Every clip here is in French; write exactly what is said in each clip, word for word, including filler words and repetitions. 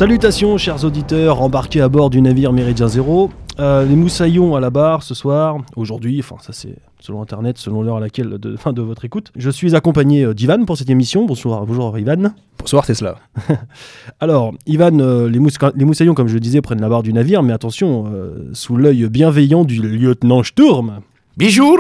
Salutations chers auditeurs embarqués à bord du navire Méridien Zéro. Euh, les moussaillons à la barre ce soir, aujourd'hui, enfin ça c'est selon internet, selon l'heure à laquelle de, fin, de votre écoute. Je suis accompagné euh, d'Ivan pour cette émission. Bonsoir, bonjour Ivan. Bonsoir Tesla. Alors Ivan, euh, les, mous- les moussaillons comme je le disais prennent la barre du navire, mais attention, euh, sous l'œil bienveillant du lieutenant Sturm. Bonjour.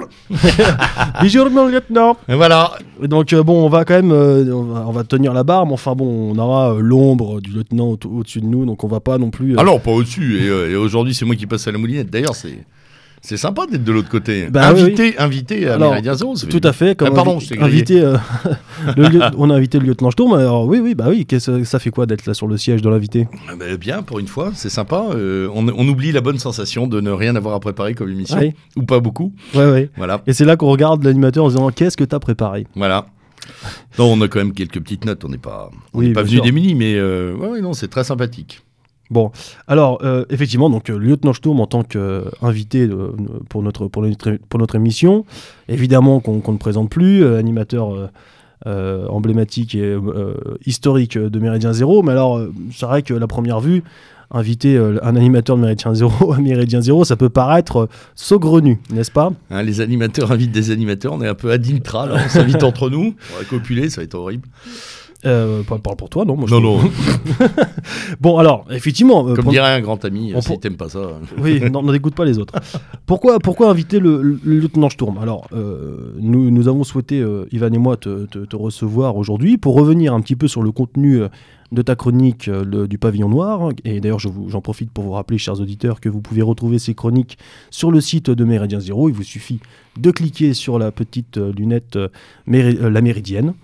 Bonjour mon lieutenant. Et voilà. Donc euh, bon, on va quand même, euh, on, va, on va tenir la barre, mais enfin bon, on aura euh, l'ombre du lieutenant au- au-dessus de nous, donc on va pas non plus... euh, Alors, pas au-dessus. Et, euh, et aujourd'hui, c'est moi qui passe à la moulinette. D'ailleurs, c'est, c'est sympa d'être de l'autre côté. Bah, invité, oui, oui. invité à Alors, Méridien Zéro. ça fait Tout à fait. Comme Ah, pardon, invi- je t'ai grillé. invité, euh, le lieu- on a invité le lieutenant Sturm. Alors oui, oui, bah oui. Qu'est-ce, ça fait quoi d'être là sur le siège de l'invité ? Ah bah, bien, pour une fois, c'est sympa. Euh, on, on oublie la bonne sensation de ne rien avoir à préparer comme émission. Oui. Ou pas beaucoup. Ouais, ouais. Voilà. Et c'est là qu'on regarde l'animateur en se disant qu'est-ce que t'as préparé ? Voilà. Non, on a quand même quelques petites notes. On n'est pas, on Oui, n'est pas bien venu sûr. démunis, mais euh, ouais, ouais, non, c'est très sympathique. Bon, alors euh, effectivement, donc euh, lieutenant Sturm en tant qu'invité euh, pour notre pour notre pour notre émission, évidemment qu'on qu'on ne présente plus, euh, animateur euh, euh, emblématique et euh, historique de Méridien Zéro. Mais alors, euh, c'est vrai que la première vue, inviter euh, un animateur de Méridien Zéro à Méridien Zéro, ça peut paraître euh, saugrenu, n'est-ce pas ? Hein, les animateurs invitent des animateurs. On est un peu ad intra, là. On s'invite entre nous. On va copuler, ça va être horrible. euh, Parle pour toi, non moi, je Non, trouve- non. Bon, alors, effectivement... euh, Comme pour- dirait un grand ami, on si pour- t'aimes pas ça. Oui, n'en n'en écoute pas les autres. Pourquoi, pourquoi inviter le, le lieutenant Sturm ? Alors, euh, nous, nous avons souhaité, euh, Ivan et moi, te, te- te recevoir aujourd'hui pour revenir un petit peu sur le contenu euh, de ta chronique euh, le- du Pavillon Noir. Et d'ailleurs, je vous- j'en profite pour vous rappeler, chers auditeurs, que vous pouvez retrouver ces chroniques sur le site de Méridien Zéro. Il vous suffit de cliquer sur la petite euh, lunette euh, Méri- euh, La Méridienne.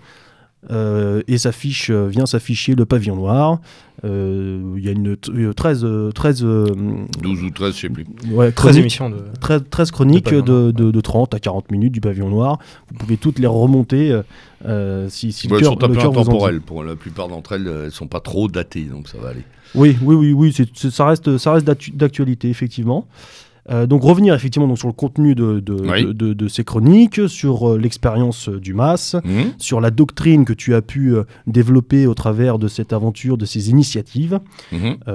Euh, et s'affiche, euh, vient s'afficher le Pavillon Noir. Euh, Il y a une t- euh, treize, euh, treize, euh, douze ou treize, je sais plus. ouais, treize chroniques. émissions de... treize, treize chroniques De de, Pavillon de, de trente à quarante minutes du Pavillon Noir. Vous pouvez toutes les remonter euh, euh, si, si Ouais, le elles cœur sont un le peu cœur vous en dit. intemporelles. Pour la plupart d'entre elles, elles sont pas trop datées, donc ça va aller. Oui, oui, oui, oui c'est, c'est- ça reste, ça reste d'actu- d'actualité, effectivement. Euh, donc revenir effectivement donc, sur le contenu de, de, Oui. de, de- de ces chroniques, sur euh, l'expérience euh, du M A S, Mmh. sur la doctrine que tu as pu euh, développer au travers de cette aventure, de ces initiatives. Mmh.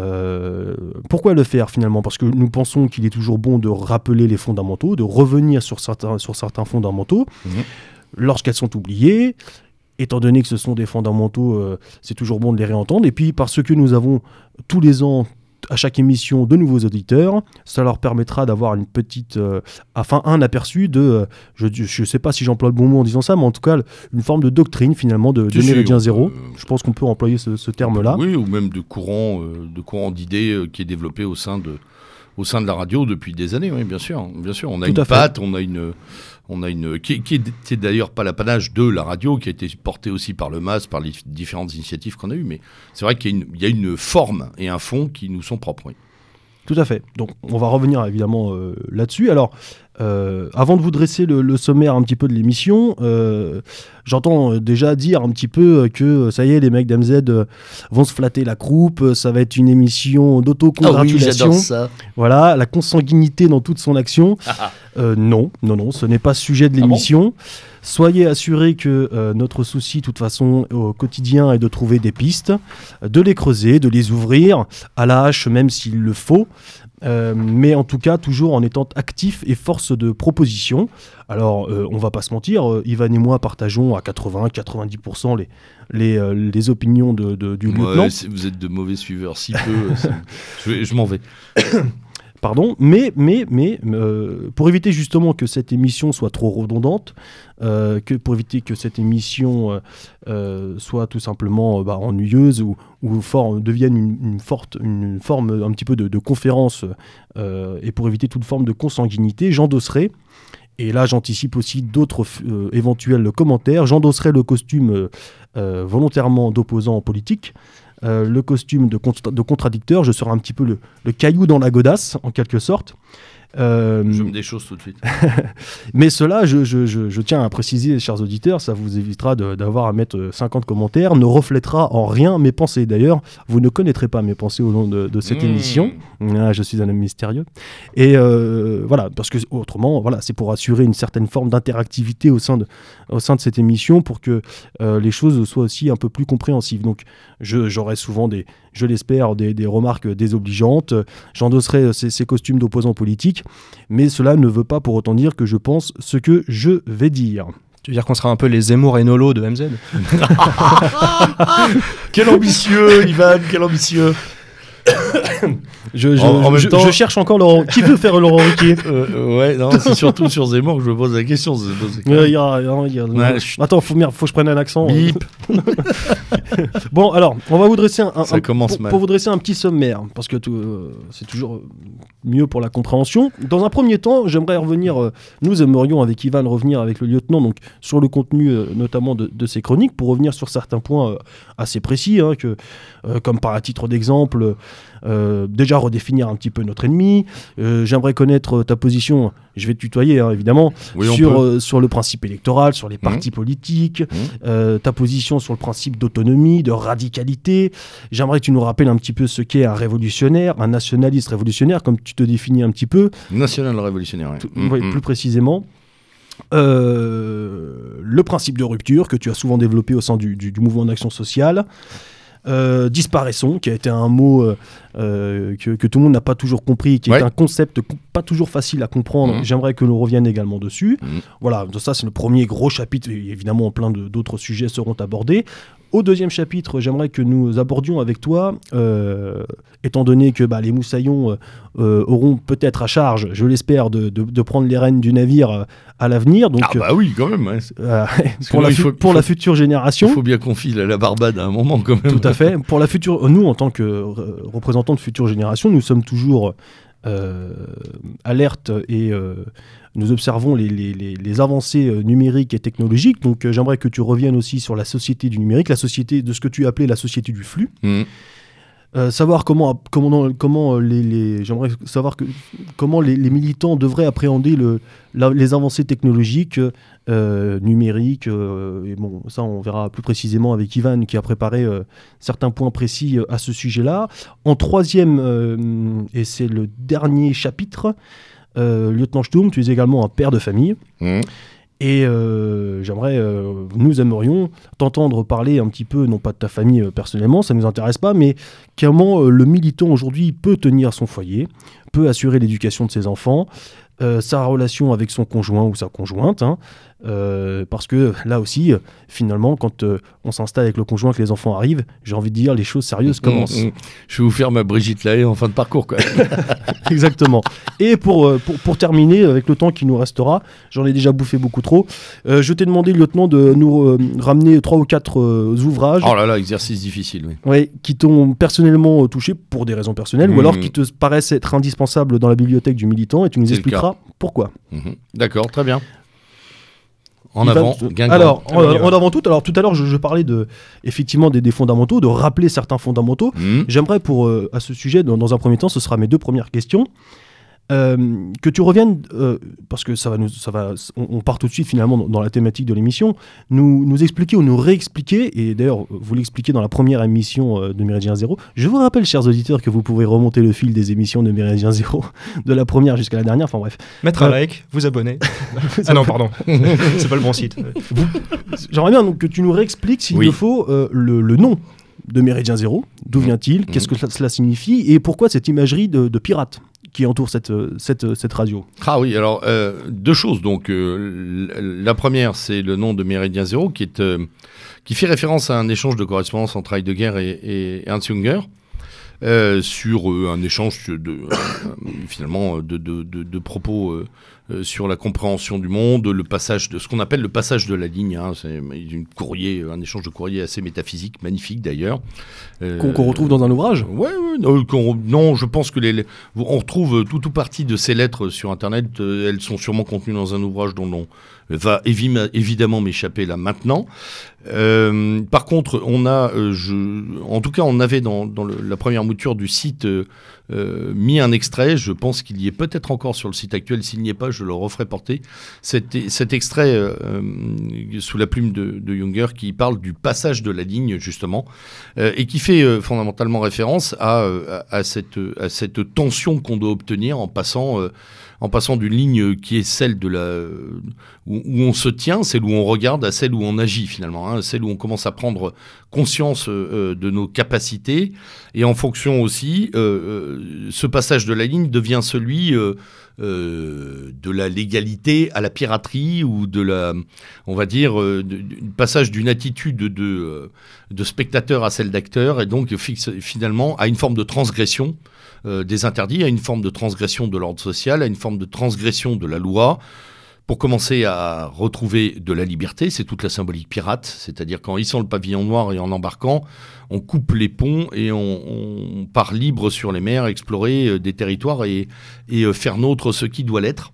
Euh, pourquoi le faire finalement ? Parce que nous pensons qu'il est toujours bon de rappeler les fondamentaux, de revenir sur certains, sur certains fondamentaux Mhm. lorsqu'elles sont oubliées. Étant donné que ce sont des fondamentaux, euh, c'est toujours bon de les réentendre. Et puis parce que nous avons tous les ans, à chaque émission, de nouveaux auditeurs, ça leur permettra d'avoir une petite, euh, enfin un aperçu de, euh, je ne sais pas si j'emploie le bon mot en disant ça, mais en tout cas une forme de doctrine finalement de, de Si, si, Méridien on Zéro. peut, euh, Je pense qu'on peut employer ce, ce terme-là. Oui, ou même de courant, euh, de courant d'idées euh, qui est développé au sein de, au sein de la radio depuis des années. Oui, bien sûr, bien sûr. On a Tout une à fait. patte, on a une, on a une, qui, qui est, qui est d'ailleurs pas l'apanage de la radio, qui a été portée aussi par le M A S, par les différentes initiatives qu'on a eues. Mais c'est vrai qu'il y a une, il y a une forme et un fond qui nous sont propres. Oui. Tout à fait. Donc, on va revenir évidemment euh, là-dessus. Alors, euh, avant de vous dresser le, le sommaire un petit peu de l'émission, euh, j'entends euh, déjà dire un petit peu euh, que euh, ça y est, les mecs d'M Z euh, vont se flatter la croupe. euh, Ça va être une émission d'autocongratulation. ça. Voilà, la consanguinité dans toute son action. Euh, non, non, non, ce n'est pas sujet de Ah bon l'émission. Soyez assurés que euh, notre souci, de toute façon, au quotidien, est de trouver des pistes, de les creuser, de les ouvrir, à la hache même s'il le faut, euh, mais en tout cas, toujours en étant actif et force de proposition. Alors, euh, on va pas se mentir, euh, Ivan et moi partageons à quatre-vingts à quatre-vingt-dix pour cent les, les, euh, les opinions de, de- du lieutenant. Ouais, c'est- vous êtes de mauvais suiveurs, si peu. euh, c'est- je, vais- je m'en vais. Pardon, mais, mais, mais euh, pour éviter justement que cette émission soit trop redondante, euh, que pour éviter que cette émission euh, euh, soit tout simplement euh, bah, ennuyeuse ou, ou for- devienne une, une, forte, une forme un petit peu de, de conférence, euh, et pour éviter toute forme de consanguinité, j'endosserai, et là j'anticipe aussi d'autres euh, éventuels commentaires, j'endosserai le costume euh, euh, volontairement d'opposant en politique, euh, le costume de, contra- de contradicteur, je serai un petit peu le, le caillou dans la godasse, en quelque sorte. Euh, je me déchausse tout de suite. Mais cela, je, je, je, je tiens à préciser, chers auditeurs, ça vous évitera de, d'avoir à mettre cinquante commentaires, ne reflètera en rien mes pensées. D'ailleurs, vous ne connaîtrez pas mes pensées au long de, de cette mmh. émission. Ah, je suis un homme mystérieux. Et euh, voilà, parce que autrement, voilà, c'est pour assurer une certaine forme d'interactivité au sein de, au sein de cette émission pour que euh, les choses soient aussi un peu plus compréhensives. Donc, je, j'aurai souvent des, je l'espère, des, des remarques désobligeantes. J'endosserai ces, ces costumes d'opposants politiques, mais cela ne veut pas pour autant dire que je pense ce que je vais dire. Tu veux dire qu'on sera un peu les Zemmour et Nolo de M Z? Quel ambitieux, Ivan, quel ambitieux. je, je, en, en même je, temps... je cherche encore Laurent. Qui veut faire Laurent Ruquier? euh, Ouais, non, c'est surtout sur Zemmour que je me pose la question. C'est... Euh, y a, y a, ouais, je... Attends, faut, merde, faut que je prenne un accent. Bip. Bon, alors, on va vous dresser un, un, Ça un commence pour, mal. pour vous dresser un petit sommaire, parce que tout, euh, c'est toujours mieux pour la compréhension. Dans un premier temps, j'aimerais revenir. Euh, nous aimerions avec Ivan revenir avec le lieutenant, donc sur le contenu euh, notamment de, de ses chroniques, pour revenir sur certains points euh, assez précis, hein, que, euh, comme par à titre d'exemple. Euh, déjà redéfinir un petit peu notre ennemi. Euh, j'aimerais connaître ta position, je vais te tutoyer hein, évidemment, oui, sur, euh, sur le principe électoral, sur les partis mmh. politiques, mmh. Euh, ta position sur le principe d'autonomie, de radicalité. J'aimerais que tu nous rappelles un petit peu ce qu'est un révolutionnaire, un nationaliste révolutionnaire, comme tu te définis un petit peu. National révolutionnaire, oui. Tout, mmh. oui, plus précisément. Euh, le principe de rupture que tu as souvent développé au sein du, du, du mouvement d'action sociale. Euh, disparaissons, qui a été un mot euh, euh, que, que tout le monde n'a pas toujours compris, qui ouais. est un concept co- pas toujours facile à comprendre. Mmh. J'aimerais que l'on revienne également dessus. Mmh. Voilà, donc ça c'est le premier gros chapitre, et évidemment plein de, d'autres sujets seront abordés. Au deuxième chapitre, j'aimerais que nous abordions avec toi, euh, étant donné que bah, les moussaillons euh, auront peut-être à charge, je l'espère, de, de, de prendre les rênes du navire euh, à l'avenir. Donc, ah bah oui, quand même. Ouais. Euh, pour la, fu- faut, pour faut, la future génération. Il faut bien qu'on file à la Barbade à un moment quand même. Tout à fait. Pour la future, nous, en tant que euh, représentants de future génération, nous sommes toujours euh, alertes et... Euh, nous observons les, les, les, les avancées euh, numériques et technologiques. Donc, euh, j'aimerais que tu reviennes aussi sur la société du numérique, la société de ce que tu appelais la société du flux. Mmh. Euh, savoir comment, comment, comment les, les, j'aimerais savoir que, comment les, les militants devraient appréhender le, la, les avancées technologiques euh, numériques. Euh, et bon, ça, on verra plus précisément avec Ivan qui a préparé euh, certains points précis euh, à ce sujet-là. En troisième, euh, et c'est le dernier chapitre, Euh, lieutenant Sturm, tu es également un père de famille. Mmh. Et euh, j'aimerais, euh, nous aimerions t'entendre parler un petit peu, non pas de ta famille euh, personnellement, ça ne nous intéresse pas, mais comment euh, le militant aujourd'hui peut tenir son foyer, peut assurer l'éducation de ses enfants, euh, sa relation avec son conjoint ou sa conjointe, hein, euh, parce que là aussi, euh, finalement, quand euh, on s'installe avec le conjoint, que les enfants arrivent, j'ai envie de dire, les choses sérieuses mmh, commencent. Mmh. Je vais vous faire ma Brigitte Lahaie en fin de parcours, quoi. Exactement. Et pour, euh, pour, pour terminer, avec le temps qui nous restera, j'en ai déjà bouffé beaucoup trop, euh, je t'ai demandé, lieutenant, de nous euh, ramener trois ou quatre euh, ouvrages. Oh là là, exercice difficile, oui. Ouais, qui t'ont personnellement touché, pour des raisons personnelles, mmh. ou alors qui te paraissent être indispensables dans la bibliothèque du militant, et tu nous C'est expliqueras pourquoi. Mmh. D'accord, très bien. En avant, Guingamp. Alors, en, en avant tout, alors tout à l'heure, je, je parlais de, effectivement des, des fondamentaux, de rappeler certains fondamentaux. Mmh. J'aimerais, pour, euh, à ce sujet, dans, dans un premier temps, ce sera mes deux premières questions. Euh, que tu reviennes, euh, parce que ça va nous, ça va, on, on part tout de suite finalement dans, dans la thématique de l'émission, nous, nous expliquer ou nous réexpliquer, et d'ailleurs vous l'expliquez dans la première émission euh, de Méridien Zéro. Je vous rappelle, chers auditeurs, que vous pouvez remonter le fil des émissions de Méridien Zéro, de la première jusqu'à la dernière, enfin bref. Mettre un euh, like, vous abonner. Ah non, pardon, c'est pas le bon site. Vous, j'aimerais bien donc, que tu nous réexpliques, s'il oui. le faut, euh, le, le nom de Méridien Zéro, d'où vient-il, mmh. qu'est-ce que cela, cela signifie, et pourquoi cette imagerie de, de pirate qui entoure cette, cette, cette radio. Ah oui, alors euh, deux choses. Donc, euh, la première, c'est le nom de Méridien Zéro, qui, est, euh, qui fait référence à un échange de correspondance entre Heidegger et, et Ernst Junger, euh, sur euh, un échange de, euh, finalement de, de, de, de propos euh, euh, sur la compréhension du monde, le passage de ce qu'on appelle le passage de la ligne. Hein, c'est une courrier, un échange de courrier assez métaphysique, magnifique d'ailleurs. Euh, qu'on, qu'on retrouve dans un ouvrage. Ouais, ouais non, non, je pense que les, les, on retrouve tout ou partie de ces lettres sur Internet. Euh, elles sont sûrement contenues dans un ouvrage dont on va évi- évidemment m'échapper là maintenant. Euh, par contre, on a, euh, je, en tout cas, on avait dans, dans le, la première mouture du site euh, euh, mis un extrait. Je pense qu'il y est peut-être encore sur le site actuel. S'il n'y est pas, je le referai porter. Cet, cet extrait euh, sous la plume de, de Junger qui parle du passage de la ligne justement euh, et qui fait euh, fondamentalement référence à, à, à, cette, à cette tension qu'on doit obtenir en passant. Euh, en passant d'une ligne qui est celle de la, où, où on se tient, celle où on regarde, à celle où on agit finalement, hein, celle où on commence à prendre conscience euh, de nos capacités. Et en fonction aussi, euh, ce passage de la ligne devient celui euh, euh, de la légalité à la piraterie ou de la, on va dire, euh, de, du passage d'une attitude de, de, de spectateur à celle d'acteur et donc fixe finalement à une forme de transgression Euh, des interdits, à une forme de transgression de l'ordre social, à une forme de transgression de la loi, pour commencer à retrouver de la liberté. C'est toute la symbolique pirate, c'est-à-dire qu'en hissant le pavillon noir et en embarquant, on coupe les ponts et on, on part libre sur les mers, explorer euh, des territoires et, et euh, faire nôtre ce qui doit l'être.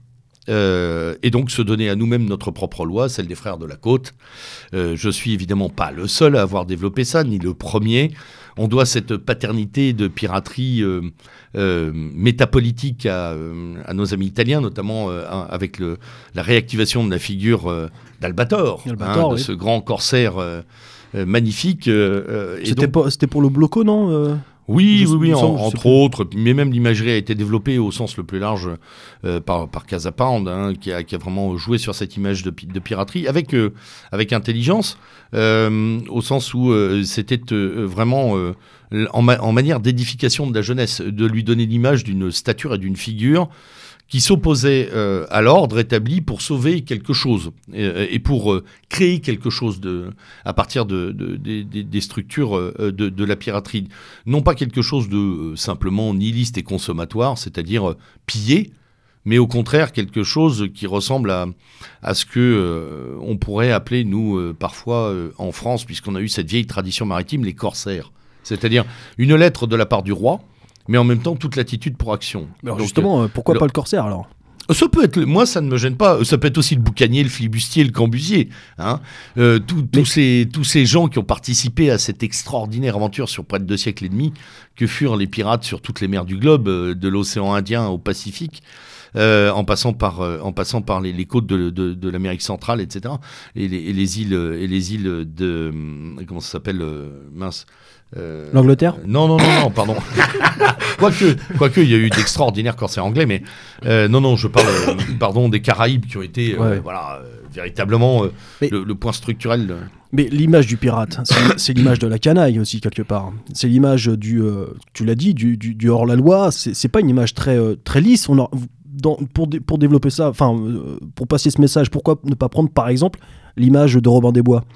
Euh, et donc se donner à nous-mêmes notre propre loi, celle des frères de la côte. Euh, je suis évidemment pas le seul à avoir développé ça, ni le premier. On doit cette paternité de piraterie euh, euh, métapolitique à, euh, à nos amis italiens, notamment euh, avec le, la réactivation de la figure euh, d'Albator, Albator, hein, de oui. ce grand corsaire euh, euh, magnifique. Euh, et C'était, donc, pas, c'était pour le bloco, non euh Oui, Je- oui, oui, il me en- semble, je sais entre plus. autres, mais même l'imagerie a été développée au sens le plus large euh, par, par Casa Pound, hein, qui, a, qui a vraiment joué sur cette image de, pi- de piraterie avec, euh, avec intelligence, euh, au sens où euh, c'était euh, vraiment euh, en, ma- en manière d'édification de la jeunesse, de lui donner l'image d'une stature et d'une figure qui s'opposait euh, à l'ordre établi pour sauver quelque chose et, et pour euh, créer quelque chose de, à partir de, de, de- de- des structures euh, de, de la piraterie. Non pas quelque chose de euh, simplement nihiliste et consommatoire, c'est-à-dire euh, piller, mais au contraire quelque chose qui ressemble à, à ce que euh, on pourrait appeler, nous, euh, parfois euh, en France, puisqu'on a eu cette vieille tradition maritime, les corsaires. C'est-à-dire une lettre de la part du roi, mais en même temps toute l'attitude pour action. Alors Donc, justement, euh, pourquoi le- pas le corsaire alors? ça peut être, moi ça ne me gêne pas, ça peut être aussi le boucanier, le flibustier, le cambusier. Hein. Euh, tout- tous, Mais- ces, tous ces gens qui ont participé à cette extraordinaire aventure sur près de deux siècles et demi, que furent les pirates sur toutes les mers du globe, euh, de l'océan Indien au Pacifique, euh, en passant par, euh, en passant par les, les côtes de, de, de l'Amérique centrale, et cetera. Et les, et les îles, et les îles de... hum, Comment ça s'appelle euh, Mince. Euh, L'Angleterre euh, Non, non, non, non, pardon. Quoique, quoique, il y a eu d'extraordinaires corsaires anglais, mais euh, non, non, je parle, euh, pardon, des Caraïbes qui ont été, euh, Ouais. voilà, euh, véritablement euh, Mais- le, le point structurel. de- Mais l'image du pirate, c'est, c'est l'image de la canaille aussi quelque part. C'est l'image du, euh, tu l'as dit, du, du, du hors-la-loi. C'est, c'est pas une image très, euh, très lisse. On a, dans, pour, dé- pour développer ça, enfin, euh, pour passer ce message, pourquoi ne pas prendre par exemple l'image de Robin des Bois?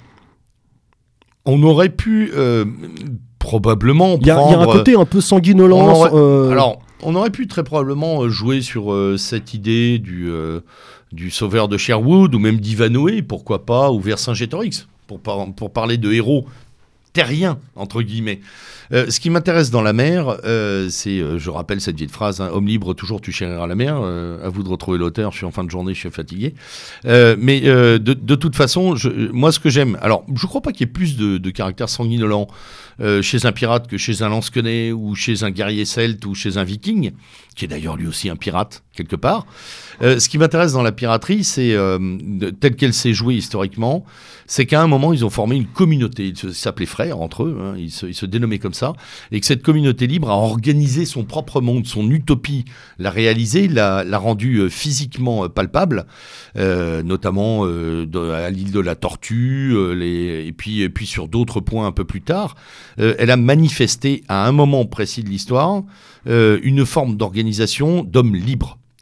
On aurait pu euh, probablement Il y, a- il prendre. y a un côté un peu sanguinolent. on aurait- euh, Alors, on aurait pu très probablement euh, jouer sur euh, cette idée du, euh, du sauveur de Sherwood ou même d'Ivanhoe, pourquoi pas, ou Vercingétorix, pour, par- pour parler de héros terriens, entre guillemets. Euh, ce qui m'intéresse dans la mer, euh, c'est, euh, je rappelle cette vieille phrase, hein, homme libre, toujours tu chériras la mer. Euh, à vous de retrouver l'auteur, je suis en fin de journée, je suis fatigué. Euh, mais euh, de, de toute façon, je, moi ce que j'aime, alors je crois pas qu'il y ait plus de, de caractère sanguinolent euh, chez un pirate que chez un lansquenet ou chez un guerrier celte ou chez un viking, qui est d'ailleurs lui aussi un pirate, quelque part. Euh, ce qui m'intéresse dans la piraterie, c'est, euh, de- telle qu'elle s'est jouée historiquement, c'est qu'à un moment, ils ont formé une communauté. Ils se- ils s'appelaient frères entre eux, hein, ils, se, ils se dénommaient comme ça, et que cette communauté libre a organisé son propre monde, son utopie, l'a réalisé, l'a, l'a rendu euh, physiquement euh, palpable, euh, notamment euh, de- à l'île de la Tortue, euh, les, et, puis, et puis sur d'autres points un peu plus tard. Euh, elle a manifesté à un moment précis de l'histoire euh, une forme d'organisation d'hommes libres.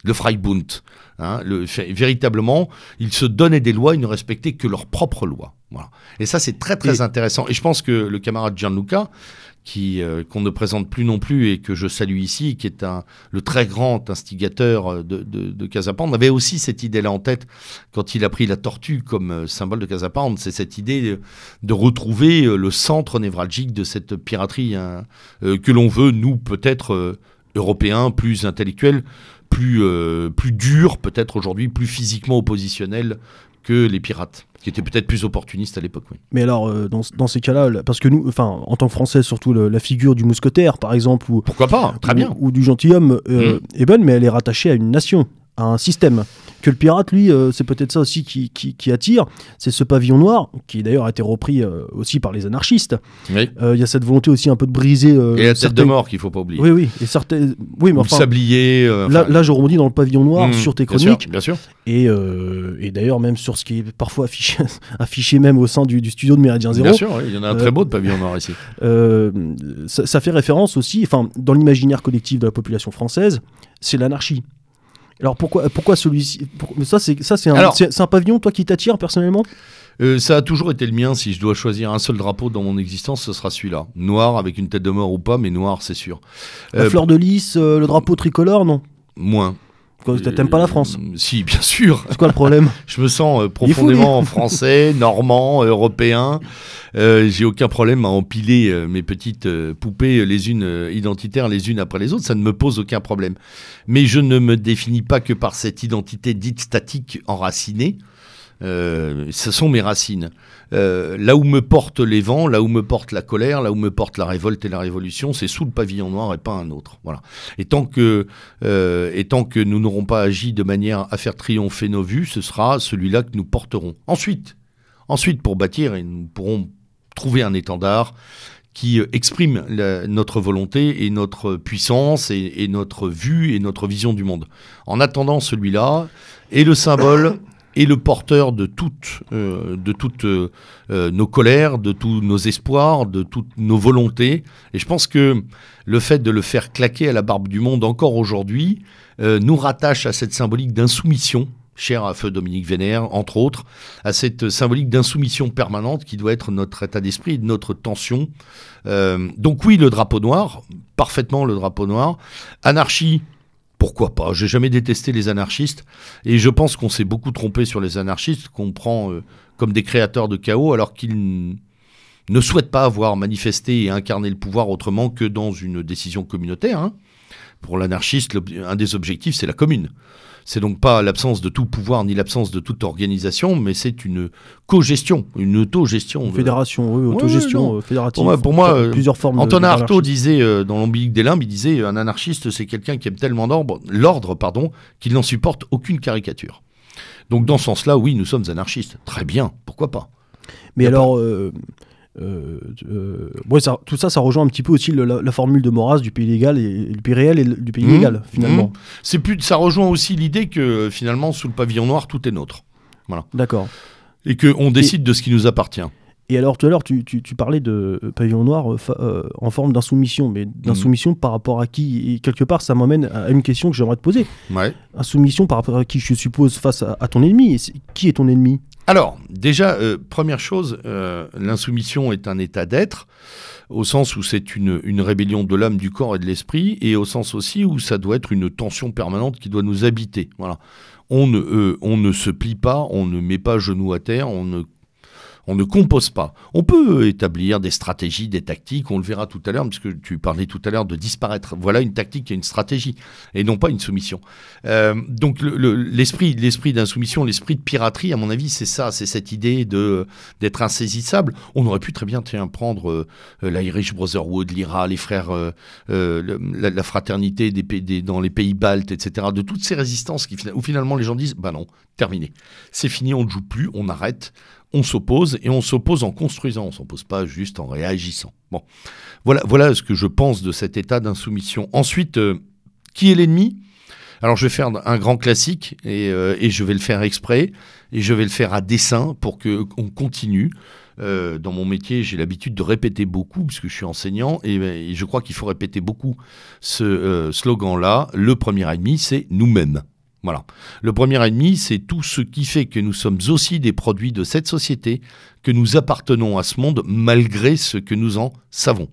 le Freibund. Hein, le, véritablement, ils se donnaient des lois, ils ne respectaient que leurs propres lois. Voilà. Et ça, c'est très, très et... intéressant. Et je pense que le camarade Gianluca, qui, euh, qu'on ne présente plus non plus et que je salue ici, qui est un, le très grand instigateur de, de, de Casa Pound, avait aussi cette idée-là en tête quand il a pris la tortue comme euh, symbole de Casa Pound. C'est cette idée de, de retrouver euh, le centre névralgique de cette piraterie hein, euh, que l'on veut, nous, peut-être euh, européens, plus intellectuels, plus, euh, plus durs, peut-être aujourd'hui, plus physiquement oppositionnels que les pirates, qui étaient peut-être plus opportunistes à l'époque. Oui. Mais alors, euh, dans, dans ces cas-là, parce que nous, enfin, en tant que Français, surtout le, la figure du mousquetaire, par exemple, ou pourquoi pas, très ou, bien, ou du gentilhomme, euh, mmh. est bonne, mais elle est rattachée à une nation, à un système. Que le pirate, lui, euh, c'est peut-être ça aussi qui, qui, qui attire, c'est ce pavillon noir, qui d'ailleurs a été repris euh, aussi par les anarchistes. Il oui. euh, y a cette volonté aussi un peu de briser... Euh, et la tête certaines... de mort qu'il ne faut pas oublier. Oui, oui. Et certaines... oui mais enfin, le sablier... Euh, là, là, je rebondis dans le pavillon noir mmh, sur tes chroniques. Bien sûr, bien sûr. Et, euh, et d'ailleurs, même sur ce qui est parfois affiché, affiché même au sein du, du studio de Méridien Zéro. Bien sûr, oui, il y en a un euh, très beau de pavillon noir ici. Euh, ça, ça fait référence aussi, enfin, dans l'imaginaire collectif de la population française, c'est l'anarchie. Alors pourquoi, pourquoi celui-ci pour, ça, c'est, ça c'est, un, Alors, c'est, c'est un pavillon, toi, qui t'attire personnellement euh, Ça a toujours été le mien. Si je dois choisir un seul drapeau dans mon existence, ce sera celui-là. Noir, avec une tête de mort ou pas, mais noir, c'est sûr. La euh, fleur de lys, euh, le drapeau tricolore, non ? Moins. Quoi, t'aimes pas la France ? euh, Si, bien sûr. C'est quoi le problème ? Je me sens euh, profondément fou, français, normand, européen. Euh, j'ai aucun problème à empiler euh, mes petites euh, poupées les unes euh, identitaires les unes après les autres, ça ne me pose aucun problème. Mais je ne me définis pas que par cette identité dite statique enracinée. Euh, ce sont mes racines. Euh, là où me portent les vents, là où me porte la colère, là où me porte la révolte et la révolution, c'est sous le pavillon noir et pas un autre. Voilà. Et tant que, euh, et tant que nous n'aurons pas agi de manière à faire triompher nos vues, ce sera celui-là que nous porterons. Ensuite, ensuite pour bâtir, et nous pourrons trouver un étendard qui exprime la, notre volonté et notre puissance et, et notre vue et notre vision du monde. En attendant, celui-là est le symbole et le porteur de toutes, euh, de toutes euh, nos colères, de tous nos espoirs, de toutes nos volontés. Et je pense que le fait de le faire claquer à la barbe du monde encore aujourd'hui euh, nous rattache à cette symbolique d'insoumission, cher à feu Dominique Vénère, entre autres, à cette symbolique d'insoumission permanente qui doit être notre état d'esprit, notre tension. Euh, donc oui, le drapeau noir, parfaitement le drapeau noir. Anarchie, pourquoi pas ? J'ai jamais détesté les anarchistes, et je pense qu'on s'est beaucoup trompé sur les anarchistes, qu'on prend euh, comme des créateurs de chaos, alors qu'ils n- ne souhaitent pas avoir manifesté et incarné le pouvoir autrement que dans une décision communautaire. Hein. Pour l'anarchiste, un des objectifs, c'est la commune. C'est donc pas l'absence de tout pouvoir ni l'absence de toute organisation, mais c'est une co-gestion, une autogestion. Une fédération, oui, autogestion ouais, fédérative. Pour moi, pour moi euh, plusieurs formes. Antonin Artaud disait euh, dans l'Ombilique des Limbes, il disait euh, un anarchiste, c'est quelqu'un qui aime tellement l'ordre, l'ordre pardon, qu'il n'en supporte aucune caricature. Donc dans ce sens-là, oui, nous sommes anarchistes. Très bien, pourquoi pas. Mais alors. Euh... Euh, euh, ouais, ça, tout ça, ça rejoint un petit peu aussi le, la, la formule de Maurras du pays légal et, et du pays réel et le, du pays mmh, légal, finalement. Mmh. C'est plus, ça rejoint aussi l'idée que finalement, sous le pavillon noir, tout est nôtre. Voilà. D'accord. Et qu'on décide et, de ce qui nous appartient. Et alors, tout à l'heure, tu, tu, tu parlais de euh, pavillon noir euh, fa, euh, en forme d'insoumission, mais d'insoumission mmh. par rapport à qui ? Et quelque part, ça m'amène à une question que j'aimerais te poser. Ouais. Insoumission par rapport à qui, je suppose, face à, à ton ennemi. Et qui est ton ennemi ? Alors, déjà, euh, première chose, euh, l'insoumission est un état d'être, au sens où c'est une, une rébellion de l'âme, du corps et de l'esprit, et au sens aussi où ça doit être une tension permanente qui doit nous habiter. Voilà. On ne, euh, on ne se plie pas, on ne met pas genou à terre, on ne On ne compose pas. On peut établir des stratégies, des tactiques, on le verra tout à l'heure, parce que tu parlais tout à l'heure de disparaître. Voilà une tactique et une stratégie, et non pas une soumission. Euh, donc le, le, l'esprit, l'esprit d'insoumission, l'esprit de piraterie, à mon avis, c'est ça, c'est cette idée de, d'être insaisissable. On aurait pu très bien tiens, prendre euh, l'Irish Brotherhood, l'I R A, les frères, euh, euh, le, la, la fraternité des, des, dans les pays baltes, et cetera, de toutes ces résistances qui, où finalement les gens disent « bah non, terminé, c'est fini, on ne joue plus, on arrête ». On s'oppose, et on s'oppose en construisant, on ne s'oppose pas juste en réagissant. Bon, voilà, voilà ce que je pense de cet état d'insoumission. Ensuite, euh, qui est l'ennemi ? Alors je vais faire un grand classique, et, euh, et je vais le faire exprès, et je vais le faire à dessein pour qu'on continue. Euh, dans mon métier, j'ai l'habitude de répéter beaucoup, puisque je suis enseignant, et, et je crois qu'il faut répéter beaucoup ce euh, slogan-là. Le premier ennemi, c'est nous-mêmes. Voilà. Le premier ennemi, c'est tout ce qui fait que nous sommes aussi des produits de cette société, que nous appartenons à ce monde malgré ce que nous en savons.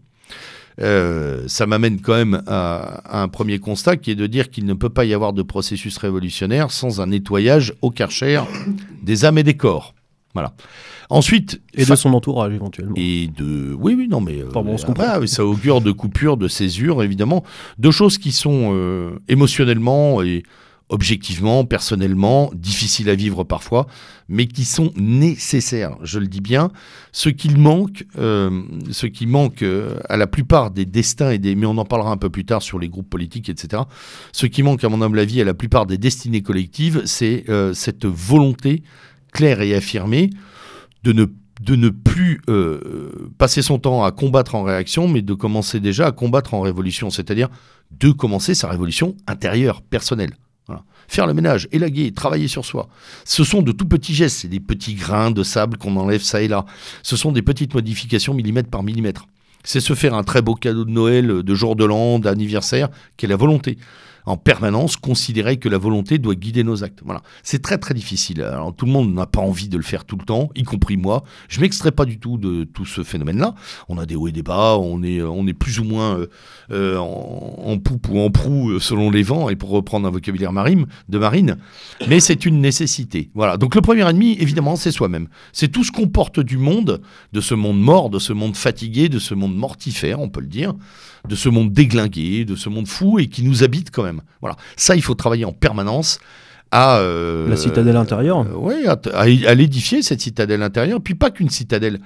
Euh, ça m'amène quand même à, à un premier constat qui est de dire qu'il ne peut pas y avoir de processus révolutionnaire sans un nettoyage au Karcher des âmes et des corps. Voilà. Ensuite, et fa- de son entourage éventuellement. Et de, oui, oui, non, mais, Enfin bon, on se après, comprend. ça augure de coupures, de césures, évidemment, de choses qui sont euh, émotionnellement et objectivement, personnellement, difficiles à vivre parfois, mais qui sont nécessaires. Je le dis bien. Ce qu'il manque, euh, ce qui manque euh, à la plupart des destins et des, mais on en parlera un peu plus tard sur les groupes politiques, et cetera. Ce qui manque, à mon humble avis, à la plupart des destinées collectives, c'est euh, cette volonté claire et affirmée de ne, de ne plus euh, passer son temps à combattre en réaction, mais de commencer déjà à combattre en révolution, c'est-à-dire de commencer sa révolution intérieure, personnelle. Voilà. Faire le ménage, élaguer, travailler sur soi. Ce sont de tout petits gestes, c'est des petits grains de sable qu'on enlève ça et là. Ce sont des petites modifications millimètre par millimètre. C'est se faire un très beau cadeau de Noël, de jour de l'an, d'anniversaire, qui est la volonté. En permanence, considérer que la volonté doit guider nos actes. Voilà. C'est très très difficile. Alors, tout le monde n'a pas envie de le faire tout le temps, y compris moi. Je ne m'extrais pas du tout de tout ce phénomène-là. On a des hauts et des bas, on est, on est plus ou moins euh, euh, en, en poupe ou en proue selon les vents, et pour reprendre un vocabulaire marine, de marine. Mais c'est une nécessité. Voilà. Donc le premier ennemi, évidemment, c'est soi-même. C'est tout ce qu'on porte du monde, de ce monde mort, de ce monde fatigué, de ce monde mortifère, on peut le dire, de ce monde déglingué, de ce monde fou et qui nous habite quand même. Voilà. Ça, il faut travailler en permanence à... Euh, la citadelle intérieure. Euh, oui, à, à, à l'édifier, cette citadelle intérieure. Puis pas qu'une citadelle.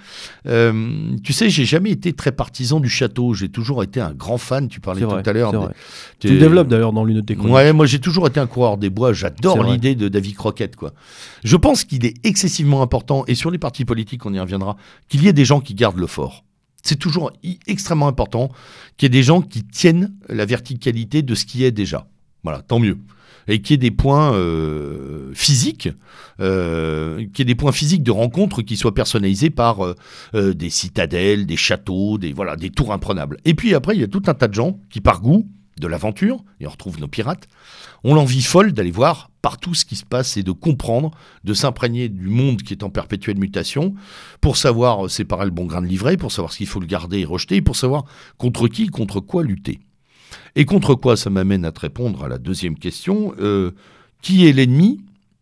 Euh, tu sais, j'ai jamais été très partisan du château. J'ai toujours été un grand fan. Tu parlais C'est tout vrai, à l'heure. c'est Des, vrai. des, Tu le développes d'ailleurs dans l'une de tes chroniques. Ouais, moi j'ai toujours été un coureur des bois. J'adore C'est l'idée de Davy Crockett, quoi. Je pense qu'il est excessivement important, et sur les partis politiques, on y reviendra, qu'il y ait des gens qui gardent le fort. C'est toujours extrêmement important qu'il y ait des gens qui tiennent la verticalité de ce qui est déjà. Voilà, tant mieux. Et qu'il y ait des points euh, physiques, euh, qu'il y ait des points physiques de rencontre qui soient personnalisés par euh, euh, des citadelles, des châteaux, des, voilà, des tours imprenables. Et puis après, il y a tout un tas de gens qui, par goût de l'aventure, et on retrouve nos pirates, ont l'envie folle d'aller voir partout ce qui se passe et de comprendre, de s'imprégner du monde qui est en perpétuelle mutation, pour savoir séparer le bon grain de l'ivraie, pour savoir ce qu'il faut le garder et rejeter, pour savoir contre qui, contre quoi lutter. Et contre quoi, ça m'amène à te répondre à la deuxième question. Euh, qui est l'ennemi ?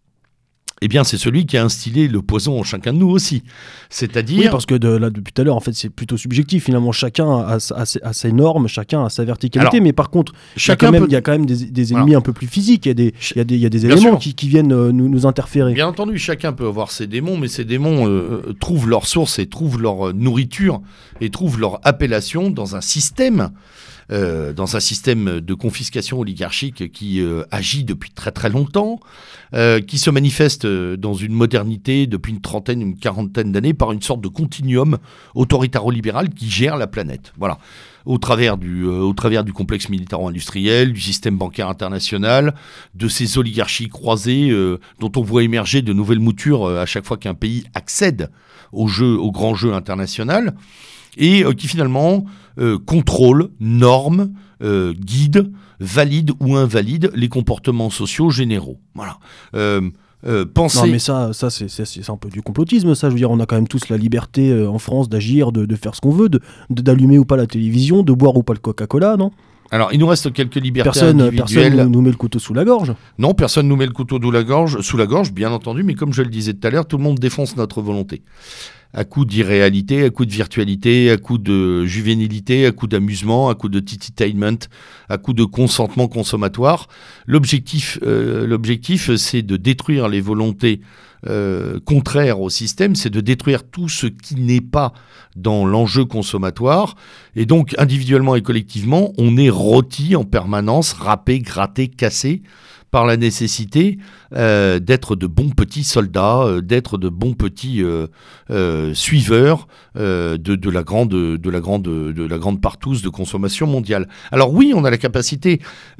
Eh bien, c'est celui qui a instillé le poison en chacun de nous aussi. C'est-à-dire... Oui, parce que de, là, depuis tout à l'heure, en fait, c'est plutôt subjectif. Finalement, chacun a, a, ses, a ses normes, chacun a sa verticalité. Alors, mais par contre, chacun il y a quand même, peut... il y a quand même des, des ennemis voilà. un peu plus physiques. Il y a des, il y a des, il y a des Bien éléments sûr. qui, qui viennent euh, nous, nous interférer. Bien entendu, chacun peut avoir ses démons, mais ces démons euh, trouvent leur source et trouvent leur nourriture et trouvent leur appellation dans un système... Euh, dans un système de confiscation oligarchique qui euh, agit depuis très très longtemps, euh, qui se manifeste dans une modernité depuis une trentaine, une quarantaine d'années par une sorte de continuum autoritaro-libéral qui gère la planète. Voilà. Au travers du, euh, au travers du complexe militaro-industriel, du système bancaire international, de ces oligarchies croisées euh, dont on voit émerger de nouvelles moutures euh, à chaque fois qu'un pays accède au jeu, au grand jeu international, et euh, qui finalement euh, contrôle, norme, euh, guide, valide ou invalide les comportements sociaux généraux. Voilà. Euh, euh, penser... Non mais ça, ça c'est, c'est, c'est un peu du complotisme, ça. Je veux dire, on a quand même tous la liberté euh, en France d'agir, de, de faire ce qu'on veut, de, de, d'allumer ou pas la télévision, de boire ou pas le Coca-Cola, non ? Alors, il nous reste quelques libertés personne, individuelles. Personne nous met le couteau sous la gorge. Non, personne nous met le couteau sous la gorge, sous la gorge, bien entendu, mais comme je le disais tout à l'heure, tout le monde défonce notre volonté. À coup d'irréalité, à coup de virtualité, à coup de juvénilité, à coup d'amusement, à coup de tititainment, à coup de consentement consommatoire. L'objectif, euh, l'objectif, c'est de détruire les volontés euh, contraires au système, c'est de détruire tout ce qui n'est pas dans l'enjeu consommatoire. Et donc, individuellement et collectivement, on est rôti en permanence, râpé, gratté, cassé par la nécessité euh, d'être de bons petits soldats, euh, d'être de bons petits euh, euh, suiveurs euh, de, de la grande, de la grande, de la grande partouze de consommation mondiale. Alors oui, on a la capacité,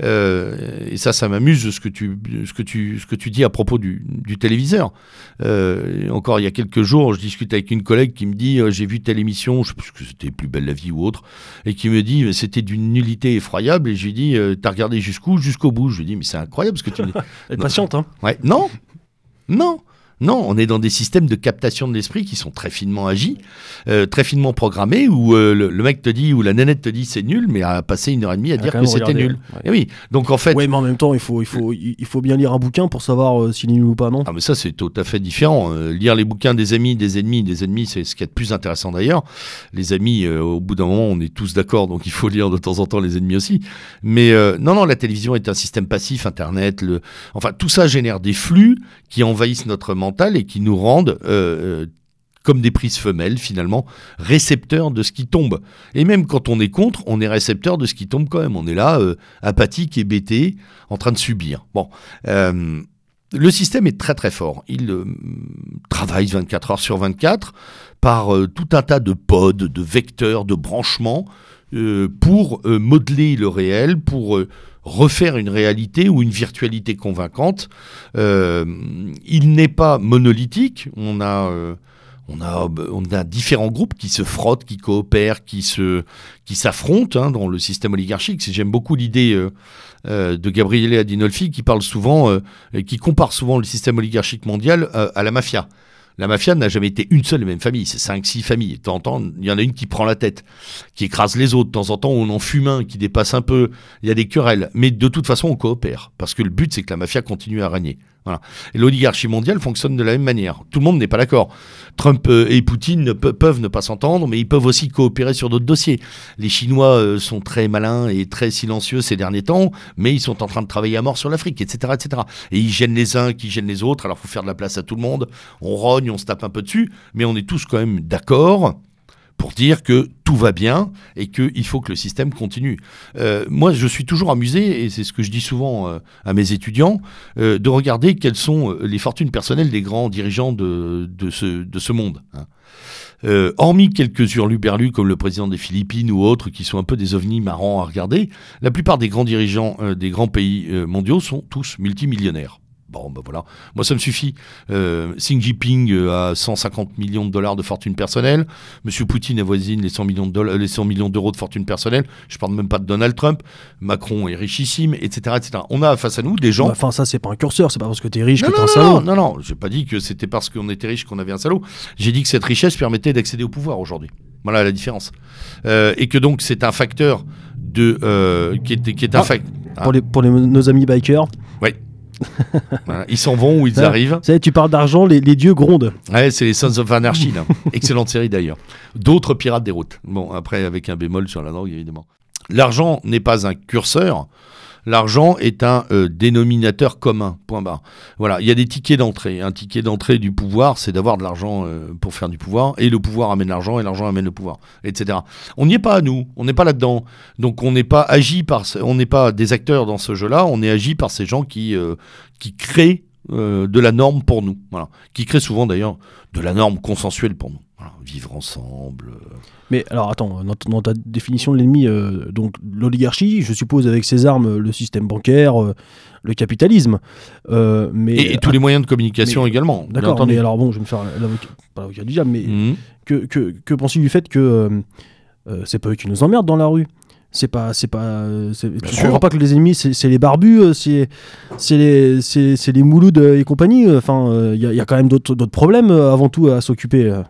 euh, et ça, ça m'amuse ce que tu, ce que tu, ce que tu dis à propos du, du téléviseur. Euh, encore il y a quelques jours, je discute avec une collègue qui me dit euh, j'ai vu telle émission, je sais plus que c'était Plus belle la vie ou autre, et qui me dit c'était d'une nullité effroyable, et je lui dis euh, t'as regardé jusqu'où ? Jusqu'au bout. Je lui dis mais c'est incroyable. ce que tu dis. Elle est patiente, hein. Ouais. Non, non. Non, on est dans des systèmes de captation de l'esprit qui sont très finement agis, euh, très finement programmés, où euh, le, le mec te dit, ou la nénette te dit c'est nul, mais a passé une heure et demie à dire que c'était nul. Ouais. Et oui, donc en fait... Oui, mais en même temps, il faut, il faut, il faut bien lire un bouquin pour savoir euh, s'il est nul ou pas, non ? Ah mais ça c'est tout à fait différent. Euh, lire les bouquins des amis, des ennemis, des ennemis, c'est ce qui est de plus intéressant d'ailleurs. Les amis, euh, au bout d'un moment, on est tous d'accord, donc il faut lire de temps en temps les ennemis aussi. Mais euh, non, non, la télévision est un système passif, Internet, le... enfin tout ça génère des flux qui envahissent notre mental et qui nous rendent euh, comme des prises femelles finalement, récepteurs de ce qui tombe. Et même quand on est contre, on est récepteur de ce qui tombe quand même. On est là, euh, apathique, hébété, en train de subir. Bon, euh, le système est très très fort. Il euh, travaille vingt-quatre heures sur vingt-quatre par euh, tout un tas de pods, de vecteurs, de branchements euh, pour euh, modeler le réel, pour euh, refaire une réalité ou une virtualité convaincante. Euh, il n'est pas monolithique. On a... Euh, On a, on a différents groupes qui se frottent, qui coopèrent, qui, se, qui s'affrontent hein, dans le système oligarchique. J'aime beaucoup l'idée euh, euh, de Gabriele Adinolfi qui parle souvent, euh, et qui compare souvent le système oligarchique mondial euh, à la mafia. La mafia n'a jamais été une seule et même famille, c'est cinq six familles. De temps en temps, il y en a une qui prend la tête, qui écrase les autres. De temps en temps, on en fume un qui dépasse un peu. Il y a des querelles. Mais de toute façon, on coopère. Parce que le but, c'est que la mafia continue à régner. Voilà. Et l'oligarchie mondiale fonctionne de la même manière. Tout le monde n'est pas d'accord. Trump et Poutine ne pe- peuvent ne pas s'entendre, mais ils peuvent aussi coopérer sur d'autres dossiers. Les Chinois euh, sont très malins et très silencieux ces derniers temps, mais ils sont en train de travailler à mort sur l'Afrique, et cetera, et cetera. Et ils gênent les uns qui gênent les autres, alors il faut faire de la place à tout le monde. On rogne, on se tape un peu dessus, mais on est tous quand même d'accord pour dire que tout va bien et qu'il faut que le système continue. Euh, moi, je suis toujours amusé, et c'est ce que je dis souvent euh, à mes étudiants, euh, de regarder quelles sont les fortunes personnelles des grands dirigeants de, de, ce, de ce monde. Hein. Euh, hormis quelques hurluberlus comme le président des Philippines ou autres qui sont un peu des ovnis marrants à regarder, la plupart des grands dirigeants euh, des grands pays euh, mondiaux sont tous multimillionnaires. Bon, ben voilà. Moi, ça me suffit. Euh, Xi Jinping euh, a cent cinquante millions de dollars de fortune personnelle. Monsieur Poutine avoisine les cent millions de dollars, les cent millions d'euros de fortune personnelle. Je parle même pas de Donald Trump. Macron est richissime, et cetera, et cetera. On a face à nous des gens... Enfin, ça, c'est pas un curseur. C'est pas parce que t'es riche non, que t'es non, un non, salaud. Non, non, non. J'ai pas dit que c'était parce qu'on était riche qu'on avait un salaud. J'ai dit que cette richesse permettait d'accéder au pouvoir aujourd'hui. Voilà la différence. Euh, et que donc, c'est un facteur de... Euh, qui est, qui est un ah, facteur... Pour, les, pour les, nos amis bikers. Oui. Voilà, ils s'en vont ou ils ça, arrivent. Ça, tu parles d'argent, les, les dieux grondent. Ouais, c'est les Sons of Anarchy, là. Excellente série d'ailleurs. D'autres pirates des routes. Bon, après, avec un bémol sur la drogue, évidemment. L'argent n'est pas un curseur. L'argent est un euh, dénominateur commun, point barre. Voilà, il y a des tickets d'entrée. Un ticket d'entrée du pouvoir, c'est d'avoir de l'argent euh, pour faire du pouvoir, et le pouvoir amène l'argent, et l'argent amène le pouvoir, et cetera. On n'y est pas à nous, on n'est pas là-dedans. Donc on n'est pas agi par, on n'est pas des acteurs dans ce jeu-là, on est agi par ces gens qui, euh, qui créent euh, de la norme pour nous. Voilà. Qui créent souvent d'ailleurs de la norme consensuelle pour nous. Voilà. Vivre ensemble... Euh... Mais alors attends, dans, dans ta définition de l'ennemi, euh, donc l'oligarchie, je suppose avec ses armes, le système bancaire, euh, le capitalisme. Euh, mais, et, et tous ah, les moyens de communication mais, également. D'accord, mais alors bon, je vais me faire l'avocat, pas l'avocat du diable, mais mmh. que, que, que pensez-vous du fait que euh, euh, c'est pas eux qui nous emmerdent dans la rue? C'est pas, c'est pas, c'est, tu ne crois pas que les ennemis c'est, c'est les barbus, c'est, c'est les, c'est, c'est les moulouds et compagnie. Enfin, il euh, y, y a quand même d'autres, d'autres problèmes avant tout à s'occuper. Euh.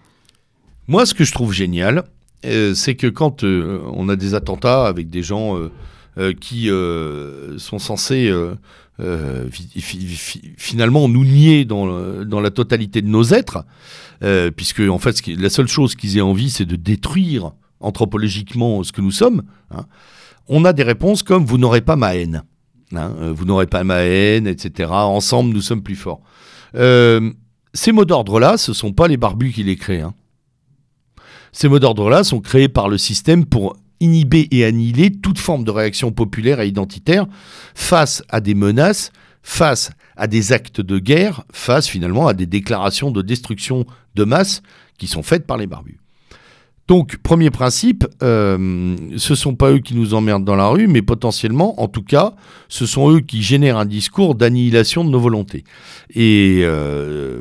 Moi, ce que je trouve génial, euh, c'est que quand euh, on a des attentats avec des gens euh, euh, qui euh, sont censés euh, euh, fi- fi- fi- finalement nous nier dans, le, dans la totalité de nos êtres, euh, puisque en fait, ce qui, la seule chose qu'ils aient envie, c'est de détruire anthropologiquement ce que nous sommes, hein, on a des réponses comme « vous n'aurez pas ma haine hein, »,« vous n'aurez pas ma haine », et cetera. « Ensemble, nous sommes plus forts euh, ». Ces mots d'ordre-là, ce ne sont pas les barbus qui les créent. Hein. Ces mots d'ordre-là sont créés par le système pour inhiber et annihiler toute forme de réaction populaire et identitaire face à des menaces, face à des actes de guerre, face finalement à des déclarations de destruction de masse qui sont faites par les barbus. Donc, premier principe, euh, ce ne sont pas eux qui nous emmerdent dans la rue, mais potentiellement, en tout cas, ce sont eux qui génèrent un discours d'annihilation de nos volontés. Et euh,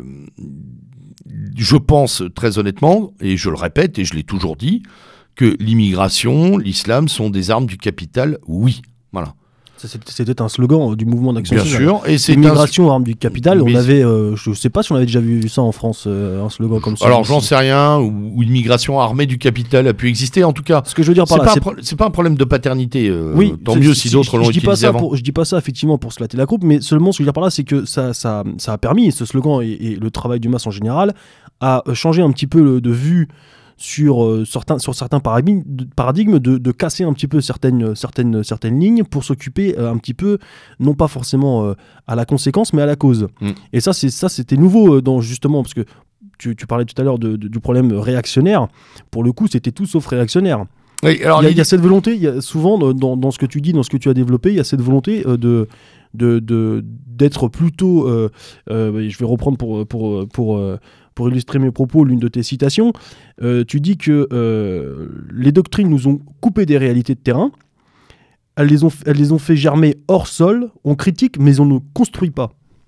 je pense très honnêtement, et je le répète, et je l'ai toujours dit, que l'immigration, l'islam sont des armes du capital, oui. Voilà. C'était, c'était un slogan du mouvement d'action Bien sociale. sûr, et c'est Immigration, arme du capital. Mais on avait, euh, je sais pas si on avait déjà vu ça en France, euh, un slogan comme ça. Alors j'en sais rien, ou, ou immigration armée du capital a pu exister. En tout cas, ce que je veux dire par c'est, là, pas c'est... Pro- c'est pas un problème de paternité. Euh, oui, tant c'est, mieux c'est, si c'est, d'autres je, l'ont je dis pas utilisé ça avant. pour, je dis pas ça effectivement pour se flatter la croupe, mais seulement ce que je veux dire par là, c'est que ça, ça, ça a permis, ce slogan et, et le travail du M A S en général, à changer un petit peu le, de vue sur, euh, certains, sur certains paradigmes, de, paradigmes de, de casser un petit peu certaines, certaines, certaines lignes pour s'occuper euh, un petit peu, non pas forcément euh, à la conséquence, mais à la cause. Mm. Et ça, c'est, ça, c'était nouveau, euh, dans, justement, parce que tu, tu parlais tout à l'heure de, de, du problème réactionnaire. Pour le coup, c'était tout sauf réactionnaire. Oui, alors il, y a, les... il y a cette volonté, il y a souvent, dans, dans ce que tu dis, dans ce que tu as développé, il y a cette volonté euh, de... De, de, d'être plutôt, euh, euh, je vais reprendre pour, pour, pour, euh, pour illustrer mes propos l'une de tes citations, euh, tu dis que euh, les doctrines nous ont coupé des réalités de terrain, elles les ont, elles les ont fait germer hors sol, on critique mais on ne construit pas.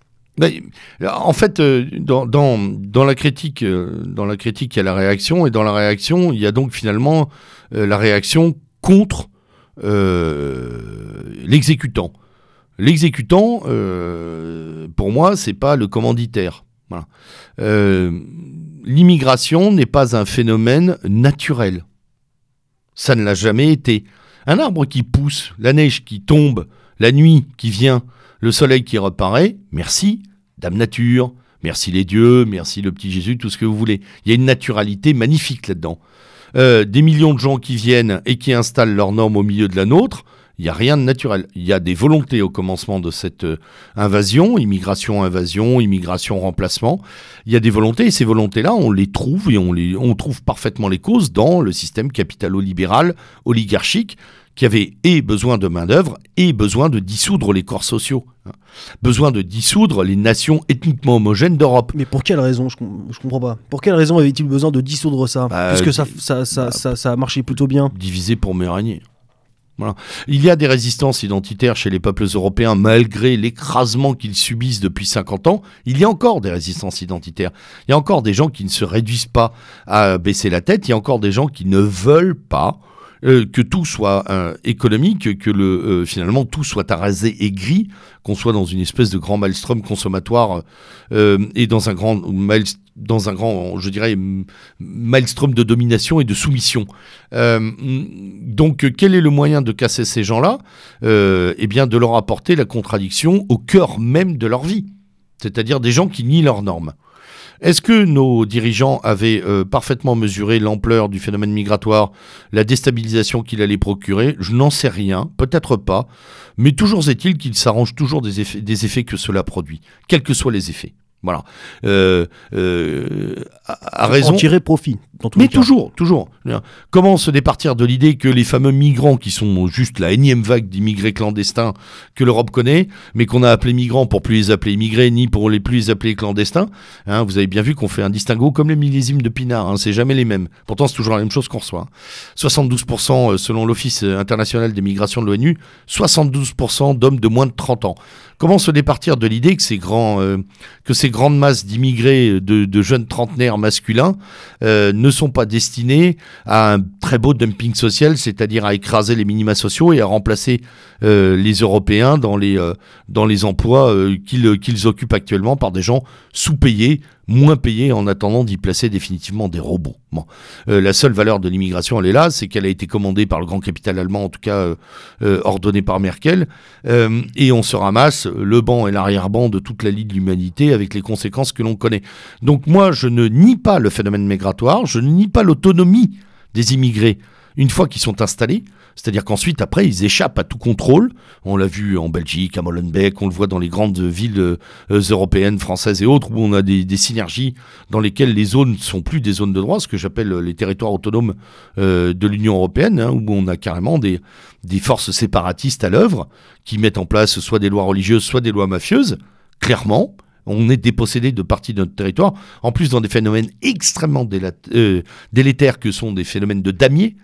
En fait, dans, dans, dans, la critique, dans la critique, il y a la réaction, et dans la réaction, il y a donc finalement euh, la réaction contre euh, l'exécutant. L'exécutant, euh, pour moi, c'est pas le commanditaire. Voilà. Euh, l'immigration n'est pas un phénomène naturel. Ça ne l'a jamais été. Un arbre qui pousse, la neige qui tombe, la nuit qui vient, le soleil qui reparaît, merci, Dame Nature, merci les dieux, merci le petit Jésus, tout ce que vous voulez. Il y a une naturalité magnifique là-dedans. Euh, des millions de gens qui viennent et qui installent leurs normes au milieu de la nôtre, il n'y a rien de naturel. Il y a des volontés au commencement de cette euh, invasion, immigration, invasion, immigration, remplacement. Il y a des volontés, et ces volontés-là, on les trouve, et on, les, on trouve parfaitement les causes dans le système capitalo-libéral, oligarchique, qui avait et besoin de main-d'œuvre et besoin de dissoudre les corps sociaux. Hein. Besoin de dissoudre les nations ethniquement homogènes d'Europe. Mais pour quelle raison ? Je ne comprends pas. Pour quelle raison avait-il besoin de dissoudre ça ? bah, Puisque ça, ça, ça, bah, ça, ça a marché plutôt bien. Diviser pour mieux régner. Voilà. Il y a des résistances identitaires chez les peuples européens, malgré l'écrasement qu'ils subissent depuis cinquante ans. Il y a encore des résistances identitaires. Il y a encore des gens qui ne se réduisent pas à baisser la tête. Il y a encore des gens qui ne veulent pas euh, que tout soit euh, économique, que le, euh, finalement tout soit arasé et gris, qu'on soit dans une espèce de grand maelstrom consommatoire euh, et dans un grand maelstrom, dans un grand, je dirais, maelstrom de domination et de soumission. Euh, donc, quel est le moyen de casser ces gens-là ? euh, Eh bien, de leur apporter la contradiction au cœur même de leur vie, c'est-à-dire des gens qui nient leurs normes. Est-ce que nos dirigeants avaient euh, parfaitement mesuré l'ampleur du phénomène migratoire, la déstabilisation qu'il allait procurer ? Je n'en sais rien, peut-être pas, mais toujours est-il qu'il s'arrange toujours des effets, des effets que cela produit, quels que soient les effets. Voilà. Euh, euh, à, à raison. En tirer profit. Dans tous Mais les cas. toujours, toujours. Comment se départir de l'idée que les fameux migrants, qui sont juste la énième vague d'immigrés clandestins que l'Europe connaît, mais qu'on a appelés migrants pour plus les appeler immigrés, ni pour les plus les appeler clandestins, hein, vous avez bien vu qu'on fait un distinguo comme les millésimes de Pinard, hein, c'est jamais les mêmes. Pourtant, c'est toujours la même chose qu'on reçoit. soixante-douze pour cent selon l'Office international des migrations de l'ONU, soixante-douze pour cent d'hommes de moins de trente ans. Comment se départir de l'idée que ces, grands, euh, que ces grandes masses d'immigrés, de, de jeunes trentenaires masculins, euh, ne sont pas destinés à un très beau dumping social, c'est-à-dire à écraser les minima sociaux et à remplacer euh, les Européens dans les, euh, dans les emplois euh, qu'ils, qu'ils occupent actuellement par des gens sous-payés, moins payés en attendant d'y placer définitivement des robots. Bon. Euh, la seule valeur de l'immigration, elle est là, c'est qu'elle a été commandée par le grand capital allemand, en tout cas euh, euh, ordonnée par Merkel, euh, et on se ramasse le banc et l'arrière-banc de toute la Ligue de l'humanité avec les conséquences que l'on connaît. Donc moi, je ne nie pas le phénomène migratoire, je ne nie pas l'autonomie des immigrés une fois qu'ils sont installés, c'est-à-dire qu'ensuite, après, ils échappent à tout contrôle. On l'a vu en Belgique, à Molenbeek, on le voit dans les grandes villes euh, européennes, françaises et autres, où on a des, des synergies dans lesquelles les zones ne sont plus des zones de droit, ce que j'appelle les territoires autonomes euh, de l'Union européenne, hein, où on a carrément des, des forces séparatistes à l'œuvre, qui mettent en place soit des lois religieuses, soit des lois mafieuses, clairement. On est dépossédé de parties de notre territoire, en plus dans des phénomènes extrêmement déla- euh, délétères que sont des phénomènes de damier.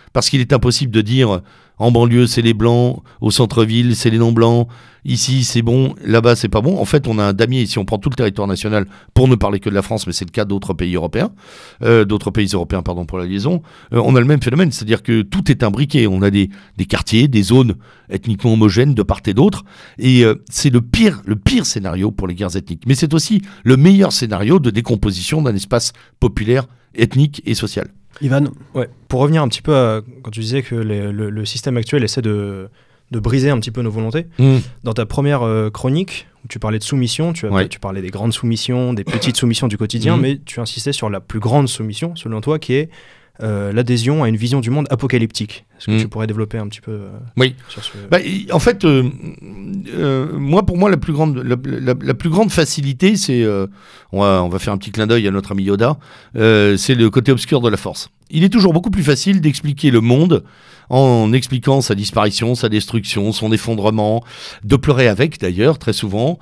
Parce qu'il est impossible de dire en banlieue c'est les blancs, au centre-ville c'est les non-blancs, ici c'est bon, là-bas c'est pas bon. En fait, on a un damier, si on prend tout le territoire national, pour ne parler que de la France, mais c'est le cas d'autres pays européens, euh, d'autres pays européens, pardon pour la liaison, euh, on a le même phénomène, c'est-à-dire que tout est imbriqué. On a des, des quartiers, des zones ethniquement homogènes de part et d'autre, et euh, c'est le pire, le pire scénario pour les guerres ethniques. Mais c'est aussi le meilleur scénario de décomposition d'un espace populaire, ethnique et social. Ivan. Ouais. Pour revenir un petit peu à quand tu disais que les, le, le système actuel essaie de, de briser un petit peu nos volontés. Mmh. Dans ta première euh, chronique, où tu parlais de soumission, tu, as, ouais. tu parlais des grandes soumissions, des petites soumissions du quotidien, mmh. mais tu insistais sur la plus grande soumission, selon toi, qui est euh, l'adhésion à une vision du monde apocalyptique. Est-ce que mmh. tu pourrais développer un petit peu euh, oui. sur ce... Bah, en fait, euh, euh, moi, pour moi, la plus grande, la, la, la plus grande facilité, c'est... Euh, on, va, on va faire un petit clin d'œil à notre ami Yoda, euh, c'est le côté obscur de la force. Il est toujours beaucoup plus facile d'expliquer le monde en expliquant sa disparition, sa destruction, son effondrement, de pleurer avec d'ailleurs très souvent,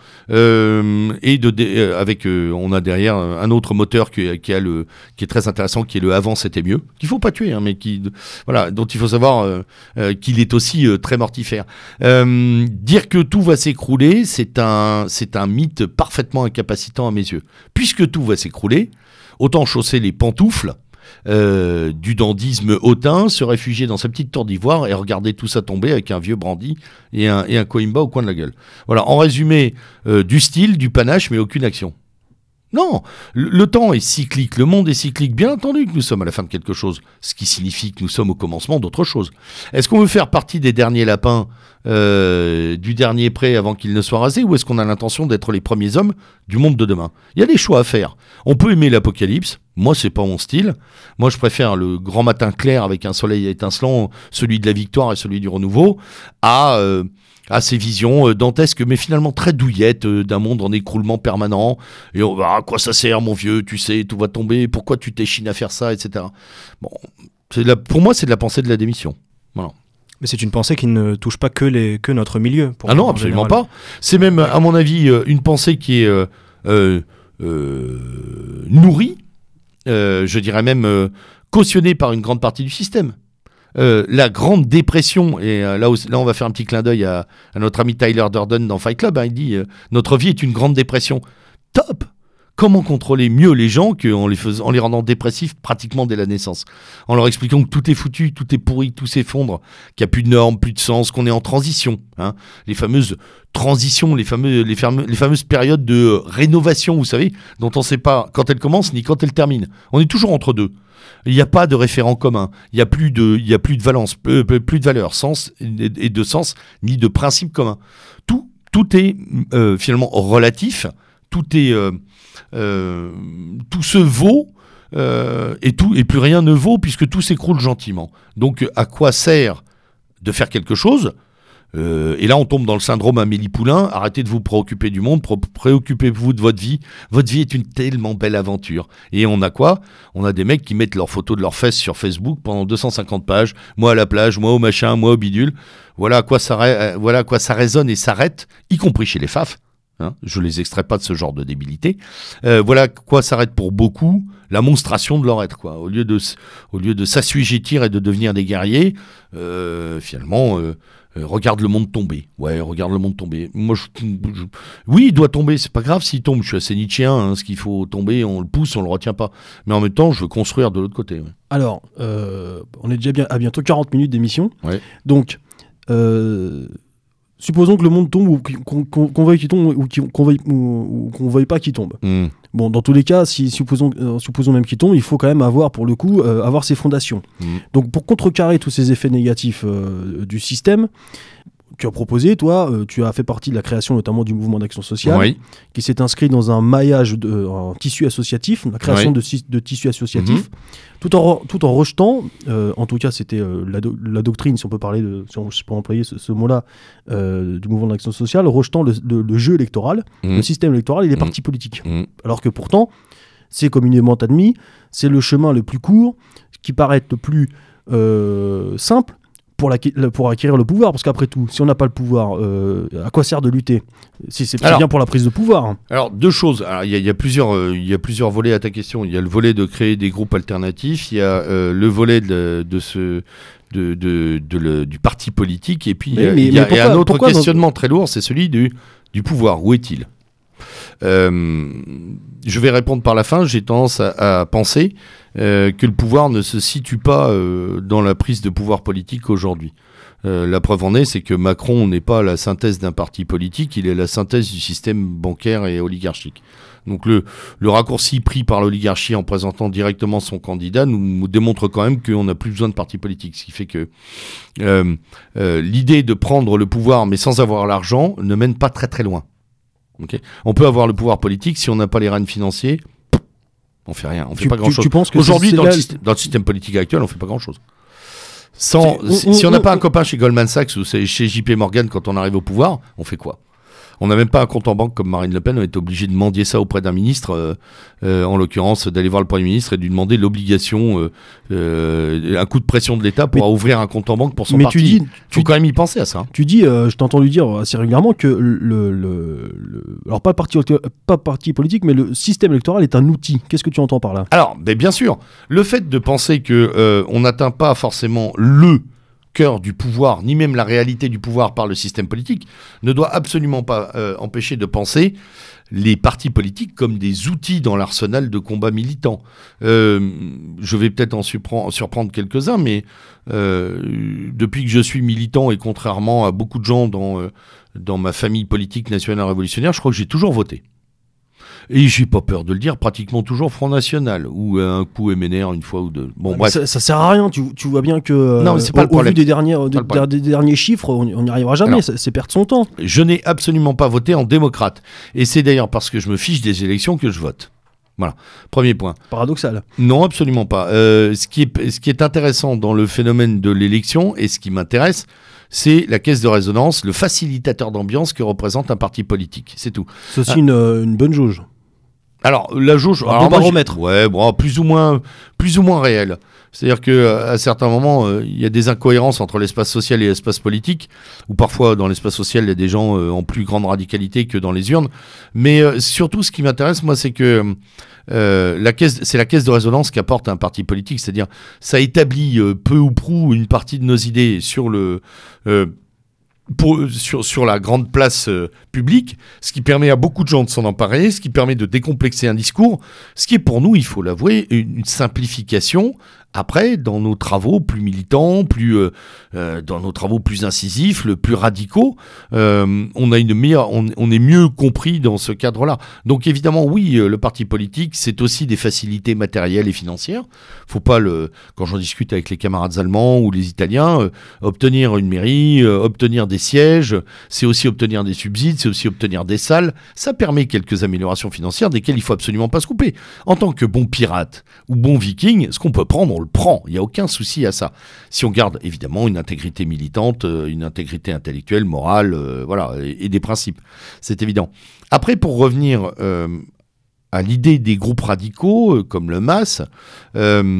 euh, et de, de avec euh, on a derrière un autre moteur qui, qui a le qui est très intéressant, qui est le avant c'était mieux, qu'il faut pas tuer, hein, mais qui voilà dont il faut savoir euh, euh, qu'il est aussi euh, très mortifère. Euh, dire que tout va s'écrouler, c'est un c'est un mythe parfaitement incapacitant à mes yeux. Puisque tout va s'écrouler, autant chausser les pantoufles Euh, du dandysme hautain, se réfugier dans sa petite tour d'ivoire et regarder tout ça tomber avec un vieux brandy et un, et un coimba au coin de la gueule. Voilà, en résumé, euh, du style, du panache, mais aucune action. Non, le, le temps est cyclique, le monde est cyclique, bien entendu que nous sommes à la fin de quelque chose, ce qui signifie que nous sommes au commencement d'autre chose. Est-ce qu'on veut faire partie des derniers lapins, euh, du dernier pré avant qu'il ne soit rasé, ou est-ce qu'on a l'intention d'être les premiers hommes du monde de demain ? Il y a des choix à faire. On peut aimer l'apocalypse, moi c'est pas mon style, moi je préfère le grand matin clair avec un soleil étincelant, celui de la victoire et celui du renouveau, à... Euh, à ces visions euh, dantesques, mais finalement très douillettes, euh, d'un monde en écroulement permanent. Et on va, à quoi ça sert, mon vieux, tu sais, tout va tomber, pourquoi tu t'échines à faire ça, et cetera. Bon, c'est de la, pour moi, c'est de la pensée de la démission. Voilà. Mais c'est une pensée qui ne touche pas que, les, que notre milieu. Pour ah non, absolument général. Pas. C'est même, à mon avis, euh, une pensée qui est euh, euh, euh, nourrie, euh, je dirais même euh, cautionnée par une grande partie du système. Euh, la grande dépression, et euh, là, où, là on va faire un petit clin d'œil à, à notre ami Tyler Durden dans Fight Club, hein, il dit euh, notre vie est une grande dépression. Top. Comment contrôler mieux les gens qu'en les, fais, en les rendant dépressifs pratiquement dès la naissance, en leur expliquant que tout est foutu, tout est pourri, tout s'effondre, qu'il n'y a plus de normes, plus de sens, qu'on est en transition, hein. Les fameuses transitions, les, fameux, les, fameux, les fameuses périodes de euh, rénovation, vous savez, dont on ne sait pas quand elles commencent ni quand elles terminent. On est toujours entre deux. Il n'y a pas de référent commun, il n'y a plus de, il y a plus de valence, euh, plus de valeur, sens et de sens, ni de principe commun. Tout, tout est euh, finalement relatif, tout est, euh, euh, tout se vaut euh, et tout et plus rien ne vaut puisque tout s'écroule gentiment. Donc à quoi sert de faire quelque chose ? Euh, et là, on tombe dans le syndrome Amélie Poulain. Arrêtez de vous préoccuper du monde, pré- préoccupez-vous de votre vie. Votre vie est une tellement belle aventure. Et on a quoi ? On a des mecs qui mettent leurs photos de leurs fesses sur Facebook pendant deux cent cinquante pages. Moi à la plage, moi au machin, moi au bidule. Voilà à quoi ça, ré- voilà à quoi ça résonne et s'arrête, y compris chez les F A F. Hein, je les extrais pas de ce genre de débilité. Euh, voilà à quoi s'arrête pour beaucoup la monstration de leur être, quoi. Au lieu de, au lieu de s'assujettir et de devenir des guerriers, euh, finalement... Euh, Euh, regarde le monde tomber. Ouais, regarde le monde tomber. Moi, je, je, oui, il doit tomber. C'est pas grave s'il tombe. Je suis assez nietzschéen. Hein, ce qu'il faut tomber, on le pousse, on le retient pas. Mais en même temps, je veux construire de l'autre côté. Ouais. Alors, euh, on est déjà bien, à bientôt quarante minutes d'émission. Ouais. Donc, euh, supposons que le monde tombe ou qu'on, qu'on, qu'on veuille qu'il tombe ou qu'on veuille, ou, ou qu'on veuille pas qu'il tombe. Mm. Bon, dans tous les cas, si supposons, euh, supposons même qu'il tombe, il faut quand même avoir, pour le coup, euh, avoir ses fondations. Mm. Donc, pour contrecarrer tous ces effets négatifs euh, du système, tu as proposé, toi, euh, tu as fait partie de la création notamment du mouvement d'action sociale, oui. qui s'est inscrit dans un maillage, de, euh, un tissu associatif, la création oui. de, de tissus associatifs, mm-hmm. tout, en, tout en rejetant, euh, en tout cas c'était euh, la, do, la doctrine, si on peut parler, de, si on, je peux employer ce, ce mot-là, euh, du mouvement d'action sociale, rejetant le, le, le jeu électoral, mm. le système électoral et les mm. partis politiques. Mm. Alors que pourtant, c'est communément admis, c'est le chemin le plus court, qui paraît le plus euh, simple, pour, la, pour acquérir le pouvoir, parce qu'après tout, si on n'a pas le pouvoir, euh, à quoi sert de lutter? Si c'est alors, bien pour la prise de pouvoir. Alors, deux choses. Il y, y, a plusieurs, euh, y a plusieurs volets à ta question. Il y a le volet de créer des groupes alternatifs, il y a euh, le volet de, de ce... De, de, de le, du parti politique, et puis il y a, mais, y a pourquoi, et un autre questionnement dans... très lourd, c'est celui du, du pouvoir. Où est-il? euh, Je vais répondre par la fin. J'ai tendance à, à penser euh, que le pouvoir ne se situe pas euh, dans la prise de pouvoir politique aujourd'hui. Euh, la preuve en est, c'est que Macron n'est pas la synthèse d'un parti politique, il est la synthèse du système bancaire et oligarchique. Donc le, le raccourci pris par l'oligarchie en présentant directement son candidat nous, nous démontre quand même qu'on n'a plus besoin de parti politique. Ce qui fait que euh, euh, l'idée de prendre le pouvoir mais sans avoir l'argent ne mène pas très très loin. Okay, on peut avoir le pouvoir politique, si on n'a pas les rênes financiers, on fait rien, on fait tu, pas grand tu, chose. Tu penses que aujourd'hui, c'est dans, là... le système, dans le système politique actuel, on fait pas grand chose. Sans, on, si, on, si on n'a on, pas on, un copain chez Goldman Sachs ou chez J P Morgan quand on arrive au pouvoir, on fait quoi? On n'a même pas un compte en banque comme Marine Le Pen, on est obligé de mendier ça auprès d'un ministre, euh, euh, en l'occurrence d'aller voir le Premier ministre et de lui demander l'obligation, euh, euh, un coup de pression de l'État pour mais, ouvrir un compte en banque pour son mais parti. Tu dis, Il faut tu, quand même y penser à ça. Hein. Tu dis, euh, je t'ai entendu dire assez régulièrement que le, le, le alors pas le parti, pas parti politique, mais le système électoral est un outil. Qu'est-ce que tu entends par là? Alors, ben bien sûr, le fait de penser que euh, on n'atteint pas forcément le cœur du pouvoir, ni même la réalité du pouvoir par le système politique, ne doit absolument pas euh, empêcher de penser les partis politiques comme des outils dans l'arsenal de combat militant. Euh, je vais peut-être en, en surprendre quelques-uns, mais euh, depuis que je suis militant, et contrairement à beaucoup de gens dans, euh, dans ma famille politique nationale révolutionnaire, je crois que j'ai toujours voté. Et j'ai pas peur de le dire, pratiquement toujours Front National, ou un coup M N R une fois ou deux. Bon, ouais, bref. Ça, ça sert à rien, tu, tu vois bien que non, mais c'est pas au, le problème. Au vu des, dernières, des, des derniers chiffres, on n'y arrivera jamais, c'est perdre son temps. Je n'ai absolument pas voté en démocrate. Et c'est d'ailleurs parce que je me fiche des élections que je vote. Voilà, premier point. Paradoxal. Non, absolument pas. Euh, ce, qui est, ce qui est intéressant dans le phénomène de l'élection, et ce qui m'intéresse, c'est la caisse de résonance, le facilitateur d'ambiance que représente un parti politique. C'est tout. C'est aussi ah. une, une bonne jauge. Alors, la jauge... Un bon baromètre. Ouais, bon, plus ou moins, plus ou moins réel. C'est-à-dire qu'à certains moments, il euh, y a des incohérences entre l'espace social et l'espace politique, ou parfois, dans l'espace social, il y a des gens euh, en plus grande radicalité que dans les urnes. Mais euh, surtout, ce qui m'intéresse, moi, c'est que euh, la caisse, c'est la caisse de résonance qu'apporte un parti politique. C'est-à-dire, ça établit euh, peu ou prou une partie de nos idées sur le... Euh, Pour, sur, sur la grande place euh, publique, ce qui permet à beaucoup de gens de s'en emparer, ce qui permet de décomplexer un discours, ce qui est pour nous, il faut l'avouer, une, une simplification. Après, dans nos travaux plus militants, plus, euh, euh, dans nos travaux plus incisifs, le plus radicaux, euh, on a une meilleure, on, on est mieux compris dans ce cadre-là. Donc évidemment, oui, euh, le parti politique, c'est aussi des facilités matérielles et financières. Faut pas le, quand j'en discute avec les camarades allemands ou les Italiens, euh, obtenir une mairie, euh, obtenir des sièges, c'est aussi obtenir des subsides, c'est aussi obtenir des salles. Ça permet quelques améliorations financières desquelles il faut absolument pas se couper. En tant que bon pirate ou bon viking, ce qu'on peut prendre, on le prend, il n'y a aucun souci à ça. Si on garde évidemment une intégrité militante, une intégrité intellectuelle, morale, euh, voilà, et, et des principes, c'est évident. Après, pour revenir euh, à l'idée des groupes radicaux, euh, comme le M A S, euh,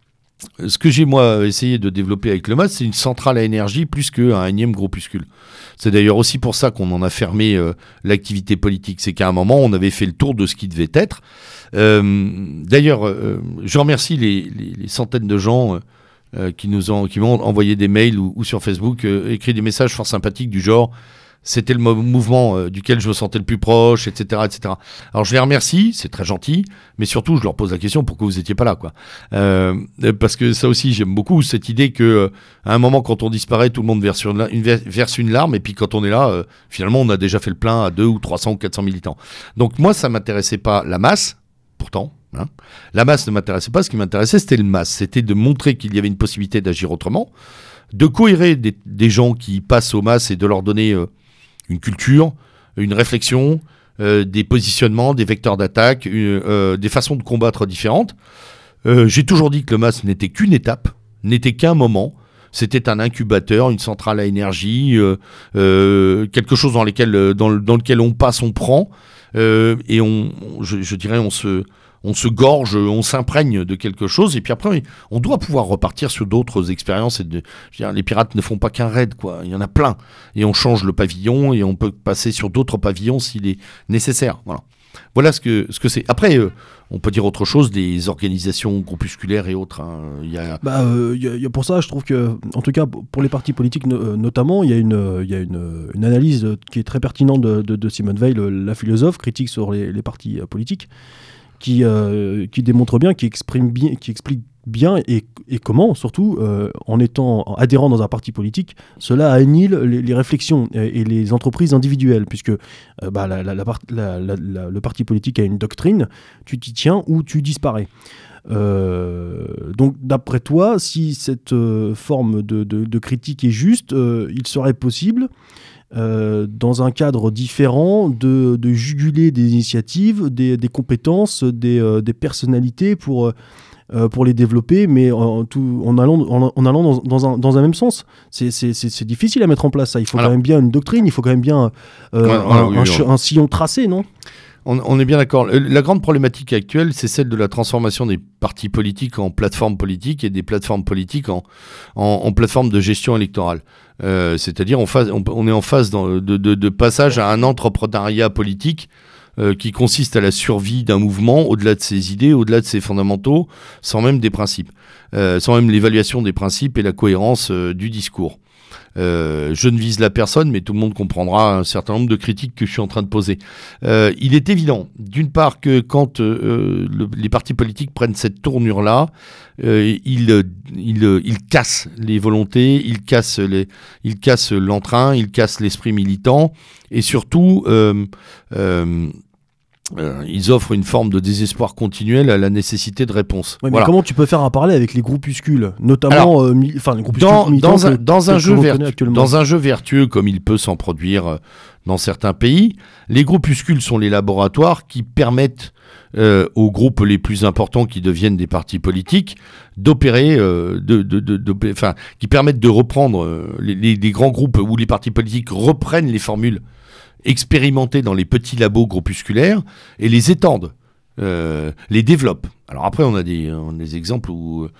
ce que j'ai moi essayé de développer avec le M A S, c'est une centrale à énergie plus qu'un énième groupuscule. C'est d'ailleurs aussi pour ça qu'on en a fermé euh, l'activité politique. C'est qu'à un moment, on avait fait le tour de ce qui devait être. Euh, d'ailleurs, euh, je remercie les, les, les centaines de gens euh, qui nous ont, qui m'ont envoyé des mails ou, ou sur Facebook, euh, écrit des messages fort sympathiques du genre « c'était le mouvement euh, duquel je me sentais le plus proche, et cetera et cetera » Alors je les remercie, c'est très gentil, mais surtout je leur pose la question pourquoi vous n'étiez pas là, quoi. Euh, parce que ça aussi j'aime beaucoup cette idée que euh, à un moment quand on disparaît, tout le monde verse une, une, verse une larme, et puis quand on est là, euh, finalement on a déjà fait le plein à deux ou trois cents ou quatre cents militants. Donc moi ça m'intéressait pas la masse, pourtant. Hein. La masse ne m'intéressait pas, ce qui m'intéressait c'était le M A S, c'était de montrer qu'il y avait une possibilité d'agir autrement, de cohérer des, des gens qui passent au M A S et de leur donner euh, une culture, une réflexion, euh, des positionnements, des vecteurs d'attaque, euh, euh, des façons de combattre différentes. Euh, j'ai toujours dit que le M A S n'était qu'une étape, n'était qu'un moment. C'était un incubateur, une centrale à énergie, euh, euh, quelque chose dans, lesquels, dans, dans lequel on passe, on prend, euh, et on, je, je dirais on se, on se gorge, on s'imprègne de quelque chose, et puis après, on doit pouvoir repartir sur d'autres expériences. Et de, je veux dire, les pirates ne font pas qu'un raid, quoi. Il y en a plein. Et on change le pavillon, et on peut passer sur d'autres pavillons s'il est nécessaire. Voilà. Voilà ce que ce que c'est. Après, euh, on peut dire autre chose des organisations groupusculaires et autres. Hein. Il y a... Bah, euh, y a, y a pour ça, je trouve que, en tout cas, pour les partis politiques no- notamment, il y a une, il y a une, une analyse qui est très pertinente de, de, de Simone Veil, la philosophe, critique sur les, les partis politiques, qui, euh, qui démontre bien, qui exprime bien, qui explique bien et, et comment, surtout, euh, en étant adhérent dans un parti politique, cela annihile les, les réflexions et, et les entreprises individuelles, puisque euh, bah, la, la, la, la, la, la, le parti politique a une doctrine, tu t'y tiens ou tu disparais. Euh, donc d'après toi, si cette euh, forme de, de, de critique est juste, euh, il serait possible, euh, dans un cadre différent, de, de juguler des initiatives, des, des compétences, des, euh, des personnalités pour... Euh, Euh, pour les développer, mais en, tout, en allant, en, en allant dans, dans, un, dans un même sens. C'est, c'est, c'est, c'est difficile à mettre en place, ça. Il faut Alors, quand même bien une doctrine, il faut quand même bien euh, ouais, un, oui, un, oui, un, un sillon tracé, non ? on, on est bien d'accord. La grande problématique actuelle, c'est celle de la transformation des partis politiques en plateformes politiques et des plateformes politiques en, en, en plateformes de gestion électorale. Euh, c'est-à-dire, on, phase, on, on est en phase dans, de, de, de passage à un entrepreneuriat politique Euh, qui consiste à la survie d'un mouvement au-delà de ses idées, au-delà de ses fondamentaux, sans même des principes, euh, sans même l'évaluation des principes et la cohérence euh, du discours. Euh, je ne vise la personne, mais tout le monde comprendra un certain nombre de critiques que je suis en train de poser. Euh, il est évident, d'une part, que quand euh, le, les partis politiques prennent cette tournure-là, euh, ils, ils, ils cassent les volontés, ils cassent, les, ils cassent l'entrain, ils cassent l'esprit militant, et surtout... Euh, euh, Euh, ils offrent une forme de désespoir continuel à la nécessité de réponse. Ouais, mais voilà. Comment tu peux faire un parallèle avec les groupuscules, notamment euh, mi- les groupuscules dans, dans, un, que, dans, un que jeu vertu- dans un jeu vertueux comme il peut s'en produire euh, dans certains pays, les groupuscules sont les laboratoires qui permettent euh, aux groupes les plus importants qui deviennent des partis politiques d'opérer, euh, de, de, de, de, enfin, qui permettent de reprendre euh, les, les, les grands groupes où les partis politiques reprennent les formules expérimentés dans les petits labos groupusculaires et les étendent, euh, les développent. Alors après, on a des, on a des exemples où,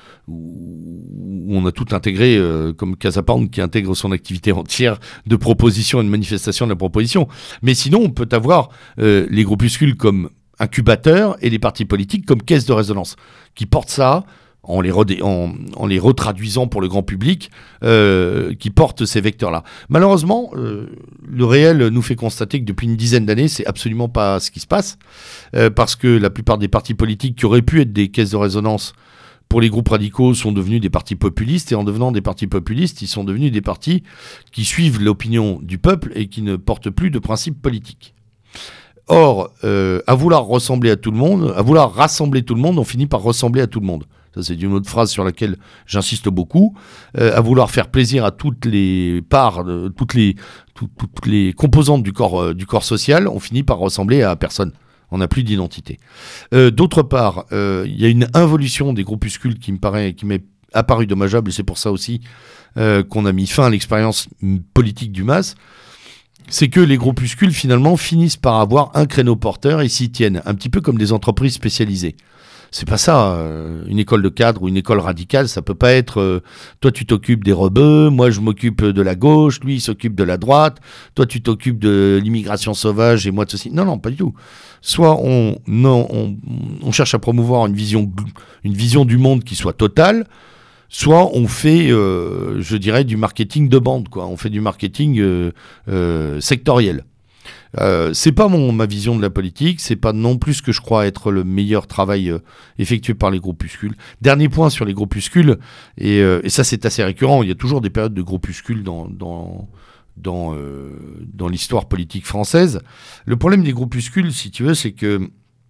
où on a tout intégré, euh, comme CasaPound qui intègre son activité entière de proposition et de manifestation de la proposition. Mais sinon, on peut avoir euh, les groupuscules comme incubateurs et les partis politiques comme caisse de résonance, qui portent ça en les, redé- en, en les retraduisant pour le grand public, euh, qui portent ces vecteurs-là. Malheureusement, euh, le réel nous fait constater que depuis une dizaine d'années, c'est absolument pas ce qui se passe, euh, parce que la plupart des partis politiques qui auraient pu être des caisses de résonance pour les groupes radicaux sont devenus des partis populistes, et en devenant des partis populistes, ils sont devenus des partis qui suivent l'opinion du peuple et qui ne portent plus de principes politiques. Or, euh, à vouloir ressembler à tout le monde, à vouloir rassembler tout le monde, on finit par ressembler à tout le monde. Ça, c'est une autre phrase sur laquelle j'insiste beaucoup. Euh, à vouloir faire plaisir à toutes les parts, de, toutes, les, tout, toutes les composantes du corps, euh, du corps social, on finit par ressembler à personne. On n'a plus d'identité. Euh, d'autre part, il euh, y a une involution des groupuscules qui me paraît, qui m'est apparue dommageable, et c'est pour ça aussi euh, qu'on a mis fin à l'expérience politique du MAS. C'est que les groupuscules, finalement, finissent par avoir un créneau porteur et s'y tiennent, un petit peu comme des entreprises spécialisées. C'est pas ça, euh, une école de cadre ou une école radicale, ça peut pas être euh, toi tu t'occupes des rebeux, moi je m'occupe de la gauche, lui il s'occupe de la droite, toi tu t'occupes de l'immigration sauvage et moi de ceci. Non, non, pas du tout. Soit on, non, on, on cherche à promouvoir une vision, une vision du monde qui soit totale, soit on fait, euh, je dirais, du marketing de bande, quoi. On fait du marketing euh, euh, sectoriel. Euh, c'est pas mon, ma vision de la politique, c'est pas non plus ce que je crois être le meilleur travail euh, effectué par les groupuscules. Dernier point sur les groupuscules, et, euh, et ça c'est assez récurrent, il y a toujours des périodes de groupuscules dans, dans, dans, euh, dans l'histoire politique française. Le problème des groupuscules, si tu veux, c'est que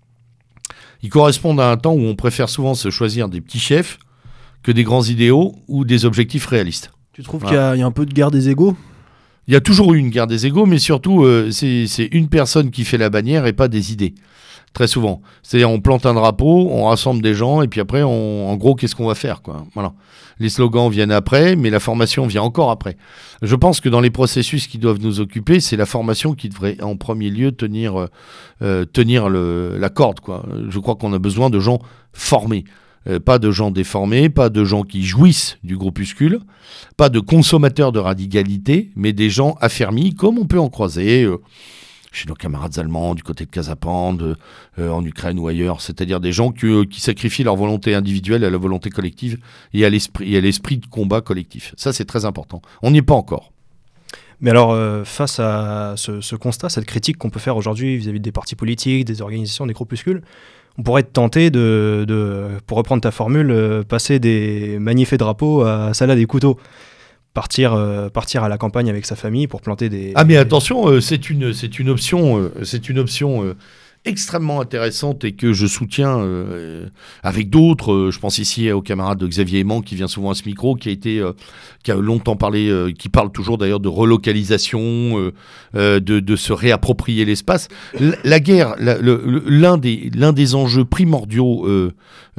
ils correspondent à un temps où on préfère souvent se choisir des petits chefs que des grands idéaux ou des objectifs réalistes. Tu trouves voilà. qu'il y a, il y a un peu de guerre des égos ? Il y a toujours eu une guerre des égos, mais surtout, euh, c'est, c'est une personne qui fait la bannière et pas des idées. Très souvent. C'est-à-dire, on plante un drapeau, on rassemble des gens, et puis après, on, en gros, qu'est-ce qu'on va faire, quoi. Voilà. Les slogans viennent après, mais la formation vient encore après. Je pense que dans les processus qui doivent nous occuper, c'est la formation qui devrait, en premier lieu, tenir, euh, tenir le, la corde, quoi. Je crois qu'on a besoin de gens formés. Euh, pas de gens déformés, pas de gens qui jouissent du groupuscule, pas de consommateurs de radicalité, mais des gens affermis, comme on peut en croiser euh, chez nos camarades allemands, du côté de Kazapand, euh, en Ukraine ou ailleurs. C'est-à-dire des gens que, qui sacrifient leur volonté individuelle à la volonté collective et à l'esprit, et à l'esprit de combat collectif. Ça, c'est très important. On n'y est pas encore. Mais alors, euh, face à ce, ce constat, cette critique qu'on peut faire aujourd'hui vis-à-vis des partis politiques, des organisations, des groupuscules, on pourrait être tenté de, de, pour reprendre ta formule, euh, passer des manifs et drapeaux à salade et couteau. Partir, euh, partir à la campagne avec sa famille pour planter des... Ah mais attention, euh, c'est, une, c'est une option, euh, c'est une option euh, extrêmement intéressante et que je soutiens euh, avec d'autres. Euh, je pense ici au camarade de Xavier Aimant qui vient souvent à ce micro, qui a été, euh, qui a longtemps parlé, euh, qui parle toujours d'ailleurs de relocalisation, euh, euh, de, de se réapproprier l'espace. L- la guerre, la, le, le, l'un des, l'un des enjeux primordiaux euh,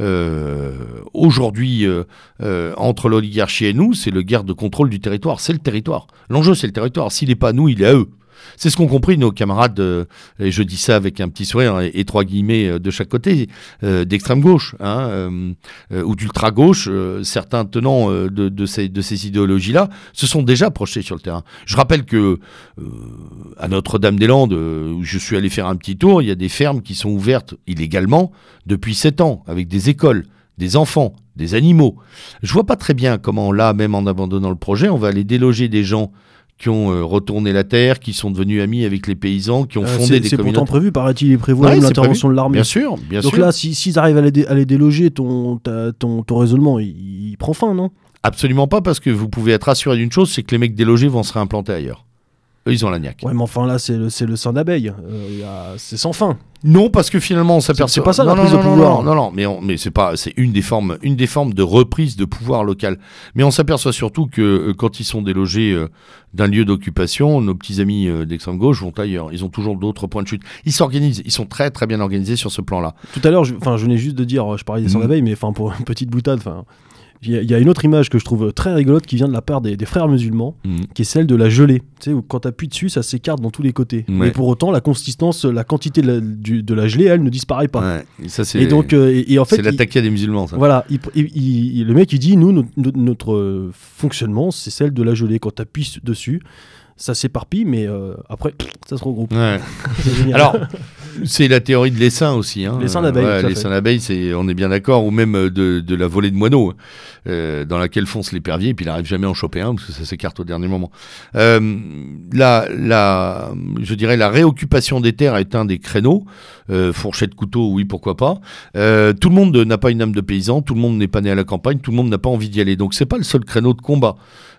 euh, aujourd'hui euh, euh, entre l'oligarchie et nous, c'est le guerre de contrôle du territoire. C'est le territoire. L'enjeu, c'est le territoire. S'il n'est pas à nous, il est à eux. C'est ce qu'ont compris nos camarades, euh, et je dis ça avec un petit sourire et, et trois guillemets euh, de chaque côté, euh, d'extrême gauche hein, euh, euh, ou d'ultra gauche. Euh, certains tenants euh, de, de, ces, de ces idéologies-là se sont déjà projetés sur le terrain. Je rappelle que euh, à Notre-Dame-des-Landes, euh, où je suis allé faire un petit tour, il y a des fermes qui sont ouvertes illégalement depuis sept ans, avec des écoles, des enfants, des animaux. Je vois pas très bien comment là, même en abandonnant le projet, on va aller déloger des gens qui ont euh, retourné la terre, qui sont devenus amis avec les paysans, qui ont fondé euh, des c'est, communautés. C'est pourtant prévu, paraît-il, il prévoit ouais, même l'intervention prévu. de l'armée. Bien sûr, bien Donc sûr. là, si, s'ils arrivent à les, dé, à les déloger, ton, ta, ton, ton raisonnement, il, il prend fin, non? Absolument pas, parce que vous pouvez être assuré d'une chose, c'est que les mecs délogés vont se réimplanter ailleurs. Eux, ils ont la niaque. Ouais, mais enfin là, c'est le, c'est le sein d'abeille. Euh, y a, c'est sans fin. Non, parce que finalement, on s'aperçoit. C'est, c'est pas ça non, la non, prise non, de non, pouvoir. Non, non, non, mais, on, mais c'est pas, c'est une des formes, une des formes de reprise de pouvoir local. Mais on s'aperçoit surtout que euh, quand ils sont délogés euh, d'un lieu d'occupation, nos petits amis euh, d'extrême gauche vont ailleurs. Ils ont toujours d'autres points de chute. Ils s'organisent. Ils sont très très bien organisés sur ce plan-là. Tout à l'heure, je, je venais juste de dire, je parlais des Mmh. sans d'abeille, mais pour une petite boutade, enfin. Il y, y a une autre image que je trouve très rigolote qui vient de la part des, des frères musulmans, Mmh. qui est celle de la gelée. Tu sais, où quand tu appuies dessus, ça s'écarte dans tous les côtés. Ouais. Mais pour autant, la consistance, la quantité de la, du, de la gelée, elle ne disparaît pas. Ouais, et ça, c'est, Et donc, euh, et, et en fait, c'est l'attaqué à des musulmans, ça. Voilà, il, il, il, le mec il dit nous, notre, notre euh, fonctionnement, c'est celle de la gelée. Quand tu appuies dessus, ça s'éparpille, mais euh, après, ça se regroupe. Ouais. C'est génial. Alors, c'est la théorie de l'essaim aussi. Hein. L'essaim d'abeilles, Ouais, tout à l'essaim fait. d'abeilles, c'est, on est bien d'accord, ou même de, de la volée de moineaux, euh, dans laquelle fonce l'épervier, et puis il n'arrive jamais à en choper un, parce que ça s'écarte au dernier moment. Euh, la, la, je dirais la réoccupation des terres est un des créneaux. Euh, fourchette, couteau, oui, pourquoi pas. Euh, tout le monde n'a pas une âme de paysan, tout le monde n'est pas né à la campagne, tout le monde n'a pas envie d'y aller. Donc c'est pas le seul créneau de combat.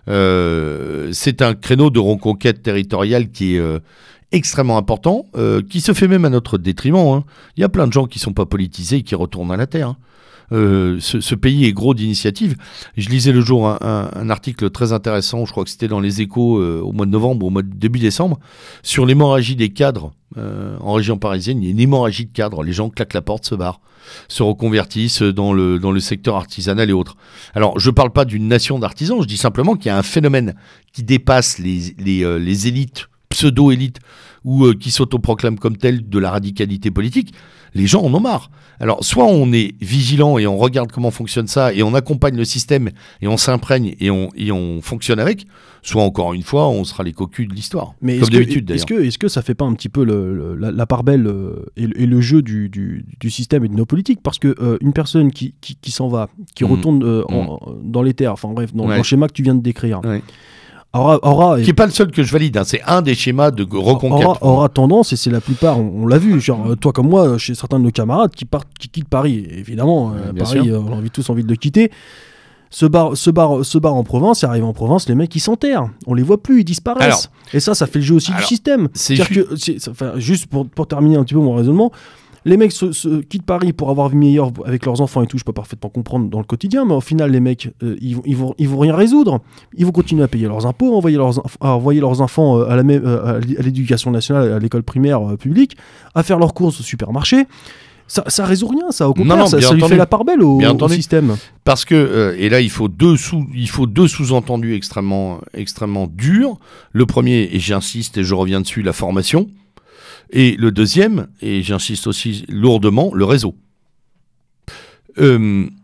Euh, c'est un créneau de reconquête territoriale qui est euh, extrêmement important, euh, qui se fait même à notre détriment. Hein. Il y a plein de gens qui sont pas politisés et qui retournent à la terre. Hein. Euh, ce, ce pays est gros d'initiatives. Je lisais le jour un, un, un article très intéressant, je crois que c'était dans les Échos euh, au mois de novembre, au mois de début décembre, sur l'hémorragie des cadres euh, en région parisienne. Il y a une hémorragie de cadres. Les gens claquent la porte, se barrent, se reconvertissent dans le, dans le secteur artisanal et autres. Alors, je ne parle pas d'une nation d'artisans, je dis simplement qu'il y a un phénomène qui dépasse les, les, euh, les élites, pseudo-élites, ou euh, qui s'autoproclament comme telles de la radicalité politique. Les gens en ont marre. Alors, soit on est vigilant et on regarde comment fonctionne ça et on accompagne le système et on s'imprègne et on, et on fonctionne avec, soit encore une fois, on sera les cocus de l'histoire. Mais comme est-ce d'habitude, que, d'ailleurs. Est-ce que, est-ce que ça fait pas un petit peu le, le, la, la part belle euh, et, le, et le jeu du, du, du système et de nos politiques? Parce que euh, une personne qui, qui, qui s'en va, qui Mmh. retourne euh, en, dans les terres, enfin bref, dans, Ouais. dans le schéma que tu viens de décrire, Ouais. aura, aura, Qui n'est pas le seul que je valide, hein. C'est un des schémas de reconquête. aura, aura tendance, et c'est la plupart, on, on l'a vu, genre euh, toi comme moi, chez certains de nos camarades qui partent, qui quittent Paris, évidemment, euh, Ouais, bien Paris, sûr. euh, on a envie, tous envie de le quitter, se barrent se barre, se barre en province, et arrivent en province, les mecs ils s'enterrent, on les voit plus, ils disparaissent. Alors, et ça, ça fait le jeu aussi alors, du système. c'est C'est-à-dire ju- que, c'est- c'est- enfin, juste pour, pour terminer un petit peu mon raisonnement, Les mecs se, se quittent Paris pour avoir une vie meilleure avec leurs enfants et tout, je peux parfaitement comprendre dans le quotidien, mais au final, les mecs, euh, ils, vont, ils, vont, ils vont rien résoudre. Ils vont continuer à payer leurs impôts, à envoyer leurs, à envoyer leurs enfants euh, à, la même, euh, à l'éducation nationale, à l'école primaire euh, publique, à faire leurs courses au supermarché. Ça, ça résout rien, ça. Au contraire, non, non, ça, ça lui entendu. fait la part belle au, au système. Parce que, euh, et là, il faut deux, sous, il faut deux sous-entendus extrêmement, extrêmement durs. Le premier, et j'insiste et je reviens dessus, la formation. Et le deuxième, et j'insiste aussi lourdement, le réseau. Euh,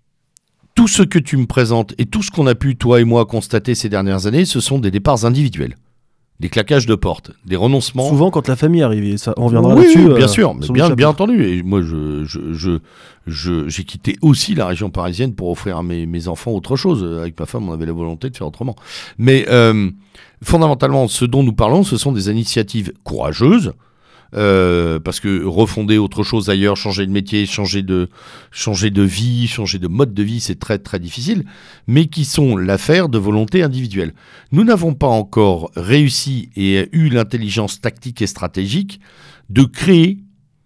tout ce que tu me présentes et tout ce qu'on a pu, toi et moi, constater ces dernières années, ce sont des départs individuels. Des claquages de porte, des renoncements. Souvent quand la famille arrive, et ça, on reviendra oui, là-dessus. Oui, bien euh, sûr, mais bien, bien entendu. Et moi, je, je, je, je, j'ai quitté aussi la région parisienne pour offrir à mes, mes enfants autre chose. Avec ma femme, on avait la volonté de faire autrement. Mais euh, fondamentalement, ce dont nous parlons, ce sont des initiatives courageuses. Euh, parce que refonder autre chose ailleurs, changer de métier, changer de, changer de vie, changer de mode de vie, c'est très très difficile, mais qui sont l'affaire de volonté individuelle. Nous n'avons pas encore réussi et eu l'intelligence tactique et stratégique de créer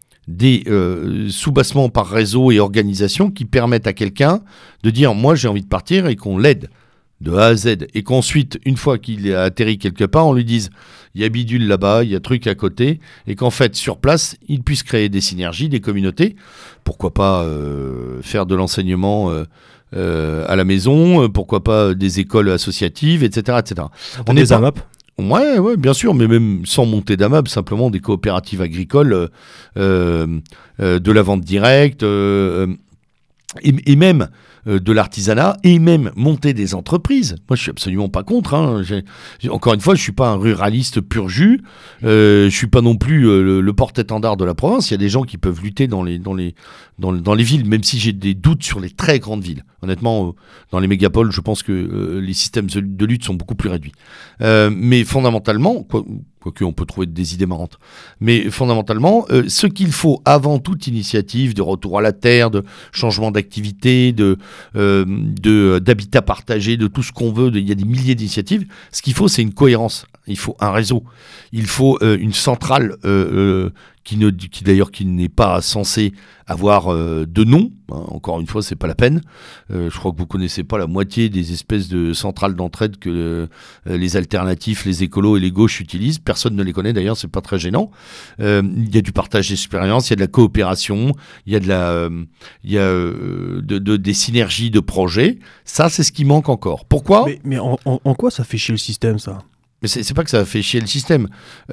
des euh, soubassements par réseau et organisation qui permettent à quelqu'un de dire « moi j'ai envie de partir » et qu'on l'aide de A à Z, et qu'ensuite, une fois qu'il a atterri quelque part, on lui dise il y a bidule là-bas, il y a truc à côté, et qu'en fait, sur place, il puisse créer des synergies, des communautés. Pourquoi pas euh, faire de l'enseignement euh, euh, à la maison, pourquoi pas des écoles associatives, et cetera, et cetera. On est A M A P. Ouais, ouais, bien sûr, mais même sans monter d'A M A P, simplement des coopératives agricoles, euh, euh, de la vente directe, euh, et, et même euh, de l'artisanat, et même monter des entreprises. Moi, je suis absolument pas contre. Hein. J'ai, j'ai, encore une fois, je suis pas un ruraliste pur jus. Euh, je suis pas non plus euh, le, le porte-étendard de la province. Il y a des gens qui peuvent lutter dans les dans les dans, dans les villes, même si j'ai des doutes sur les très grandes villes. Honnêtement, euh, dans les mégapoles, je pense que euh, les systèmes de lutte sont beaucoup plus réduits. Euh, mais fondamentalement, quoi, quoique on peut trouver des idées marrantes, mais fondamentalement, euh, ce qu'il faut avant toute initiative de retour à la terre, de changement d'activité, de, euh, de, d'habitat partagé, de tout ce qu'on veut, de, il y a des milliers d'initiatives, ce qu'il faut, c'est une cohérence. Il faut un réseau. Il faut euh, une centrale euh, euh, qui, ne, qui d'ailleurs qui n'est pas censée avoir euh, de nom. Hein, encore une fois, c'est pas la peine. Euh, je crois que vous connaissez pas la moitié des espèces de centrales d'entraide que euh, les alternatifs, les écolos et les gauches utilisent. Personne ne les connaît d'ailleurs, c'est pas très gênant. Euh, il y a du partage d'expérience, il y a de la coopération, il y a de la, euh, il y a euh, de, de, des synergies de projets. Ça, c'est ce qui manque encore. Pourquoi ? Mais, mais en, en, en quoi ça fait chier le système, ça ? Mais c'est, c'est pas que ça fait chier le système.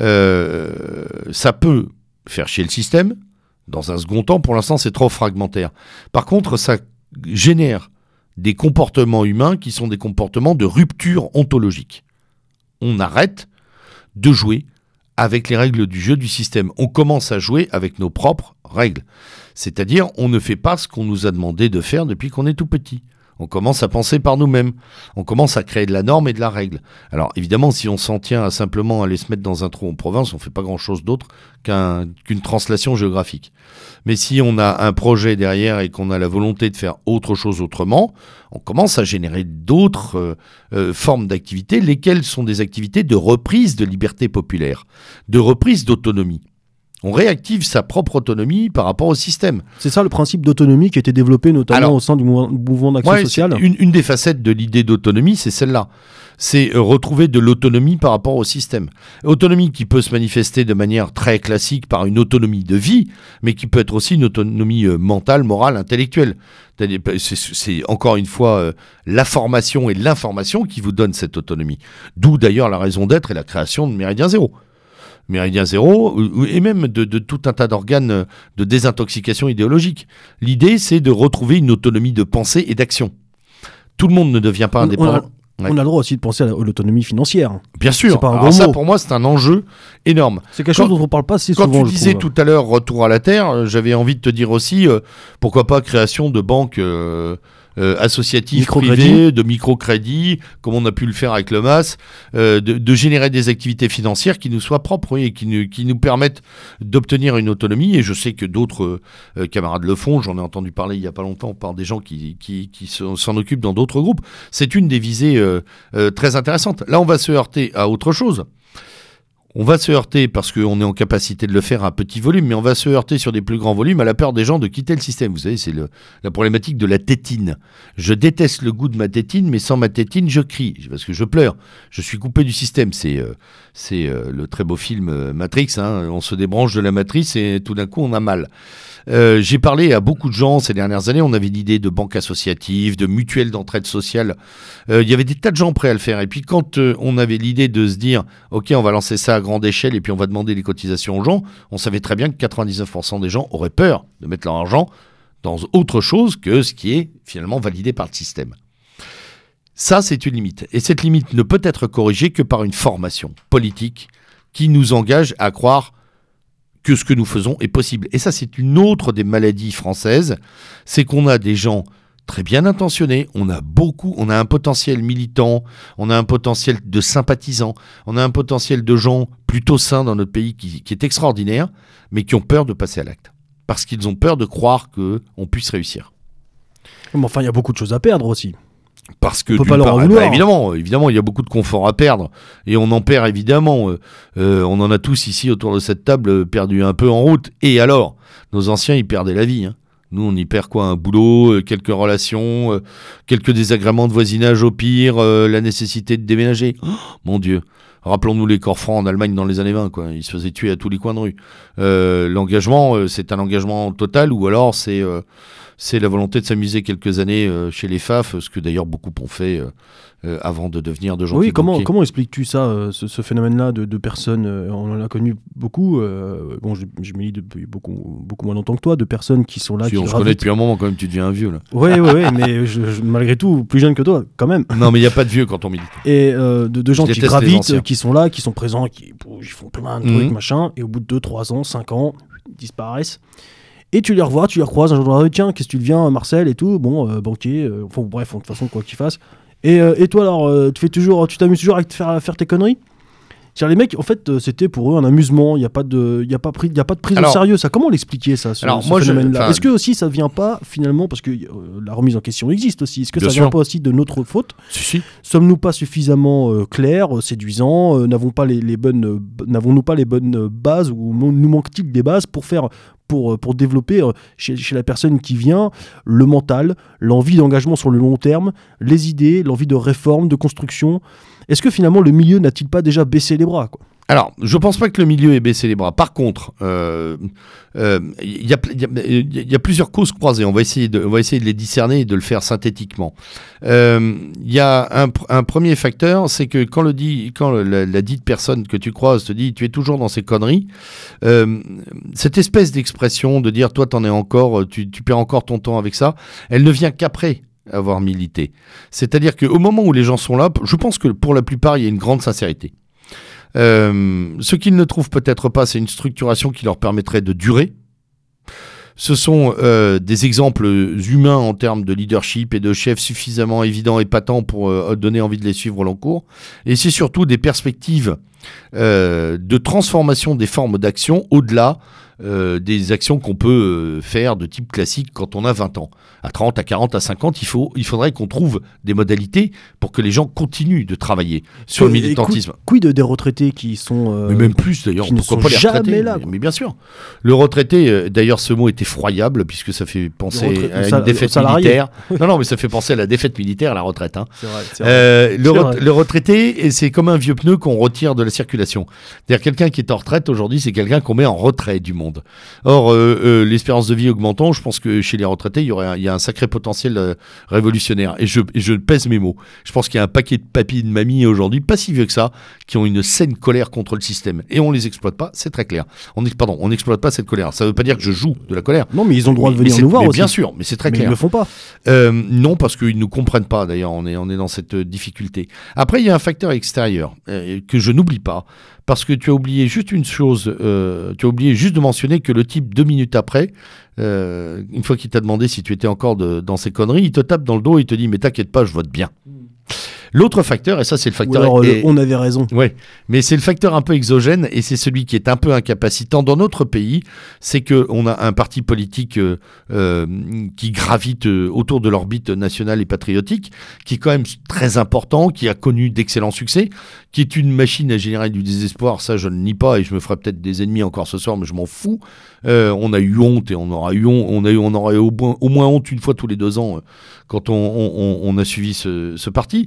Euh, ça peut faire chier le système. Dans un second temps, pour l'instant, c'est trop fragmentaire. Par contre, ça génère des comportements humains qui sont des comportements de rupture ontologique. On arrête de jouer avec les règles du jeu du système. On commence à jouer avec nos propres règles. C'est-à-dire, on ne fait pas ce qu'on nous a demandé de faire depuis qu'on est tout petit. On commence à penser par nous-mêmes. On commence à créer de la norme et de la règle. Alors évidemment, si on s'en tient à simplement aller se mettre dans un trou en province, on ne fait pas grand-chose d'autre qu'un, qu'une translation géographique. Mais si on a un projet derrière et qu'on a la volonté de faire autre chose autrement, on commence à générer d'autres euh, euh, formes d'activités, lesquelles sont des activités de reprise de liberté populaire, de reprise d'autonomie. On réactive sa propre autonomie par rapport au système. C'est ça le principe d'autonomie qui a été développé notamment Alors, au sein du mouvement, mouvement d'action ouais, sociale. Une, une des facettes de l'idée d'autonomie, c'est celle-là. C'est euh, retrouver de l'autonomie par rapport au système. Autonomie qui peut se manifester de manière très classique par une autonomie de vie, mais qui peut être aussi une autonomie euh, mentale, morale, intellectuelle. C'est, c'est encore une fois euh, la formation et l'information qui vous donnent cette autonomie. D'où d'ailleurs la raison d'être et la création de Méridien Zéro. Méridien Zéro, et même de, de tout un tas d'organes de désintoxication idéologique. L'idée, c'est de retrouver une autonomie de pensée et d'action. Tout le monde ne devient pas indépendant. On a, ouais. on a le droit aussi de penser à l'autonomie financière. Bien sûr. C'est pas un Alors gros ça, mot. Pour moi, c'est un enjeu énorme. C'est quelque quand, chose dont on ne parle pas si quand souvent. Quand tu disais tout à l'heure retour à la terre, j'avais envie de te dire aussi, euh, pourquoi pas création de banques euh, Euh, associatifs privés, de microcrédits, comme on a pu le faire avec le M A S, euh, de, de générer des activités financières qui nous soient propres oui, et qui nous, qui nous permettent d'obtenir une autonomie. Et je sais que d'autres euh, camarades le font. J'en ai entendu parler il n'y a pas longtemps par des gens qui, qui, qui se, s'en occupent dans d'autres groupes. C'est une des visées euh, euh, très intéressantes. Là, on va se heurter à autre chose. on va se heurter, parce qu'on est en capacité de le faire à petit volume, mais on va se heurter sur des plus grands volumes à la peur des gens de quitter le système. Vous savez, c'est le, la problématique de la tétine. Je déteste le goût de ma tétine, mais sans ma tétine, je crie, parce que je pleure. Je suis coupé du système. C'est, euh, c'est euh, le très beau film euh, Matrix, hein. On se débranche de la matrice et tout d'un coup, on a mal. Euh, j'ai parlé à beaucoup de gens ces dernières années. On avait l'idée de banques associatives, de mutuelles d'entraide sociale. Euh, il y avait des tas de gens prêts à le faire. Et puis quand euh, on avait l'idée de se dire « Ok, on va lancer ça à grande échelle et puis on va demander les cotisations aux gens », on savait très bien que quatre-vingt-dix-neuf pour cent des gens auraient peur de mettre leur argent dans autre chose que ce qui est finalement validé par le système. Ça, c'est une limite. Et cette limite ne peut être corrigée que par une formation politique qui nous engage à croire que ce que nous faisons est possible. Et ça, c'est une autre des maladies françaises, c'est qu'on a des gens très bien intentionnés, on a beaucoup, on a un potentiel militant, on a un potentiel de sympathisants, on a un potentiel de gens plutôt sains dans notre pays qui, qui est extraordinaire, mais qui ont peur de passer à l'acte. Parce qu'ils ont peur de croire qu'on puisse réussir. Mais enfin, il y a beaucoup de choses à perdre aussi. Parce que on peut pas leur en part, vouloir. Bah, évidemment, évidemment, il y a beaucoup de confort à perdre et on en perd évidemment. Euh, euh, on en a tous ici autour de cette table euh, perdu un peu en route. Et alors, nos anciens, ils perdaient la vie. Hein. Nous, on y perd quoi? Un boulot, euh, quelques relations, euh, quelques désagréments de voisinage au pire, euh, la nécessité de déménager. Oh, mon Dieu. Rappelons-nous les corps francs en Allemagne dans les années vingt, quoi. Ils se faisaient tuer à tous les coins de rue. Euh, l'engagement, euh, c'est un engagement total ou alors c'est euh, c'est la volonté de s'amuser quelques années euh, chez les F A F, ce que d'ailleurs beaucoup ont fait euh, euh, avant de devenir de gentils Oui, comment, banquiers. comment expliques-tu ça, euh, ce, ce phénomène-là de, de personnes, euh, on en a connu beaucoup, euh, bon, je, je me lis depuis beaucoup, beaucoup moins longtemps que toi, de personnes qui sont là, Si qui on se gravitent. connaît depuis un moment quand même, tu deviens un vieux là. Oui, oui, oui, mais je, je- malgré tout, plus jeune que toi, quand même. Non mais il n'y a pas de vieux quand on milite. Et euh, de, de gens Je qui déteste les gravitent, anciens. euh, qui sont là, qui sont présents, qui bougent, ils font plein de Mhm. trucs, machin, et au bout de deux, trois ans, cinq ans, ils disparaissent. Et tu les revois, tu les recroises un jour dans la rue, tiens, qu'est-ce que tu deviens, Marcel et tout, bon, euh, banquier, euh, enfin bref, de toute façon, quoi qu'il fasse. Et, euh, et toi alors, euh, tu fais toujours, tu t'amuses toujours à te faire, à faire tes conneries? C'est-à-dire, les mecs, en fait, euh, c'était pour eux un amusement, il n'y a, pas de- y a, pas pris- y a pas de prise Alors- au sérieux, ça. Comment l'expliquer, ça, ce, Alors, ce moi, je- phénomène-là? enfin- Est-ce que aussi ça vient pas, finalement, parce que euh, la remise en question existe aussi, est-ce que Bien ça vient sûr. pas aussi de notre faute? Si si. Sommes-nous pas suffisamment euh, clairs, euh, séduisants, euh, n'avons pas les, les bonnes, euh, b- n'avons-nous pas les bonnes euh, bases, ou mon- nous manque-t-il des bases pour faire, pour, euh, pour développer euh, chez, chez la personne qui vient le mental, l'envie d'engagement sur le long terme, les idées, l'envie de réforme, de construction? Est-ce que finalement le milieu n'a-t-il pas déjà baissé les bras, quoi? Alors, je pense pas que le milieu ait baissé les bras. Par contre, euh, euh, il y, a, il y a- il y a plusieurs causes croisées. On va essayer de, on va essayer de les discerner et de le faire synthétiquement. Euh, Il y a un, pr- un premier facteur, c'est que quand, le dit, quand le- la, la dite personne que tu croises te dit « tu es toujours dans ces conneries euh, », cette espèce d'expression de dire « toi, t'en es encore, tu, tu perds encore ton temps avec ça », elle ne vient qu'après avoir milité. C'est-à-dire qu'au moment où les gens sont là, je pense que pour la plupart, il y a une grande sincérité. Euh, ce qu'ils ne trouvent peut-être pas, c'est une structuration qui leur permettrait de durer. Ce sont euh, des exemples humains en termes de leadership et de chefs suffisamment évidents et patents pour euh, donner envie de les suivre au long cours. Et c'est surtout des perspectives euh, de transformation des formes d'action au-delà euh, des actions qu'on peut euh, faire de type classique quand on a vingt ans. À trente, à quarante, à cinquante, il, faut, il faudrait qu'on trouve des modalités pour que les gens continuent de travailler sur le Et- et militantisme. Quid quid des retraités qui sont... euh, Mais même plus d'ailleurs, qui ne pourquoi sont pas les jamais retraités là, mais, quoi. mais bien sûr. Le retraité, euh, d'ailleurs ce mot est effroyable puisque ça fait penser Le retrait- à le une sal- défaite le salarié. militaire. Non, non, mais ça fait penser à la défaite militaire, à la retraite. Hein. C'est vrai, c'est vrai. Euh, le, C'est re- vrai. le retraité, et c'est comme un vieux pneu qu'on retire de la circulation. C'est-à-dire quelqu'un qui est en retraite aujourd'hui, c'est quelqu'un qu'on met en retrait du monde. Or, euh, euh, l'espérance de vie augmentant, je pense que chez les retraités, il y aurait un, il y a un sacré potentiel euh, révolutionnaire. Et je, et je pèse mes mots. Je pense qu'il y a un paquet de papis et de mamies aujourd'hui, pas si vieux que ça, qui ont une saine colère contre le système. Et on les exploite pas, c'est très clair. On, ex- pardon, on n'exploite pas cette colère. Ça veut pas dire que je joue de la colère. Non, mais ils ont le droit de Mais- mais venir c'est- nous voir mais aussi. Bien sûr, mais c'est très mais clair. ils le font pas. Euh, non, parce qu'ils ne nous comprennent pas, d'ailleurs, on est, on est dans cette euh, difficulté. Après, il y a un facteur extérieur euh, que je n'oublie pas, parce que tu as oublié juste une chose, euh, tu as oublié juste de mentionner que le type, deux minutes après, euh, une fois qu'il t'a demandé si tu étais encore de- dans ces conneries, il te tape dans le dos et il te dit « mais t'inquiète pas, je vote bien ». L'autre facteur, et ça c'est le facteur... Ou alors, et... le, on avait raison. Ouais, mais c'est le facteur un peu exogène, et c'est celui qui est un peu incapacitant dans notre pays, c'est qu'on a un parti politique euh, euh, qui gravite euh, autour de l'orbite nationale et patriotique, qui est quand même très important, qui a connu d'excellents succès, qui est une machine à générer du désespoir, ça je ne nie pas, et je me ferai peut-être des ennemis encore ce soir, mais je m'en fous. Euh, on a eu honte, et on aura eu honte, on, a eu, on aurait au moins, au moins honte une fois tous les deux ans, euh, quand on, on, on a suivi ce, ce parti.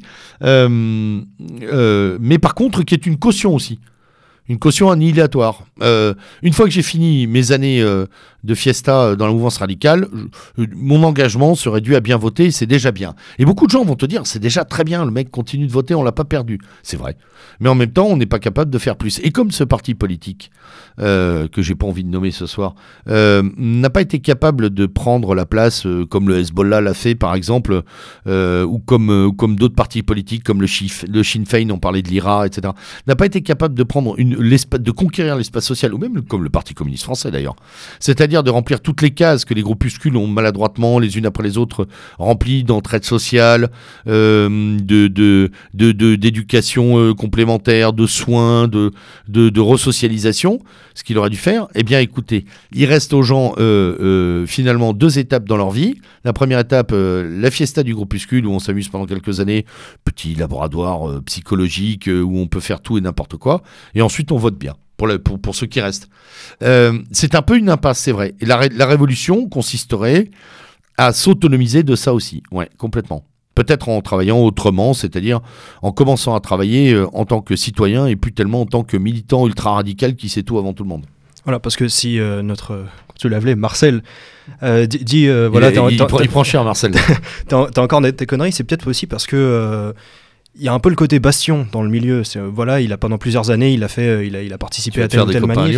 Euh, euh, mais par contre, qui est une caution aussi. Une caution annihilatoire. Euh, une fois que j'ai fini mes années euh, de fiesta dans la mouvance radicale, je, mon engagement serait dû à bien voter, c'est déjà bien. Et beaucoup de gens vont te dire, c'est déjà très bien, le mec continue de voter, on l'a pas perdu. C'est vrai. Mais en même temps, on n'est pas capable de faire plus. Et comme ce parti politique, euh, que j'ai pas envie de nommer ce soir, euh, n'a pas été capable de prendre la place, euh, comme le Hezbollah l'a fait par exemple, euh, ou comme, euh, comme d'autres partis politiques, comme le, Chif, le Sinn Féin, on parlait de l'I R A, et cetera, n'a pas été capable de prendre une, de conquérir l'espace social, ou même comme le Parti communiste français d'ailleurs. C'est-à-dire de remplir toutes les cases que les groupuscules ont maladroitement, les unes après les autres, remplies d'entraide sociale, euh, de, de, de, de, d'éducation euh, complémentaire, de soins, de, de, de resocialisation, ce qu'il aurait dû faire. Eh bien écoutez, il reste aux gens euh, euh, finalement deux étapes dans leur vie. La première étape, euh, la fiesta du groupuscule, où on s'amuse pendant quelques années, petit laboratoire euh, psychologique, euh, où on peut faire tout et n'importe quoi, et ensuite on vote bien. Pour, le, pour, pour ceux qui restent. Euh, c'est un peu une impasse, c'est vrai. Et la, ré, la révolution consisterait à s'autonomiser de ça aussi. Ouais, complètement. Peut-être en travaillant autrement, c'est-à-dire en commençant à travailler euh, en tant que citoyen et plus tellement en tant que militant ultra-radical qui sait tout avant tout le monde. Voilà, parce que si euh, notre... Tu l'as appelé, Marcel, euh, dit... dit euh, voilà, il, t'as, il, t'as, il, prend, il prend cher, Marcel. t'as, t'as encore des, des conneries, c'est peut-être aussi parce que... Euh, il y a un peu le côté bastion dans le milieu. C'est, euh, voilà, il a pendant plusieurs années, il a fait, euh, il a, il a participé à telle ou telle manif.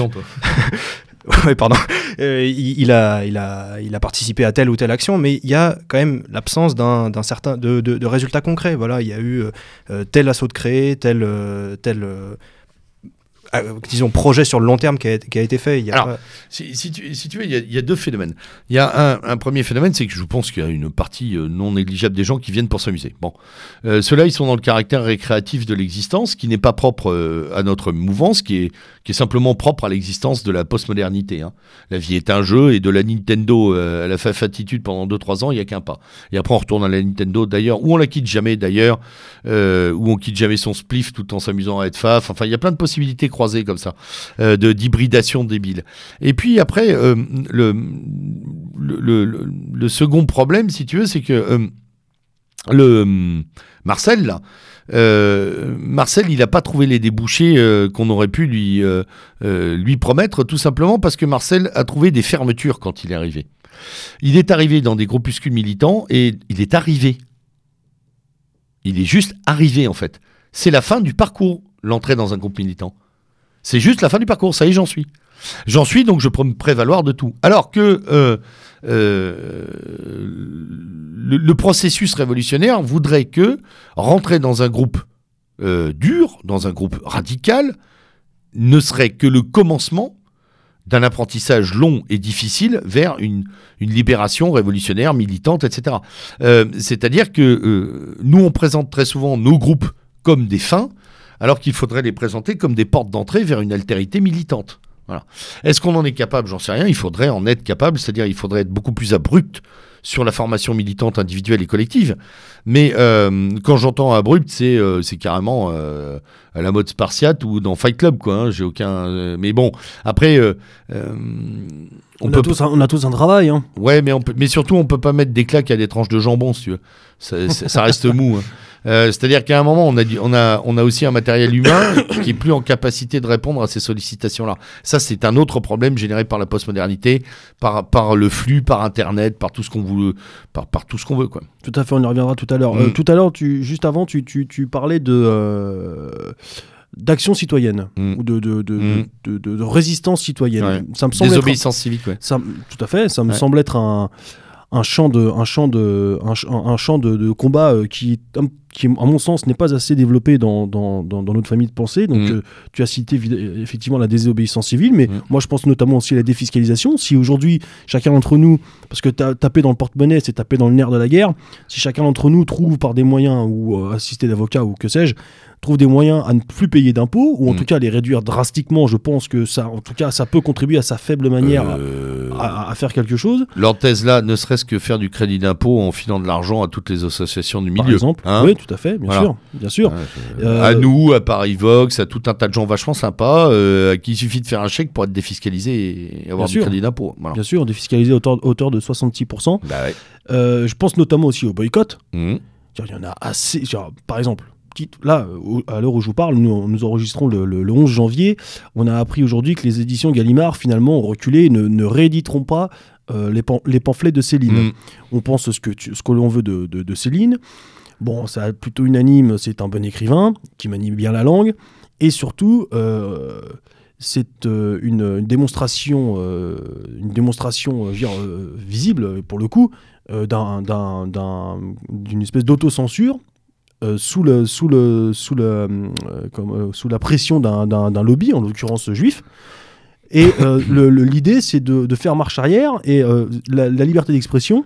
Oui, pardon. Euh, il, il a, il a, il a participé à telle ou telle action, mais il y a quand même l'absence d'un, d'un certain, de, de, de résultats concrets. Voilà, il y a eu euh, tel assaut de créé, tel, euh, tel. Euh, Euh, disons, projet sur le long terme qui a, qui a été fait. Il y a Alors, pas... si, si, tu, si tu veux, il y, a, il y a deux phénomènes. Il y a un, un premier phénomène, c'est que je pense qu'il y a une partie euh, non négligeable des gens qui viennent pour s'amuser. Bon, euh, ceux-là, ils sont dans le caractère récréatif de l'existence, qui n'est pas propre euh, à notre mouvance, qui est, qui est simplement propre à l'existence de la postmodernité. Hein. La vie est un jeu, et de la Nintendo euh, à la fatitude pendant deux trois ans, il n'y a qu'un pas. Et après, on retourne à la Nintendo, d'ailleurs, où on la quitte jamais, d'ailleurs, euh, où on quitte jamais son spliff tout en s'amusant à être faf. Enfin, il y a plein de possibilités croisées comme ça, euh, de, d'hybridation débile. Et puis après, euh, le, le, le, le second problème, si tu veux, c'est que euh, le Marcel, là, euh, Marcel, il n'a pas trouvé les débouchés euh, qu'on aurait pu lui, euh, euh, lui promettre, tout simplement parce que Marcel a trouvé des fermetures quand il est arrivé. Il est arrivé dans des groupuscules militants et il est arrivé. Il est juste arrivé, en fait. C'est la fin du parcours, l'entrée dans un groupe militant. C'est juste la fin du parcours, ça y est, j'en suis. J'en suis, donc je peux me prévaloir de tout. Alors que euh, euh, le, le processus révolutionnaire voudrait que rentrer dans un groupe euh, dur, dans un groupe radical, ne serait que le commencement d'un apprentissage long et difficile vers une, une libération révolutionnaire, militante, et cetera. Euh, c'est-à-dire que euh, nous, on présente très souvent nos groupes comme des fins, alors qu'il faudrait les présenter comme des portes d'entrée vers une altérité militante. Voilà. Est-ce qu'on en est capable ? J'en sais rien. Il faudrait en être capable, c'est-à-dire il faudrait être beaucoup plus abrupt sur la formation militante individuelle et collective. Mais euh, quand j'entends abrupt, c'est, euh, c'est carrément euh, à la mode spartiate ou dans Fight Club, quoi. Hein, j'ai aucun. Euh, mais bon, après. Euh, euh, on, on, peut a tous un, on a tous un travail. Hein. Ouais, mais, on peut, mais surtout, on peut pas mettre des claques à des tranches de jambon, si tu veux. Ça, ça reste mou. Hein. Euh, c'est-à-dire qu'à un moment, on a, on, a, on a aussi un matériel humain qui est plus en capacité de répondre à ces sollicitations-là. Ça, c'est un autre problème généré par la postmodernité, par, par le flux, par Internet, par tout ce qu'on veut, par, par tout ce qu'on veut, quoi. Tout à fait, on y reviendra tout à l'heure. Mm. Euh, tout à l'heure, tu, juste avant, tu, tu, tu parlais de... Euh... d'action citoyenne mmh. ou de, de, de, mmh. de, de, de, de résistance citoyenne. Ouais. Ça me semble désobéissance être, civique, ouais. Ça, tout à fait, ça me ouais. semble être un, un champ de, un champ de, un, un champ de, de combat euh, qui, qui, à mon sens, n'est pas assez développée dans, dans, dans, dans notre famille de pensée. Donc, mmh. euh, tu as cité effectivement la désobéissance civile, mais mmh. moi, je pense notamment aussi à la défiscalisation. Si aujourd'hui, chacun d'entre nous, parce que taper dans le porte-monnaie, c'est taper dans le nerf de la guerre, si chacun d'entre nous trouve par des moyens, ou euh, assisté d'avocats, ou que sais-je, trouve des moyens à ne plus payer d'impôts, ou en mmh. tout cas à les réduire drastiquement, je pense que ça, en tout cas, ça peut contribuer à sa faible manière euh... à, à, à faire quelque chose. Leur thèse là, ne serait-ce que faire du crédit d'impôt en filant de l'argent à toutes les associations du milieu. Par exemple, hein, oui, tout à fait, bien voilà. sûr, bien sûr. Ouais, euh... À nous, à Paris Vox, à tout un tas de gens vachement sympas, euh, à qui il suffit de faire un chèque pour être défiscalisé et avoir bien du sûr. crédit d'impôt. Voilà. Bien sûr, défiscalisé à hauteur, hauteur de soixante-six pour cent. Bah ouais. euh, je pense notamment aussi au boycott. Mmh. Il y en a assez. Genre, par exemple. Là, à l'heure où je vous parle, nous, nous enregistrons le, le, le onze janvier. On a appris aujourd'hui que les éditions Gallimard, finalement, ont reculé et ne, ne rééditeront pas euh, les, pan- les pamphlets de Céline. Mmh. On pense ce que, tu, ce que l'on veut de, de, de Céline. Bon, c'est plutôt unanime, c'est un bon écrivain qui manie bien la langue. Et surtout, euh, c'est euh, une, une démonstration, euh, une démonstration euh, je veux dire, euh, visible, pour le coup, euh, d'un, d'un, d'un, d'une espèce d'autocensure. Euh, sous, le, sous, le, sous, le, euh, comme, euh, sous la pression d'un, d'un, d'un lobby, en l'occurrence juif. Et euh, le, le, l'idée, c'est de, de faire marche arrière, et euh, la, la liberté d'expression,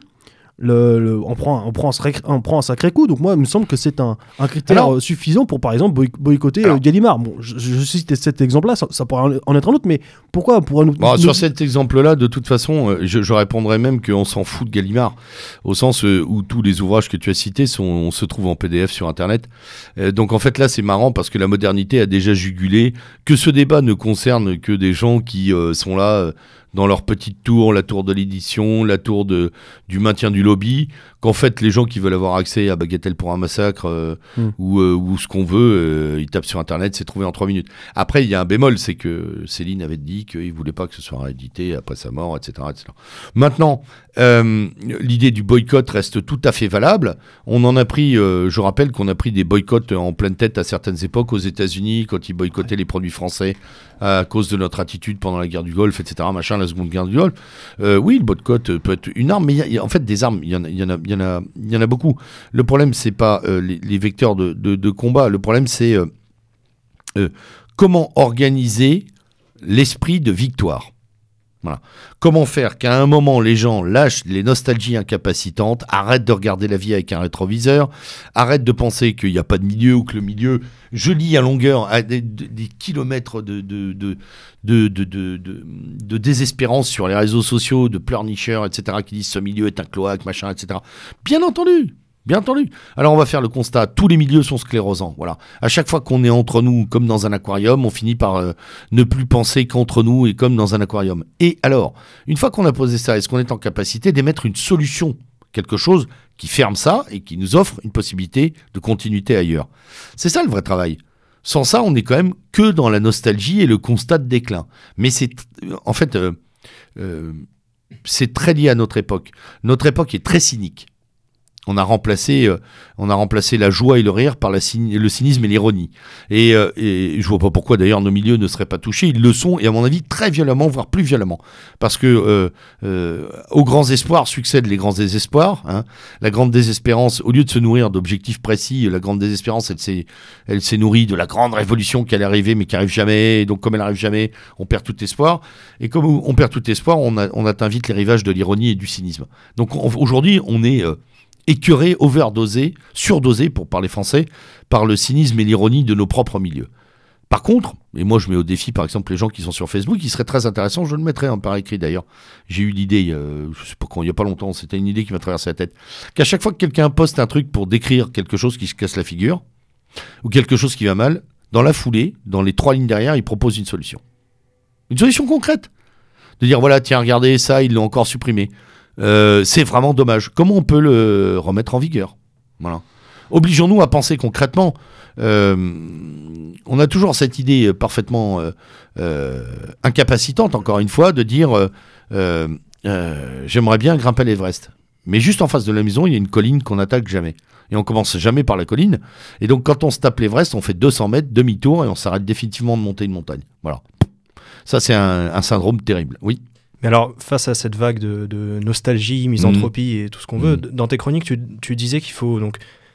le, le, on, prend, on, prend un sacré, on prend un sacré coup. Donc moi, il me semble que c'est un, un critère alors, suffisant pour, par exemple, boy- boycotter alors, euh, Gallimard. Bon, je, je cite cet exemple-là, ça, ça pourrait en être un autre, mais pourquoi pourrait nous, bon, nous... Sur cet exemple-là, de toute façon, je, je répondrais même qu'on s'en fout de Gallimard, au sens où tous les ouvrages que tu as cités sont, se trouvent en P D F sur Internet. Euh, donc en fait, là, c'est marrant parce que la modernité a déjà jugulé que ce débat ne concerne que des gens qui euh, sont là... Euh, dans leur petite tour, la tour de l'édition, la tour de, du maintien du lobby, qu'en fait les gens qui veulent avoir accès à Bagatelle pour un massacre euh, mm. ou, euh, ou ce qu'on veut, euh, ils tapent sur Internet, c'est trouvé en trois minutes. Après, il y a un bémol, c'est que Céline avait dit qu'il ne voulait pas que ce soit réédité après sa mort, et cetera et cetera. Maintenant, euh, l'idée du boycott reste tout à fait valable. On en a pris, euh, je rappelle qu'on a pris des boycotts en pleine tête à certaines époques aux États-Unis, quand ils boycottaient ouais. les produits français à cause de notre attitude pendant la guerre du Golfe, et cetera, machin, la seconde guerre du Golfe. Euh, oui, le boycott peut être une arme, mais y a, y a, en fait, des armes, il y en a, y en a, y en a, y en a beaucoup. Le problème, c'est pas euh, les, les vecteurs de, de, de combat. Le problème, c'est euh, euh, comment organiser l'esprit de victoire. Voilà. Comment faire qu'à un moment les gens lâchent les nostalgies incapacitantes, arrêtent de regarder la vie avec un rétroviseur, arrêtent de penser qu'il n'y a pas de milieu ou que le milieu, je lis à longueur, à des, des kilomètres de, de, de, de, de, de, de, de désespérance sur les réseaux sociaux, de pleurnicheurs, et cetera, qui disent ce milieu est un cloaque, machin, et cetera. Bien entendu. Bien entendu. Alors on va faire le constat, tous les milieux sont sclérosants. Voilà. À chaque fois qu'on est entre nous, comme dans un aquarium, on finit par euh, ne plus penser qu'entre nous et comme dans un aquarium. Et alors, une fois qu'on a posé ça, est-ce qu'on est en capacité d'émettre une solution, quelque chose qui ferme ça et qui nous offre une possibilité de continuité ailleurs? C'est ça le vrai travail. Sans ça, on n'est quand même que dans la nostalgie et le constat de déclin. Mais c'est, en fait, euh, euh, c'est très lié à notre époque. Notre époque est très cynique. On a remplacé, euh, on a remplacé la joie et le rire par la cyni- le cynisme et l'ironie. Et, euh, et je vois pas pourquoi d'ailleurs nos milieux ne seraient pas touchés. Ils le sont, et à mon avis très violemment, voire plus violemment. Parce que euh, euh, aux grands espoirs succèdent les grands désespoirs. Hein. La grande désespérance, au lieu de se nourrir d'objectifs précis, la grande désespérance, elle s'est, elle s'est nourrie de la grande révolution qui allait arriver, mais qui arrive jamais. Et donc comme elle arrive jamais, on perd tout espoir. Et comme on perd tout espoir, on, a, on atteint vite les rivages de l'ironie et du cynisme. Donc on, aujourd'hui, on est euh, écœuré, overdosé, surdosé, pour parler français, par le cynisme et l'ironie de nos propres milieux. Par contre, et moi je mets au défi par exemple les gens qui sont sur Facebook, il serait très intéressant, je le mettrai hein, par écrit d'ailleurs, j'ai eu l'idée, euh, je sais pas quand, il n'y a pas longtemps, c'était une idée qui m'a traversé la tête, qu'à chaque fois que quelqu'un poste un truc pour décrire quelque chose qui se casse la figure, ou quelque chose qui va mal, dans la foulée, dans les trois lignes derrière, il propose une solution. Une solution concrète. De dire voilà, tiens, regardez ça, ils l'ont encore supprimé. Euh, c'est vraiment dommage. Comment on peut le remettre en vigueur? Voilà. Obligeons-nous à penser concrètement. Euh, on a toujours cette idée parfaitement euh, euh, incapacitante, encore une fois, de dire euh, euh, euh, j'aimerais bien grimper l'Everest. Mais juste en face de la maison, il y a une colline qu'on n'attaque jamais. Et on commence jamais par la colline. Et donc, quand on se tape l'Everest, on fait deux cents mètres, demi-tour, et on s'arrête définitivement de monter une montagne. Voilà. Ça, c'est un, un syndrome terrible. Oui. Mais alors, face à cette vague de, de nostalgie, misanthropie mmh. et tout ce qu'on veut, mmh. dans tes chroniques, tu, tu disais qu'il faut donc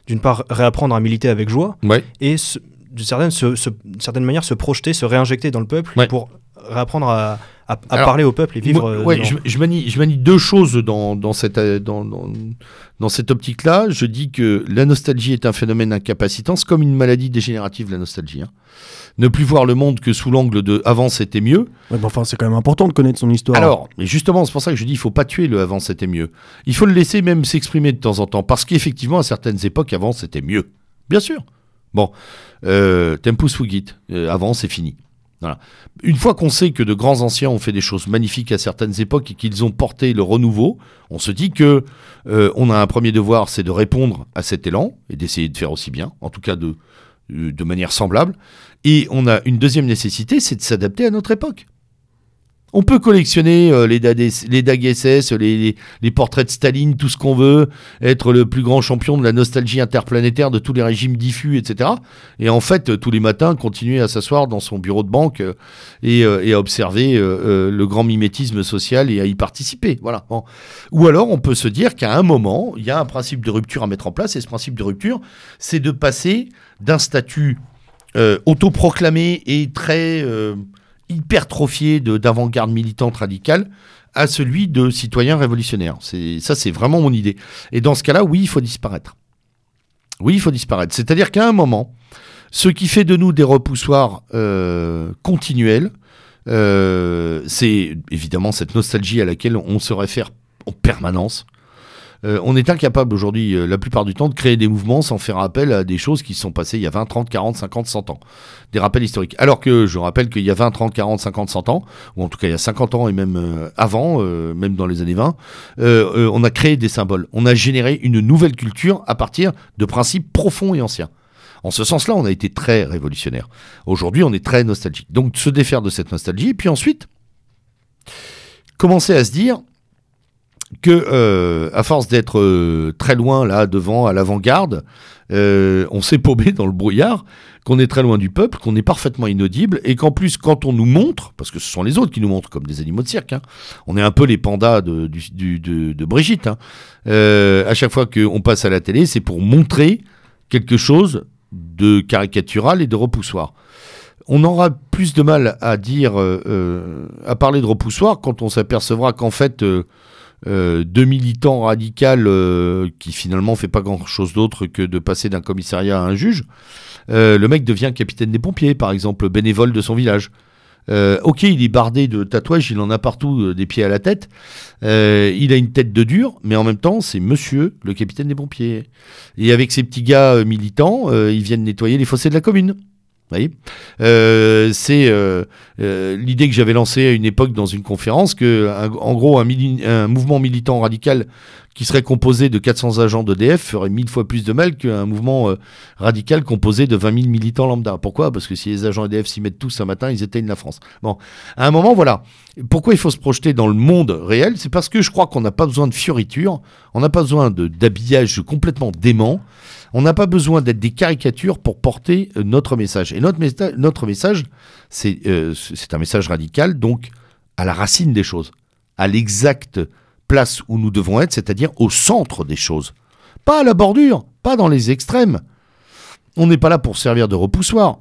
d'une part, réapprendre à militer avec joie, ouais. et se, d'une certaine, se, se, d'une certaine manière se projeter, se réinjecter dans le peuple ouais. pour réapprendre à, à, à Alors, parler au peuple et vivre. Moi, euh, ouais, dans... je, je, manie, je manie deux choses dans, dans cette, dans, dans, dans cette optique-là. Je dis que la nostalgie est un phénomène incapacitant, c'est comme une maladie dégénérative, la nostalgie. Hein. Ne plus voir le monde que sous l'angle de avant c'était mieux. Ouais, bah, enfin, c'est quand même important de connaître son histoire. Alors, mais justement, c'est pour ça que je dis il faut pas tuer le avant c'était mieux. Il faut le laisser même s'exprimer de temps en temps, parce qu'effectivement, à certaines époques, avant c'était mieux. Bien sûr. Bon, euh, tempus fugit. Euh, avant, c'est fini. Voilà. Une fois qu'on sait que de grands anciens ont fait des choses magnifiques à certaines époques et qu'ils ont porté le renouveau, on se dit que euh, on a un premier devoir, c'est de répondre à cet élan et d'essayer de faire aussi bien, en tout cas de, de manière semblable. Et on a une deuxième nécessité, c'est de s'adapter à notre époque. On peut collectionner euh, les, les D A G S S, les, les, les portraits de Staline, tout ce qu'on veut, être le plus grand champion de la nostalgie interplanétaire de tous les régimes diffus, et cetera. Et en fait, euh, tous les matins, continuer à s'asseoir dans son bureau de banque euh, et, euh, et à observer euh, euh, le grand mimétisme social et à y participer. Voilà. Bon. Ou alors, on peut se dire qu'à un moment, il y a un principe de rupture à mettre en place, et ce principe de rupture, c'est de passer d'un statut euh, autoproclamé et très... Euh, hypertrophié de, d'avant-garde militante radicale à celui de citoyen révolutionnaire. C'est, ça, c'est vraiment mon idée. Et dans ce cas-là, oui, il faut disparaître. Oui, il faut disparaître. C'est-à-dire qu'à un moment, ce qui fait de nous des repoussoirs euh, continuels, euh, c'est évidemment cette nostalgie à laquelle on se réfère en permanence. Euh, on est incapable aujourd'hui, euh, la plupart du temps, de créer des mouvements sans faire appel à des choses qui se sont passées il y a vingt, trente, quarante, cinquante, cent ans. Des rappels historiques. Alors que je rappelle qu'il y a vingt, trente, quarante, cinquante, cent ans, ou en tout cas il y a cinquante ans et même euh, avant, euh, même dans les années vingt, euh, euh, on a créé des symboles. On a généré une nouvelle culture à partir de principes profonds et anciens. En ce sens-là, on a été très révolutionnaire. Aujourd'hui, on est très nostalgique. Donc, se défaire de cette nostalgie, et puis ensuite, commencer à se dire... que euh, à force d'être euh, très loin là devant à l'avant-garde, euh, on s'est paumé dans le brouillard, qu'on est très loin du peuple, qu'on est parfaitement inaudible et qu'en plus quand on nous montre, parce que ce sont les autres qui nous montrent comme des animaux de cirque, hein, on est un peu les pandas de, du, du, de, de Brigitte, hein, euh, à chaque fois qu'on passe à la télé, c'est pour montrer quelque chose de caricatural et de repoussoir. On aura plus de mal à dire, euh, euh, à parler de repoussoir quand on s'apercevra qu'en fait euh, Euh, deux militants radicaux euh, qui finalement fait pas grand chose d'autre que de passer d'un commissariat à un juge, euh, le mec devient capitaine des pompiers par exemple, bénévole de son village. Euh, ok, il est bardé de tatouages, il en a partout euh, des pieds à la tête, euh, il a une tête de dur, mais en même temps c'est monsieur le capitaine des pompiers, et avec ses petits gars euh, militants euh, ils viennent nettoyer les fossés de la commune. Vous voyez, euh, c'est euh, euh, l'idée que j'avais lancée à une époque dans une conférence, que un, en gros un, mili- un mouvement militant radical qui serait composé de quatre cents agents d'E D F ferait mille fois plus de mal qu'un mouvement euh, radical composé de vingt mille militants lambda. Pourquoi ? Parce que si les agents E D F s'y mettent tous un matin, ils éteignent la France. Bon, à un moment, voilà. Pourquoi il faut se projeter dans le monde réel ? C'est parce que je crois qu'on n'a pas besoin de fioritures, on n'a pas besoin de, d'habillage complètement dément. On n'a pas besoin d'être des caricatures pour porter euh, notre message. Et notre, méta- notre message, c'est, euh, c'est un message radical, donc à la racine des choses, à l'exacte place où nous devons être, c'est-à-dire au centre des choses. Pas à la bordure, pas dans les extrêmes. On n'est pas là pour servir de repoussoir.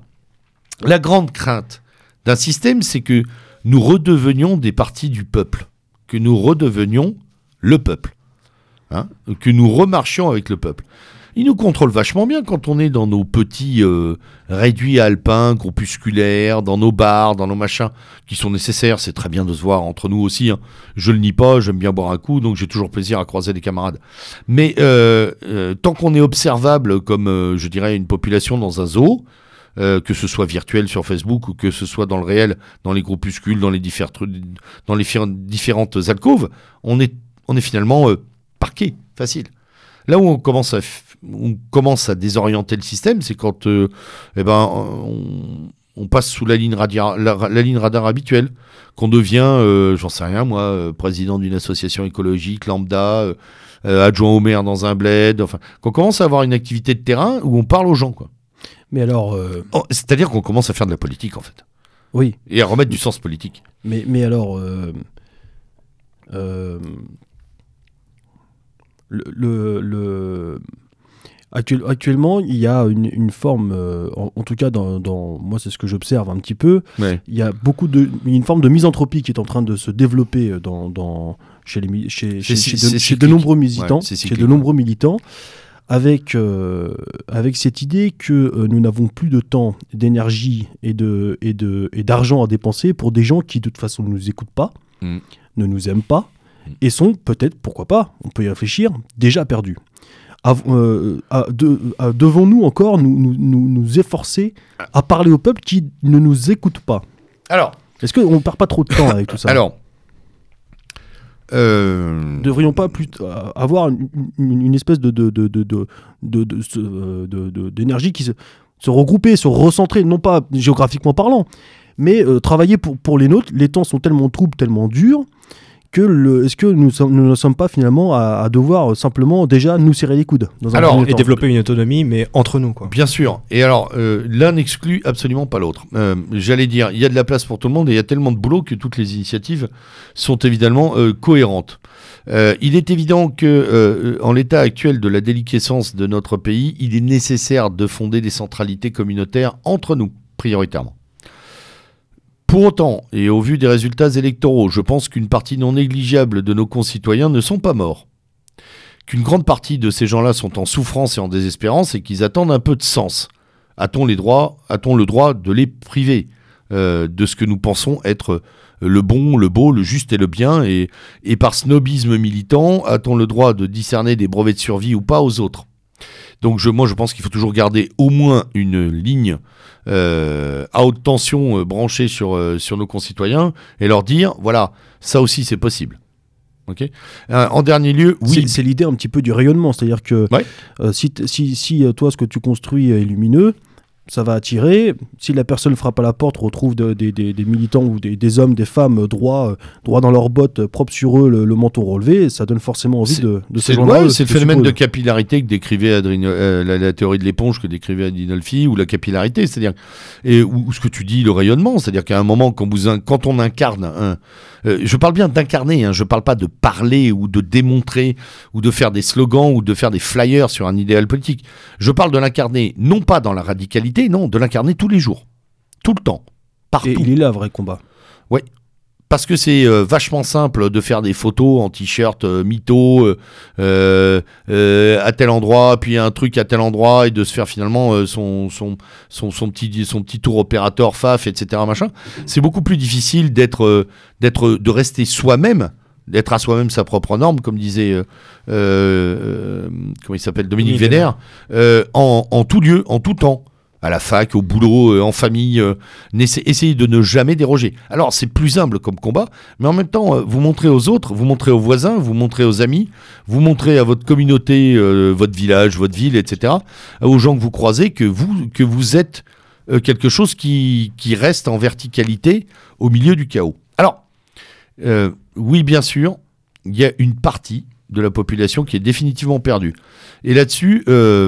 La grande crainte d'un système, c'est que nous redevenions des partis du peuple, que nous redevenions le peuple, hein, que nous remarchions avec le peuple. Ils nous contrôlent vachement bien quand on est dans nos petits euh, réduits alpins, groupusculaires, dans nos bars, dans nos machins, qui sont nécessaires. C'est très bien de se voir entre nous aussi. Hein. Je le nie pas, j'aime bien boire un coup, donc j'ai toujours plaisir à croiser des camarades. Mais euh, euh, tant qu'on est observable comme, euh, je dirais, une population dans un zoo, euh, que ce soit virtuel sur Facebook ou que ce soit dans le réel, dans les groupuscules, dans les, diffère- dans les fi- différentes alcôves, on est, on est finalement euh, parqué, facile. Là où on commence à, on commence à désorienter le système, c'est quand euh, eh ben, on, on passe sous la ligne, radia, la, la ligne radar habituelle, qu'on devient, euh, j'en sais rien moi, euh, président d'une association écologique lambda, euh, euh, adjoint au maire dans un bled, enfin, qu'on commence à avoir une activité de terrain où on parle aux gens, quoi. Mais alors... Euh... Oh, c'est-à-dire qu'on commence à faire de la politique, en fait. Oui. Et à remettre du sens politique. Mais, mais alors... Euh... Euh... Le, le, le... Actuel, actuellement, il y a une, une forme, euh, en, en tout cas, dans, dans, moi c'est ce que j'observe un petit peu, Ouais. il y a beaucoup de, une forme de misanthropie qui est en train de se développer dans, dans, chez, les, chez, chez, C'est- chez, c'est de, chez de cyclique. nombreux militants, Ouais, c'est chez cyclique, de nombreux militants, avec, euh, avec cette idée que euh, nous n'avons plus de temps, d'énergie et, de, et, de, et d'argent à dépenser pour des gens qui de toute façon ne nous écoutent pas, Mm. ne nous aiment pas, Mm. et sont peut-être, pourquoi pas, on peut y réfléchir, déjà perdus. Av- euh, à- de- à- devons-nous encore nous, nous, nous, nous efforcer à parler au peuple qui ne nous écoute pas? Alors, Est-ce qu'on ne perd pas trop de temps avec tout ça? alors, euh, Ne devrions pas plus euh, avoir une, une- une espèce de, de, de, de, de, de- de- ce- euh, de- de- d'énergie qui se, se regrouper, se recentrer, non pas géographiquement parlant, mais euh, travailler pour, pour les nôtres? Les temps sont tellement troubles, tellement durs, que le, est-ce que nous, sommes- nous ne sommes pas finalement à, à devoir simplement déjà nous serrer les coudes dans un Alors, premier Et temps? développer une autonomie, mais entre nous, quoi. bien sûr. Et alors, euh, l'un n'exclut absolument pas l'autre. Euh, j'allais dire, il y a de la place pour tout le monde et il y a tellement de boulot que toutes les initiatives sont évidemment euh, cohérentes. Euh, il est évident que, euh, en l'état actuel de la déliquescence de notre pays, il est nécessaire de fonder des centralités communautaires entre nous, prioritairement. Pour autant, et au vu des résultats électoraux, je pense qu'une partie non négligeable de nos concitoyens ne sont pas morts. Qu'une grande partie de ces gens-là sont en souffrance et en désespérance et qu'ils attendent un peu de sens. A-t-on les droits, a-t-on le droit de les priver euh, de ce que nous pensons être le bon, le beau, le juste et le bien, et, et par snobisme militant, a-t-on le droit de discerner des brevets de survie ou pas aux autres? Donc je, moi je pense qu'il faut toujours garder au moins une ligne euh, à haute tension euh, branchée sur, euh, sur nos concitoyens et leur dire, voilà, ça aussi c'est possible. Okay. Euh, en dernier lieu, oui. C'est, c'est l'idée un petit peu du rayonnement, c'est-à-dire que Ouais. euh, si, t- si, si euh, toi ce que tu construis est lumineux, ça va attirer. Si la personne frappe à la porte, retrouve de- des- des- des militants ou des, des hommes, des femmes euh, droits, euh, droits dans leurs bottes, euh, propres sur eux, le, le menton relevé, ça donne forcément envie C'est- de, de C'est se ouais, joindre à eux, c'est le je phénomène de suppose. capillarité que décrivait Adrien, euh, la, la théorie de l'éponge que décrivait Adinolfi, ou la capillarité, c'est-à-dire, et, ou, ou ce que tu dis, le rayonnement, c'est-à-dire qu'à un moment, quand, vous, in- quand on incarne un. Euh, je parle bien d'incarner, hein, je parle pas de parler ou de démontrer ou de faire des slogans ou de faire des flyers sur un idéal politique. Je parle de l'incarner, non pas dans la radicalité, non, de l'incarner tous les jours, tout le temps, partout. Et il est là, vrai combat. Parce que c'est euh, vachement simple de faire des photos en t-shirt euh, mytho euh, euh, euh, à tel endroit, puis un truc à tel endroit, et de se faire finalement euh, son, son, son, son, petit, son petit tour opérateur faf, et cetera. Machin. C'est beaucoup plus difficile d'être, euh, d'être, de rester soi-même, d'être à soi-même sa propre norme, comme disait euh, euh, comment il s'appelle, Dominique Dominique Vénère, euh, en, en tout lieu, en tout temps. À la fac, au boulot, euh, en famille, euh, n'essa- essayez de ne jamais déroger. Alors, c'est plus humble comme combat, mais en même temps, euh, vous montrez aux autres, vous montrez aux voisins, vous montrez aux amis, vous montrez à votre communauté, euh, votre village, votre ville, et cetera, aux gens que vous croisez, que vous, que vous êtes euh, quelque chose qui, qui reste en verticalité au milieu du chaos. Alors, euh, oui, bien sûr, il y a une partie de la population qui est définitivement perdue. Et là-dessus... Euh,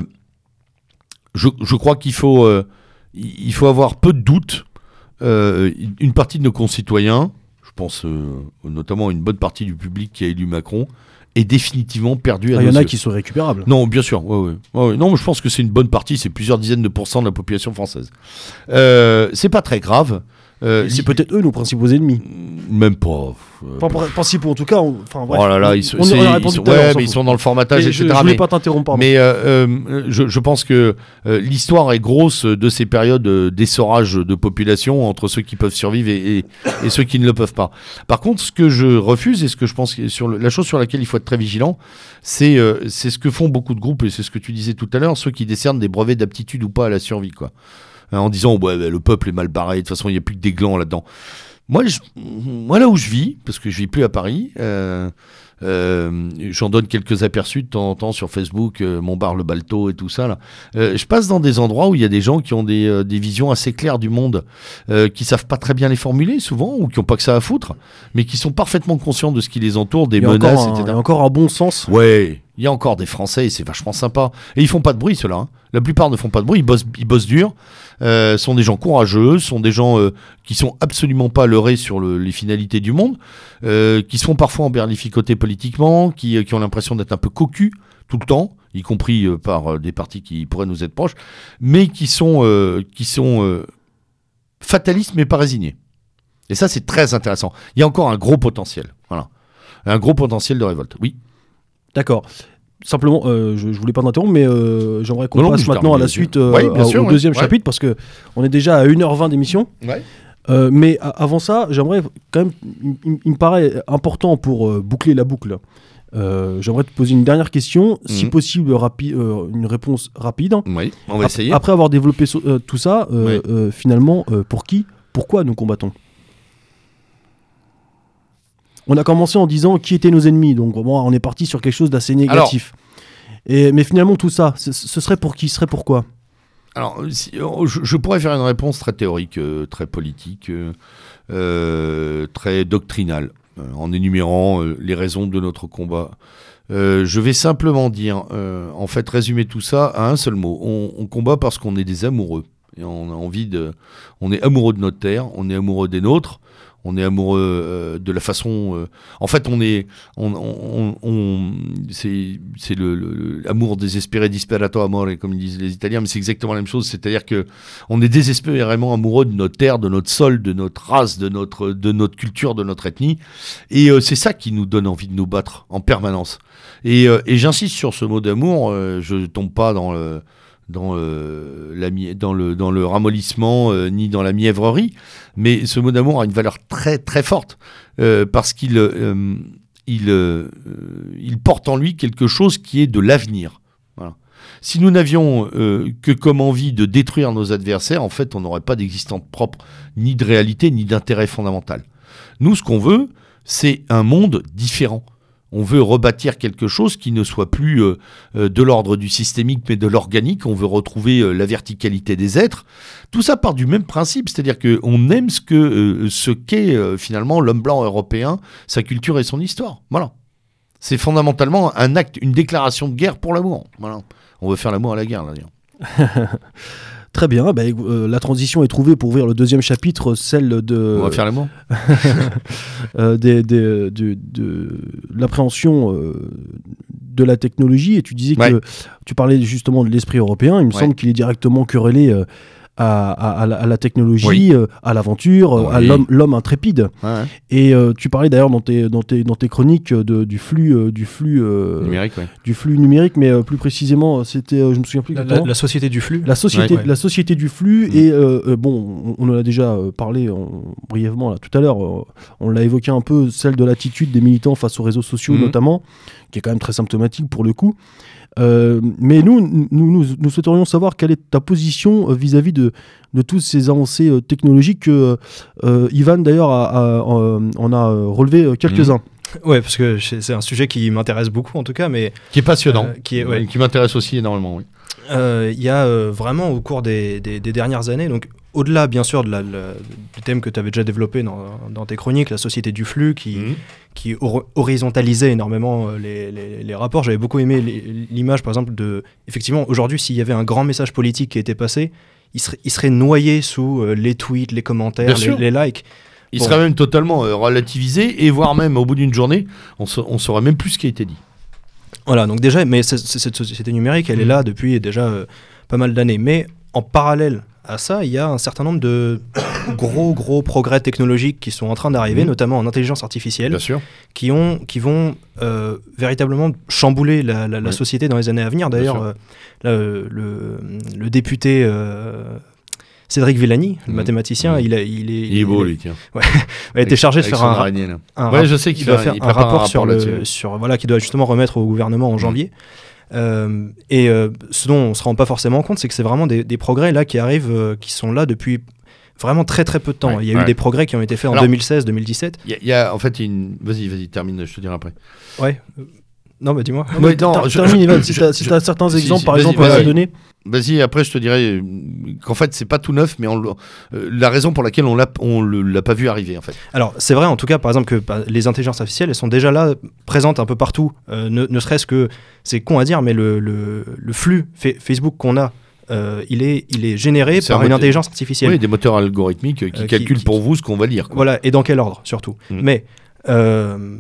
Je, je crois qu'il faut, euh, il faut avoir peu de doute. Euh, une partie de nos concitoyens, je pense euh, notamment à une bonne partie du public qui a élu Macron, est définitivement perdue à Ah, il y nos en a yeux. qui sont récupérables. Non, bien sûr. Ouais, ouais. Ouais, ouais. Non, mais je pense que c'est une bonne partie. C'est plusieurs dizaines de pourcents de la population française. Euh, c'est pas très grave. Euh, Et c'est li- peut-être eux nos principaux ennemis. Même pas. euh, Enfin, pour- principaux en tout cas. on- Enfin, bref. oh là là, On- ils sont, on, c'est- on a ils répondu sont- tout à l'heure, ouais, on s'en mais ils fout. sont dans le formatage, Mais et je, cetera. je voulais mais- pas t'interrompre, pardon. Mais euh, euh, je, je pense que euh, l'histoire est grosse de ces périodes euh, d'essorage de population entre ceux qui peuvent survivre et, et, et ceux qui ne le peuvent pas. Par contre, ce que je refuse et ce que je pense que sur le- la chose sur laquelle il faut être très vigilant, c'est euh, c'est ce que font beaucoup de groupes, et c'est ce que tu disais tout à l'heure, ceux qui décernent des brevets d'aptitude ou pas à la survie, quoi. Hein, en disant ouais, bah, le peuple est mal barré, de toute façon il n'y a plus que des glands là-dedans. Moi, je, moi, là où je vis, parce que je vis plus à Paris, euh, euh, j'en donne quelques aperçus de temps en temps sur Facebook, euh, Montbar, le Balto et tout ça. Là. Euh, je passe dans des endroits où il y a des gens qui ont des, euh, des visions assez claires du monde, euh, qui savent pas très bien les formuler souvent, ou qui ont pas que ça à foutre, mais qui sont parfaitement conscients de ce qui les entoure, des Il y a menaces, encore un- il y et cetera. a encore un bon sens. Ouais, il y a encore des Français et c'est vachement sympa. Et ils font pas de bruit, ceux-là. Hein. La plupart ne font pas de bruit, ils bossent, ils bossent dur. Euh, sont des gens courageux, sont des gens euh, qui sont absolument pas leurrés sur le, les finalités du monde, euh, qui sont parfois emberlificotés politiquement, qui, euh, qui ont l'impression d'être un peu cocus tout le temps. y compris euh, par euh, des partis qui pourraient nous être proches, mais qui sont, euh, qui sont euh, fatalistes mais pas résignés. Et ça, c'est très intéressant. Il y a encore un gros potentiel. Voilà. Un gros potentiel de révolte. Oui. D'accord. Simplement, euh, je, je voulais pas t'interrompre, mais euh, j'aimerais qu'on non, passe maintenant à la suite, euh, ouais, bien à, sûr, au ouais. deuxième ouais. chapitre, parce que on est déjà à une heure vingt d'émission. Ouais. Euh, mais a- avant ça, j'aimerais quand même, il, il- il me paraît important pour euh, boucler la boucle. Euh, j'aimerais te poser une dernière question, mmh. si possible rapi- euh, une réponse rapide. Oui, on va Ap- essayer. Après avoir développé so- euh, tout ça, euh, ouais. euh, finalement, euh, pour qui, pourquoi nous combattons ? On a commencé en disant qui étaient nos ennemis, donc bon, on est parti sur quelque chose d'assez négatif. Alors, Et, mais finalement, tout ça, ce, ce serait pour qui ? Ce serait pourquoi ? Alors, si, je, je pourrais faire une réponse très théorique, euh, très politique, euh, euh, très doctrinale, euh, en énumérant euh, les raisons de notre combat. Euh, je vais simplement dire, euh, en fait, résumer tout ça à un seul mot. On, on combat parce qu'on est des amoureux. Et on a envie de... On est amoureux de notre terre, on est amoureux des nôtres, on est amoureux euh, de la façon... Euh, en fait, on est... On, on, on, c'est c'est le, le, l'amour désespéré, disperato amore, comme ils disent les Italiens, mais c'est exactement la même chose. C'est-à-dire qu'on est désespérément amoureux de notre terre, de notre sol, de notre race, de notre, de notre culture, de notre ethnie. Et euh, c'est ça qui nous donne envie de nous battre en permanence. Et, euh, et j'insiste sur ce mot d'amour, euh, je ne tombe pas dans le... Dans, euh, la, dans, le, dans le ramollissement euh, ni dans la mièvrerie, mais ce mot d'amour a une valeur très très forte euh, parce qu'il euh, il, euh, il porte en lui quelque chose qui est de l'avenir. Voilà. Si nous n'avions euh, que comme envie de détruire nos adversaires, en fait on n'aurait pas d'existence propre, ni de réalité, ni d'intérêt fondamental. Nous, ce qu'on veut, c'est un monde différent. On veut rebâtir quelque chose qui ne soit plus euh, euh, de l'ordre du systémique, mais de l'organique. On veut retrouver euh, la verticalité des êtres. Tout ça part du même principe, c'est-à-dire qu'on aime ce, que, euh, ce qu'est euh, finalement l'homme blanc européen, sa culture et son histoire. Voilà. C'est fondamentalement un acte, une déclaration de guerre pour l'amour. Voilà. On veut faire l'amour à la guerre, là, d'ailleurs. Très bien, bah, euh, la transition est trouvée pour ouvrir le deuxième chapitre, celle de... On va faire l'amour euh, des, des, de, de l'appréhension euh, de la technologie. Et tu disais ouais. que tu parlais justement de l'esprit européen. Il me ouais. semble qu'il est directement querellé euh, à, à, à, la, à la technologie, oui. euh, à l'aventure, oui. à l'homme, l'homme intrépide. Ouais. Et euh, tu parlais d'ailleurs dans tes, dans tes, dans tes chroniques de, du flux, euh, du flux euh, numérique, ouais. du flux numérique, mais euh, plus précisément, c'était, euh, je me souviens plus la, exactement. La, la société du flux. La société, ouais, ouais. la société du flux. Mmh. Et euh, euh, bon, on, on en a déjà euh, parlé en, brièvement là tout à l'heure. Euh, on l'a évoqué un peu, celle de l'attitude des militants face aux réseaux sociaux, mmh. notamment, qui est quand même très symptomatique pour le coup. Euh, mais nous nous, nous, nous souhaiterions savoir quelle est ta position euh, vis-à-vis de, de toutes ces avancées euh, technologiques que euh, Ivan d'ailleurs a, a, a, en a relevé quelques-uns. Mmh. Ouais, parce que c'est un sujet qui m'intéresse beaucoup en tout cas, mais qui est passionnant, euh, qui, est, ouais. qui m'intéresse aussi énormément. Oui. Il euh, y a euh, vraiment au cours des, des, des dernières années, donc au-delà bien sûr de la, la, du thème que tu avais déjà développé dans, dans tes chroniques, la société du flux qui, mmh. qui or- horizontalisait énormément les, les, les rapports. J'avais beaucoup aimé les, l'image par exemple de, effectivement aujourd'hui s'il y avait un grand message politique qui était passé, il serait, il serait noyé sous euh, les tweets, les commentaires, les, les likes. Il bon. serait même totalement euh, relativisé et voire même au bout d'une journée, on ne saurait même plus ce qui a été dit. Voilà, donc déjà, mais c'est, c'est, cette société numérique, elle mmh. est là depuis déjà euh, pas mal d'années. Mais en parallèle à ça, il y a un certain nombre de gros, gros progrès technologiques qui sont en train d'arriver, mmh. notamment en intelligence artificielle, Bien sûr. Qui, ont, qui vont euh, véritablement chambouler la, la, la oui. société dans les années à venir. D'ailleurs, euh, là, le, le député... Euh, Cédric Villani, le mmh. mathématicien, mmh. il, a, il est... Il est beau, il, lui, tiens. Ouais, a été chargé de faire un, araignée, un, ouais, je sais qu'il il doit va, faire il un rapport, un rapport sur le, sur, voilà, qui doit justement remettre au gouvernement en janvier. Mmh. Euh, et euh, ce dont on ne se rend pas forcément compte, c'est que c'est vraiment des, des progrès là qui arrivent, euh, qui sont là depuis vraiment très très peu de temps. Ouais, il y a ouais. eu des progrès qui ont été faits en deux mille seize deux mille dix-sept. Il y, y a en fait une... Vas-y, vas-y, termine, je te dirai après. Ouais. Non, bah dis-moi. Non, ouais, non, je, termine, Ivan, si tu as certains si, exemples, si, par exemple, à donner. Vas-y, après je te dirai qu'en fait c'est pas tout neuf, mais on, euh, la raison pour laquelle on l'a, on l'a pas vu arriver en fait. Alors c'est vrai en tout cas par exemple que bah, les intelligences artificielles elles sont déjà là, présentes un peu partout, euh, ne, ne serait-ce que, c'est con à dire, mais le, le, le flux fa- Facebook qu'on a, euh, il, est, il est généré c'est par une moteur, intelligence artificielle. Oui, des moteurs algorithmiques qui euh, calculent qui, pour vous ce qu'on va lire. Quoi. Voilà, et dans quel ordre surtout. Mmh. Mais... Euh,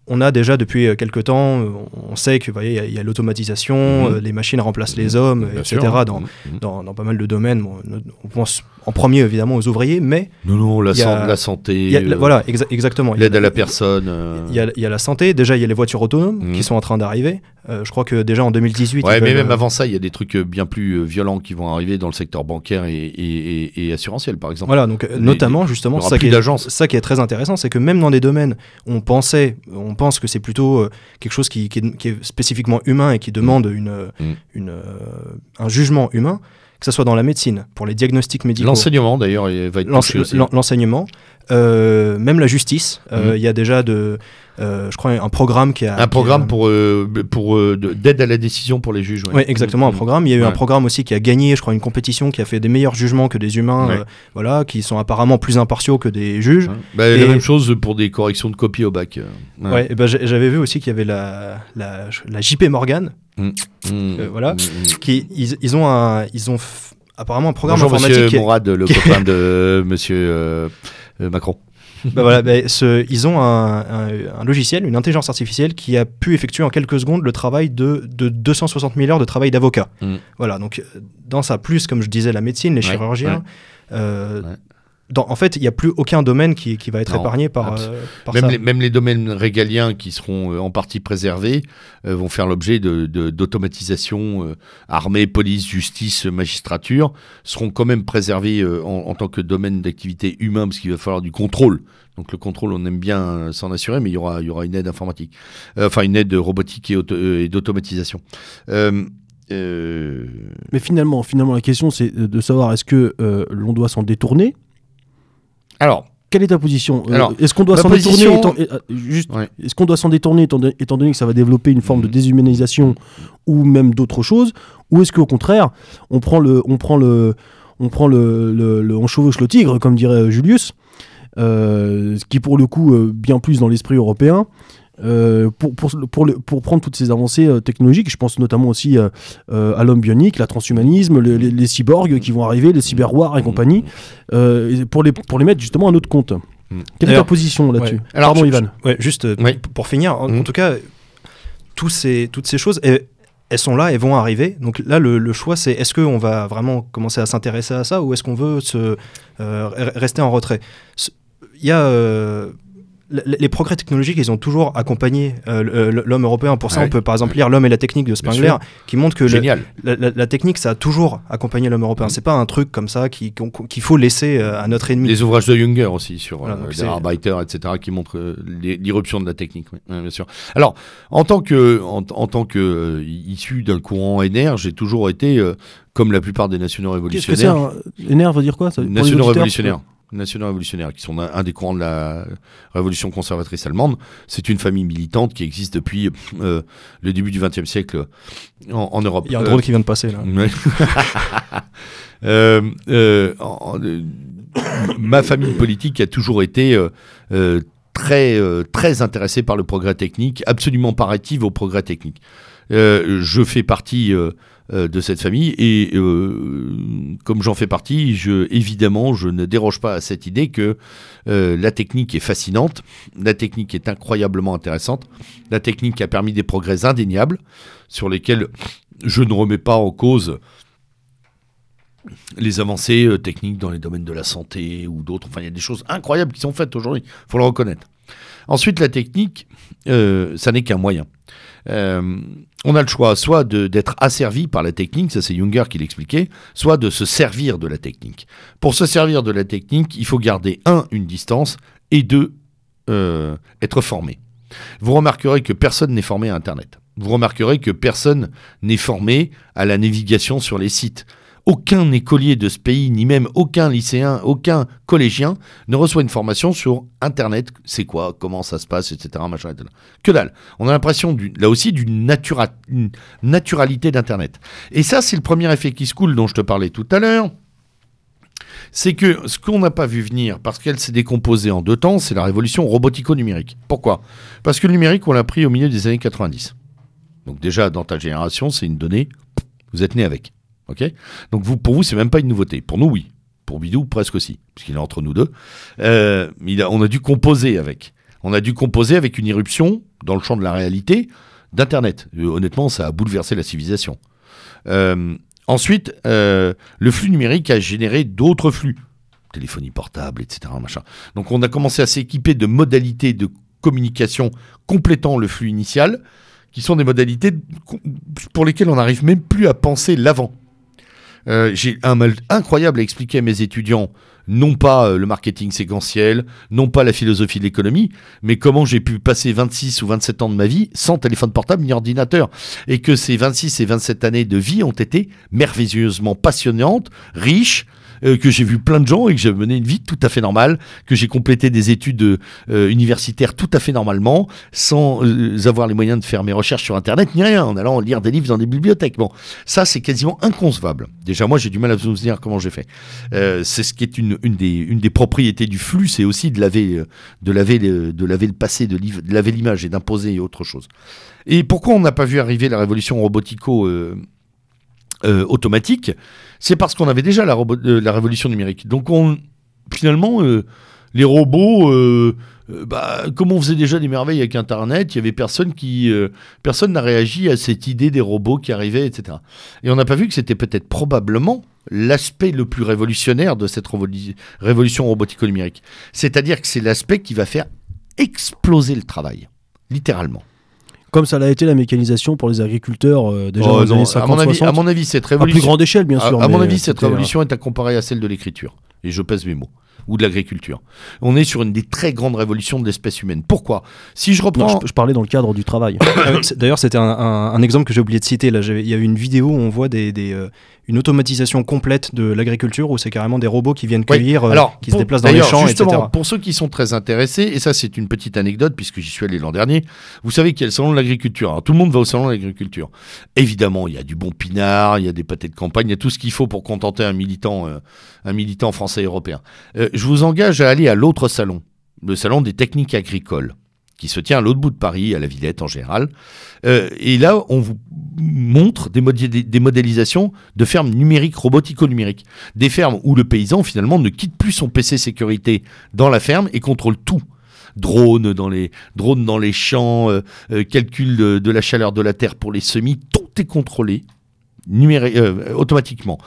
on a déjà depuis quelques temps, on sait qu'il y, y a l'automatisation, mmh. euh, les machines remplacent mmh. les hommes, Bien et cetera. Dans, mmh. dans, dans pas mal de domaines. Bon, on pense en premier évidemment aux ouvriers, mais... Non, non, la, a, la santé, y a, euh, voilà, exa- exactement. L'aide à la personne. Euh... Il, y a, il y a la santé, déjà il y a les voitures autonomes mmh. qui sont en train d'arriver. Euh, je crois que déjà en deux mille dix-huit... Ouais, mais veulent... même avant ça, il y a des trucs bien plus violents qui vont arriver dans le secteur bancaire et, et, et, et assurantiel, par exemple. Voilà, donc les, notamment, justement, ça qui, est, ça qui est très intéressant, c'est que même dans des domaines où on pensait, on pense que c'est plutôt euh, quelque chose qui, qui, est, qui est spécifiquement humain et qui demande mmh. une, mmh. une, euh, un jugement humain, que ce soit dans la médecine, pour les diagnostics médicaux. L'enseignement, d'ailleurs, il va être L'ense- touché aussi. L'enseignement, euh, même la justice. Il euh, mmh. y a déjà, de, euh, je crois, un programme qui a... Un programme qui a, pour, euh, pour, euh, d'aide à la décision pour les juges. Oui, ouais, exactement, mmh. un programme. Il y a eu ouais. un programme aussi qui a gagné, je crois, une compétition qui a fait des meilleurs jugements que des humains, ouais. euh, voilà, qui sont apparemment plus impartiaux que des juges. Ouais. Bah, et... La même chose pour des corrections de copies au bac. Ouais, ouais et ben, j'avais vu aussi qu'il y avait la, la, la J P Morgan, mmh. Mmh. Euh, voilà, mmh. qui, ils, ils ont un... Ils ont f... apparemment un programme Bonjour, informatique. Monsieur Mourad, le copain de Monsieur euh, Macron. bah voilà, bah, ce, ils ont un, un, un logiciel, une intelligence artificielle qui a pu effectuer en quelques secondes le travail de, de deux cent soixante mille heures de travail d'avocat. Mm. Voilà, donc dans ça, plus comme je disais, la médecine, les ouais, chirurgiens. Ouais. Euh, ouais. Dans, en fait, il n'y a plus aucun domaine qui, qui va être non, épargné par, euh, par même ça. Les, même les domaines régaliens qui seront euh, en partie préservés euh, vont faire l'objet de, de, d'automatisation. Euh, armée, police, justice, magistrature seront quand même préservés euh, en, en tant que domaine d'activité humain parce qu'il va falloir du contrôle. Donc le contrôle, on aime bien euh, s'en assurer, mais il y aura, il y aura une aide informatique. Euh, enfin, une aide robotique et, auto, euh, et d'automatisation. Euh, euh... Mais finalement, finalement, la question, c'est de savoir est-ce que euh, l'on doit s'en détourner ? Alors, quelle est ta position ? Alors, euh, Est-ce qu'on doit s'en position... détourner étant, euh, juste, ouais. Est-ce qu'on doit s'en détourner étant, de, étant donné que ça va développer une forme mmh. de déshumanisation ou même d'autres choses ? Ou est-ce qu'au contraire, on prend le, on prend le, on prend le, le, le on chevauche le tigre, comme dirait Julius, euh, ce qui pour le coup euh, bien plus dans l'esprit européen. Euh, pour, pour, pour, le, pour prendre toutes ces avancées euh, technologiques, je pense notamment aussi euh, euh, à l'homme bionique, la transhumanisme, les, les, les cyborgs qui vont arriver, les cyberwars et compagnie, euh, pour, les, pour les mettre justement à notre compte. Quelle est ta position là-dessus ? Ouais. Alors, Pardon, je, Ivan. Je, ouais, juste euh, oui. pour finir, en, mmh. en tout cas, tous ces, toutes ces choses, elles, elles sont là, elles vont arriver. Donc là, le, le choix, c'est est-ce qu'on va vraiment commencer à s'intéresser à ça ou est-ce qu'on veut se, euh, rester en retrait ? Il y a... Euh, les progrès technologiques, ils ont toujours accompagné euh, l'homme européen. Pour ça, ouais. on peut par exemple lire L'homme et la technique de Spengler, qui montre que le, la, la, la technique, ça a toujours accompagné l'homme européen. Mmh. C'est pas un truc comme ça qui, qu'il faut laisser à notre ennemi. Les ouvrages de Junger aussi sur voilà, euh, les Arbeiter, et cetera, qui montrent euh, l'irruption de la technique. Oui, bien sûr. Alors, en tant que, en, en tant que euh, issu d'un courant N R, j'ai toujours été, euh, comme la plupart des nationaux révolutionnaires. Qu'est-ce que c'est un... N R veut dire quoi ça, nationaux révolutionnaires. Nationaux révolutionnaires, qui sont un, un des courants de la révolution conservatrice allemande. C'est une famille militante qui existe depuis euh, le début du vingtième siècle en, en Europe. Il y a un drone euh, qui vient de passer, là. Ouais. euh, euh, en, euh, ma famille politique a toujours été euh, euh, très, euh, très intéressée par le progrès technique, absolument parative au progrès technique. Euh, je fais partie... Euh, de cette famille et euh, comme j'en fais partie, je, évidemment je ne déroge pas à cette idée que euh, la technique est fascinante, la technique est incroyablement intéressante, la technique a permis des progrès indéniables sur lesquels je ne remets pas en cause les avancées euh, techniques dans les domaines de la santé ou d'autres. Enfin, il y a des choses incroyables qui sont faites aujourd'hui, il faut le reconnaître. Ensuite, la technique, euh, ça n'est qu'un moyen. Euh, on a le choix soit de, d'être asservi par la technique, ça c'est Junger qui l'expliquait, soit de se servir de la technique. Pour se servir de la technique, il faut garder, un, une distance, et deux, euh, être formé. Vous remarquerez que personne n'est formé à Internet. Vous remarquerez que personne n'est formé à la navigation sur les sites. Aucun écolier de ce pays, ni même aucun lycéen, aucun collégien ne reçoit une formation sur Internet. C'est quoi, comment ça se passe, et cetera. Machin, et cetera. Que dalle. On a l'impression, du, là aussi, d'une natura, une naturalité d'Internet. Et ça, c'est le premier effet qui se coule dont je te parlais tout à l'heure. C'est que ce qu'on n'a pas vu venir, parce qu'elle s'est décomposée en deux temps, c'est la révolution robotico-numérique. Pourquoi ? Parce que le numérique, on l'a pris au milieu des années quatre-vingt-dix. Donc déjà, dans ta génération, c'est une donnée, vous êtes né avec. Okay, donc vous, pour vous, c'est même pas une nouveauté. Pour nous, oui. Pour Bidou, presque aussi, puisqu'il est entre nous deux. Euh, il a, on a dû composer avec. On a dû composer avec une irruption dans le champ de la réalité d'Internet. Euh, honnêtement, ça a bouleversé la civilisation. Euh, ensuite, euh, le flux numérique a généré d'autres flux. Téléphonie portable, et cetera. Machin. Donc on a commencé à s'équiper de modalités de communication complétant le flux initial, qui sont des modalités pour lesquelles on n'arrive même plus à penser l'avant. Euh, j'ai un mal incroyable à expliquer à mes étudiants, non pas euh, le marketing séquentiel, non pas la philosophie de l'économie, mais comment j'ai pu passer vingt-six ou vingt-sept ans de ma vie sans téléphone portable ni ordinateur. Et que ces vingt-six et vingt-sept années de vie ont été merveilleusement passionnantes, riches, Euh, que j'ai vu plein de gens et que j'ai mené une vie tout à fait normale, que j'ai complété des études euh, universitaires tout à fait normalement, sans euh, avoir les moyens de faire mes recherches sur Internet, ni rien, en allant lire des livres dans des bibliothèques. Bon, ça, c'est quasiment inconcevable. Déjà, moi, j'ai du mal à vous dire comment j'ai fait. Euh, c'est ce qui est une, une, des, une des propriétés du flux, c'est aussi de laver, de laver, le, de laver le passé, de, de laver l'image et d'imposer autre chose. Et pourquoi on n'a pas vu arriver la révolution robotico euh, Euh, automatique, c'est parce qu'on avait déjà la, robo- euh, la révolution numérique. Donc on, finalement, euh, les robots, euh, euh, bah, comme on faisait déjà des merveilles avec Internet, il y avait personne qui, euh, personne n'a réagi à cette idée des robots qui arrivaient, et cetera. Et on n'a pas vu que c'était peut-être probablement l'aspect le plus révolutionnaire de cette révolu- révolution robotico-numérique. C'est-à-dire que c'est l'aspect qui va faire exploser le travail, littéralement. Comme ça l'a été la mécanisation pour les agriculteurs euh, déjà Oh, dans les non, années à cinquante mon avis, soixante. à mon avis, cette À révolution... plus grande échelle, bien sûr. À, à mon mais avis, cette c'était, révolution est à comparer à celle de l'écriture. Et je pèse mes mots. Ou de l'agriculture. On est sur une des très grandes révolutions de l'espèce humaine. Pourquoi ? Si je reprends... Non, je, je parlais dans le cadre du travail. Euh, c'est- D'ailleurs, c'était un, un- un exemple que j'ai oublié de citer. Là, J'avais- il y a eu une vidéo où on voit des, des, euh, une automatisation complète de l'agriculture, où c'est carrément des robots qui viennent Oui. cueillir, euh, Alors, qui se pour- déplacent dans les d'ailleurs, champs, justement, et cetera. pour ceux qui sont très intéressés, et ça c'est une petite anecdote puisque j'y suis allé l'an dernier, vous savez qu'il y a le salon de l'agriculture. Alors, tout le monde va au salon de l'agriculture. Évidemment, il y a du bon pinard, il y a des pâtés de campagne, il y a tout ce qu'il faut pour contenter un militant, euh, un militant français et européen. Euh, je vous engage à aller à l'autre salon, le salon des techniques agricoles, qui se tient à l'autre bout de Paris, à la Villette en général. Euh, et là, on vous montre des, modé- des modélisations de fermes numériques, robotico-numériques. Des fermes où le paysan, finalement, ne quitte plus son P C sécurité dans la ferme et contrôle tout. Drones dans les, drones dans les champs, euh, euh, calcul de, de la chaleur de la terre pour les semis, tout est contrôlé. Numéré- euh, automatiquement.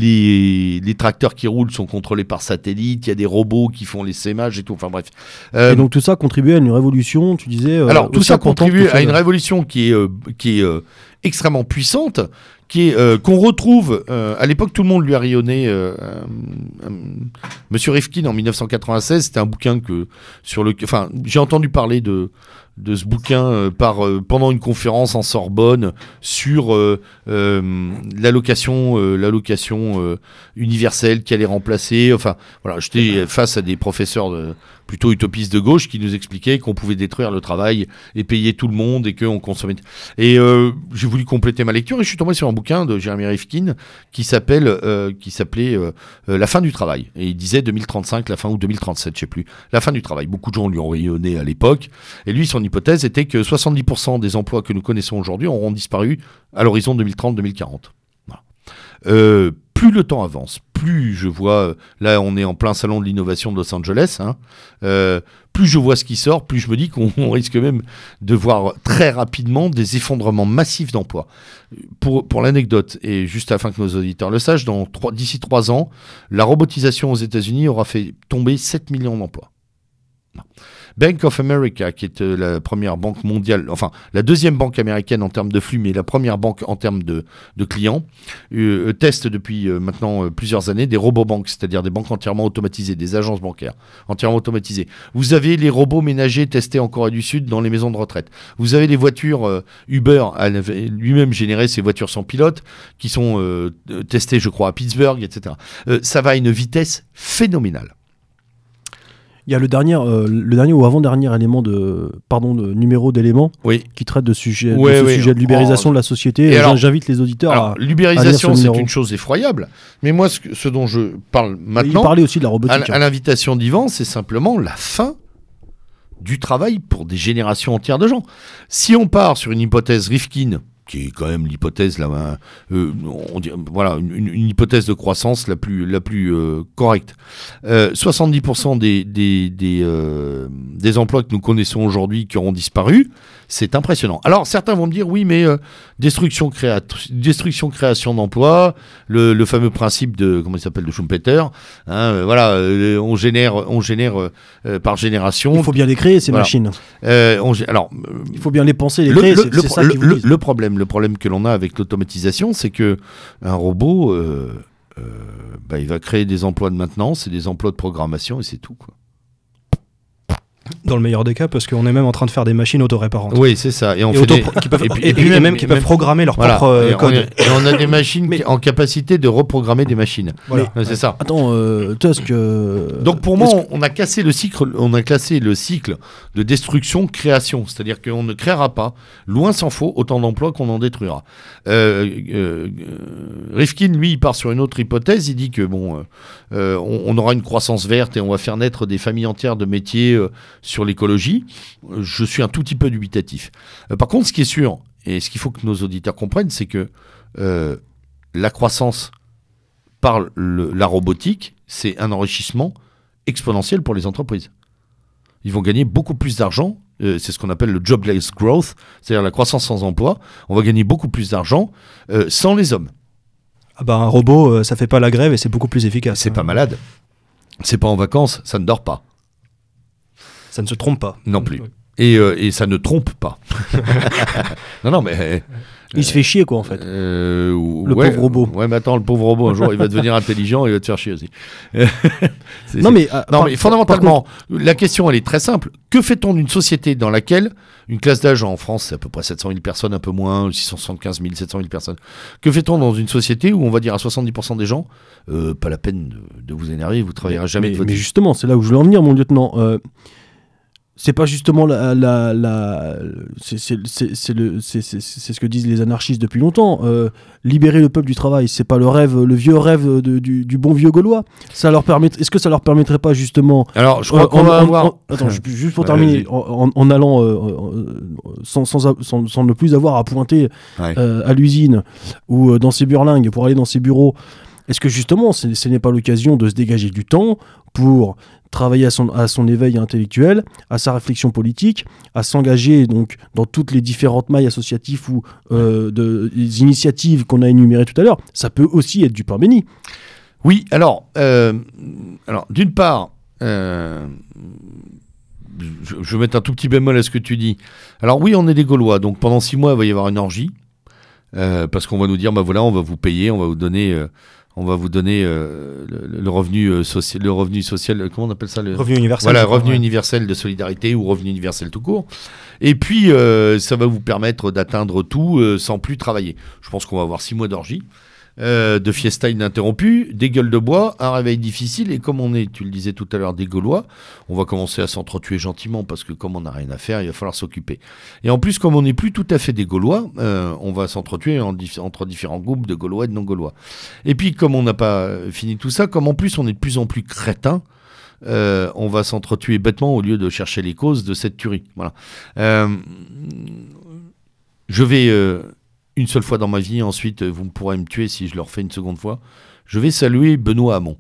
Les, les tracteurs qui roulent sont contrôlés par satellite, il y a des robots qui font les sémages et tout, enfin bref. Euh, Et donc tout ça contribue à une révolution, tu disais. euh, alors tout aussi ça importante contribue que à celle- une révolution qui est, euh, qui est euh, extrêmement puissante, qui est, euh, qu'on retrouve, euh, à l'époque tout le monde lui a rayonné, euh, euh, euh, Monsieur Rifkin en dix-neuf cent quatre-vingt-seize, c'était un bouquin que, sur le, enfin j'ai entendu parler de, de ce bouquin euh, par, euh, pendant une conférence en Sorbonne sur euh, euh, l'allocation, euh, l'allocation euh, universelle qui allait remplacer, enfin voilà, j'étais face à des professeurs de, plutôt utopistes de gauche qui nous expliquaient qu'on pouvait détruire le travail et payer tout le monde et qu'on consommait. Et euh, j'ai voulu compléter ma lecture et je suis tombé sur un bouquin de Jeremy Rifkin qui s'appelle, euh, qui s'appelait euh, euh, La fin du travail. Et il disait deux mille trente-cinq, la fin, ou deux mille trente-sept, je sais plus. La fin du travail. Beaucoup de gens lui ont rayonné à l'époque. Et lui, son hypothèse était que soixante-dix pour cent des emplois que nous connaissons aujourd'hui auront disparu à l'horizon deux mille trente deux mille quarante. Voilà. Euh, plus le temps avance, plus je vois, là on est en plein salon de l'innovation de Los Angeles, hein, euh, plus je vois ce qui sort, plus je me dis qu'on risque même de voir très rapidement des effondrements massifs d'emplois. Pour, pour l'anecdote, et juste afin que nos auditeurs le sachent, dans trois, d'ici trois ans, la robotisation aux États-Unis aura fait tomber sept millions d'emplois. Non. Bank of America, qui est euh, la première banque mondiale, enfin la deuxième banque américaine en termes de flux, mais la première banque en termes de, de clients, euh, teste depuis euh, maintenant euh, plusieurs années des robobanks, c'est-à-dire des banques entièrement automatisées, des agences bancaires entièrement automatisées. Vous avez les robots ménagers testés en Corée du Sud dans les maisons de retraite. Vous avez les voitures euh, Uber, elle avait lui-même généré ces voitures sans pilote, qui sont euh, testées, je crois, à Pittsburgh, et cetera. Euh, ça va à une vitesse phénoménale. Il y a le dernier, euh, le dernier ou avant-dernier élément de, pardon, de numéro d'éléments Oui. qui traite de, sujet, Ouais, de ce ouais. sujet de l'ubérisation Oh. de la société. Et Et alors- j'invite les auditeurs Alors, à. l'ubérisation, à lire ce c'est numéro. une chose effroyable, mais moi, ce, que- ce dont je parle Il maintenant, parlait aussi de la à, robotique. à l'invitation d'Yvan, c'est simplement la fin du travail pour des générations entières de gens. Si on part sur une hypothèse Rifkin, qui est quand même l'hypothèse là, hein, euh, on dit, voilà, une, une hypothèse de croissance la plus, la plus euh, correcte. Euh, soixante-dix pour cent des, des, des, euh, des emplois que nous connaissons aujourd'hui qui auront disparu, c'est impressionnant. Alors certains vont me dire, oui, mais euh, destruction, créa- destruction, création d'emplois, le, le fameux principe de, comment il s'appelle, de Schumpeter, hein, euh, voilà, euh, on génère, on génère euh, par génération. Il faut bien les créer, ces voilà. machines. Euh, on, alors, euh, il faut bien les penser, les le, créer, le, c'est, le, c'est ça le, qu'ils vous le, disent. le problème, le problème que l'on a avec l'automatisation, c'est que un robot, euh, euh, bah, il va créer des emplois de maintenance et des emplois de programmation et c'est tout, quoi. Dans le meilleur des cas, parce qu'on est même en train de faire des machines autoréparantes. Oui, c'est ça. Et on et, fait auto- des... qui peuvent, et, puis, et, et puis et même, même qui même, peuvent programmer leur voilà. propre et code. On est, et on a des machines Mais... qui, en capacité de reprogrammer des machines. Voilà. Ouais, c'est ça. Attends, euh, Tusk. Euh... Donc pour moi, que... on, on a cassé le cycle, on a cassé le cycle de destruction-création, c'est-à-dire qu'on ne créera pas, loin s'en faut, autant d'emplois qu'on en détruira. Euh, euh, Rifkin, lui, il part sur une autre hypothèse. Il dit que bon, euh, euh, on, on aura une croissance verte et on va faire naître des familles entières de métiers euh, sur l'écologie. Je suis un tout petit peu dubitatif. Euh, par contre, ce qui est sûr et ce qu'il faut que nos auditeurs comprennent, c'est que euh, la croissance par le, la robotique, c'est un enrichissement exponentiel pour les entreprises. Ils vont gagner beaucoup plus d'argent, euh, c'est ce qu'on appelle le jobless growth, c'est-à-dire la croissance sans emploi. On va gagner beaucoup plus d'argent euh, sans les hommes. Ah bah, un robot, euh, ça fait pas la grève et c'est beaucoup plus efficace. C'est hein. pas malade, c'est pas en vacances, ça ne dort pas. Ça ne se trompe pas. Non plus. Et, euh, et ça ne trompe pas. non, non, mais... Euh, il se fait chier, quoi, en fait. Euh, le ouais, pauvre robot. Ouais, mais attends, le pauvre robot, un jour, il va devenir intelligent et il va te faire chier aussi. c'est, non, mais, euh, euh, non, par, mais fondamentalement, contre... la question, elle est très simple. Que fait-on d'une société dans laquelle une classe d'âge en France, c'est à peu près sept cent mille personnes, un peu moins, six cent soixante-quinze mille, sept cent mille personnes. Que fait-on dans une société où on va dire à soixante-dix pour cent des gens, euh, pas la peine de, de vous énerver, vous travaillerez jamais mais, de votre mais vie. justement, c'est là où je veux en venir, mon lieutenant. Euh, c'est pas justement la, la, la c'est, c'est, c'est, c'est, le, c'est, c'est, c'est ce que disent les anarchistes depuis longtemps. Euh, libérer le peuple du travail, c'est pas le rêve, le vieux rêve de, du, du bon vieux gaulois. Ça leur permet, est-ce que ça leur permettrait pas justement Alors, je crois euh, qu'on en, va en, avoir. En, attends, juste pour Ouais, terminer, en, en, en allant euh, sans, sans, sans, sans ne plus avoir à pointer Ouais. euh, à l'usine ou euh, dans ses burlingues pour aller dans ses bureaux. Est-ce que justement, ce, ce n'est pas l'occasion de se dégager du temps pour travailler à son, à son éveil intellectuel, à sa réflexion politique, à s'engager donc dans toutes les différentes mailles associatives ou euh, de, des initiatives qu'on a énumérées tout à l'heure? Ça peut aussi être du pain béni. Oui, alors, euh, alors d'une part, euh, je, je vais mettre un tout petit bémol à ce que tu dis. Alors oui, on est des Gaulois, donc pendant six mois, il va y avoir une orgie, euh, parce qu'on va nous dire, bah voilà, on va vous payer, on va vous donner... Euh, On va vous donner euh, le, le revenu euh, social, le revenu social, comment on appelle ça le... Revenu universel. Voilà, revenu ouais. universel de solidarité ou revenu universel tout court. Et puis, euh, ça va vous permettre d'atteindre tout euh, sans plus travailler. Je pense qu'on va avoir six mois d'orgie, euh, de fiesta ininterrompue, des gueules de bois, un réveil difficile. Et comme on est, tu le disais tout à l'heure, des Gaulois, on va commencer à s'entretuer gentiment parce que comme on n'a rien à faire, il va falloir s'occuper. Et en plus, comme on n'est plus tout à fait des Gaulois, euh, on va s'entretuer en dif- entre différents groupes de Gaulois et de non-Gaulois. Et puis, comme on n'a pas fini tout ça, comme en plus on est de plus en plus crétins, euh, on va s'entretuer bêtement au lieu de chercher les causes de cette tuerie. Voilà. Euh, je vais... Euh, une seule fois dans ma vie, ensuite vous pourrez me tuer si je le refais une seconde fois. Je vais saluer Benoît Hamon.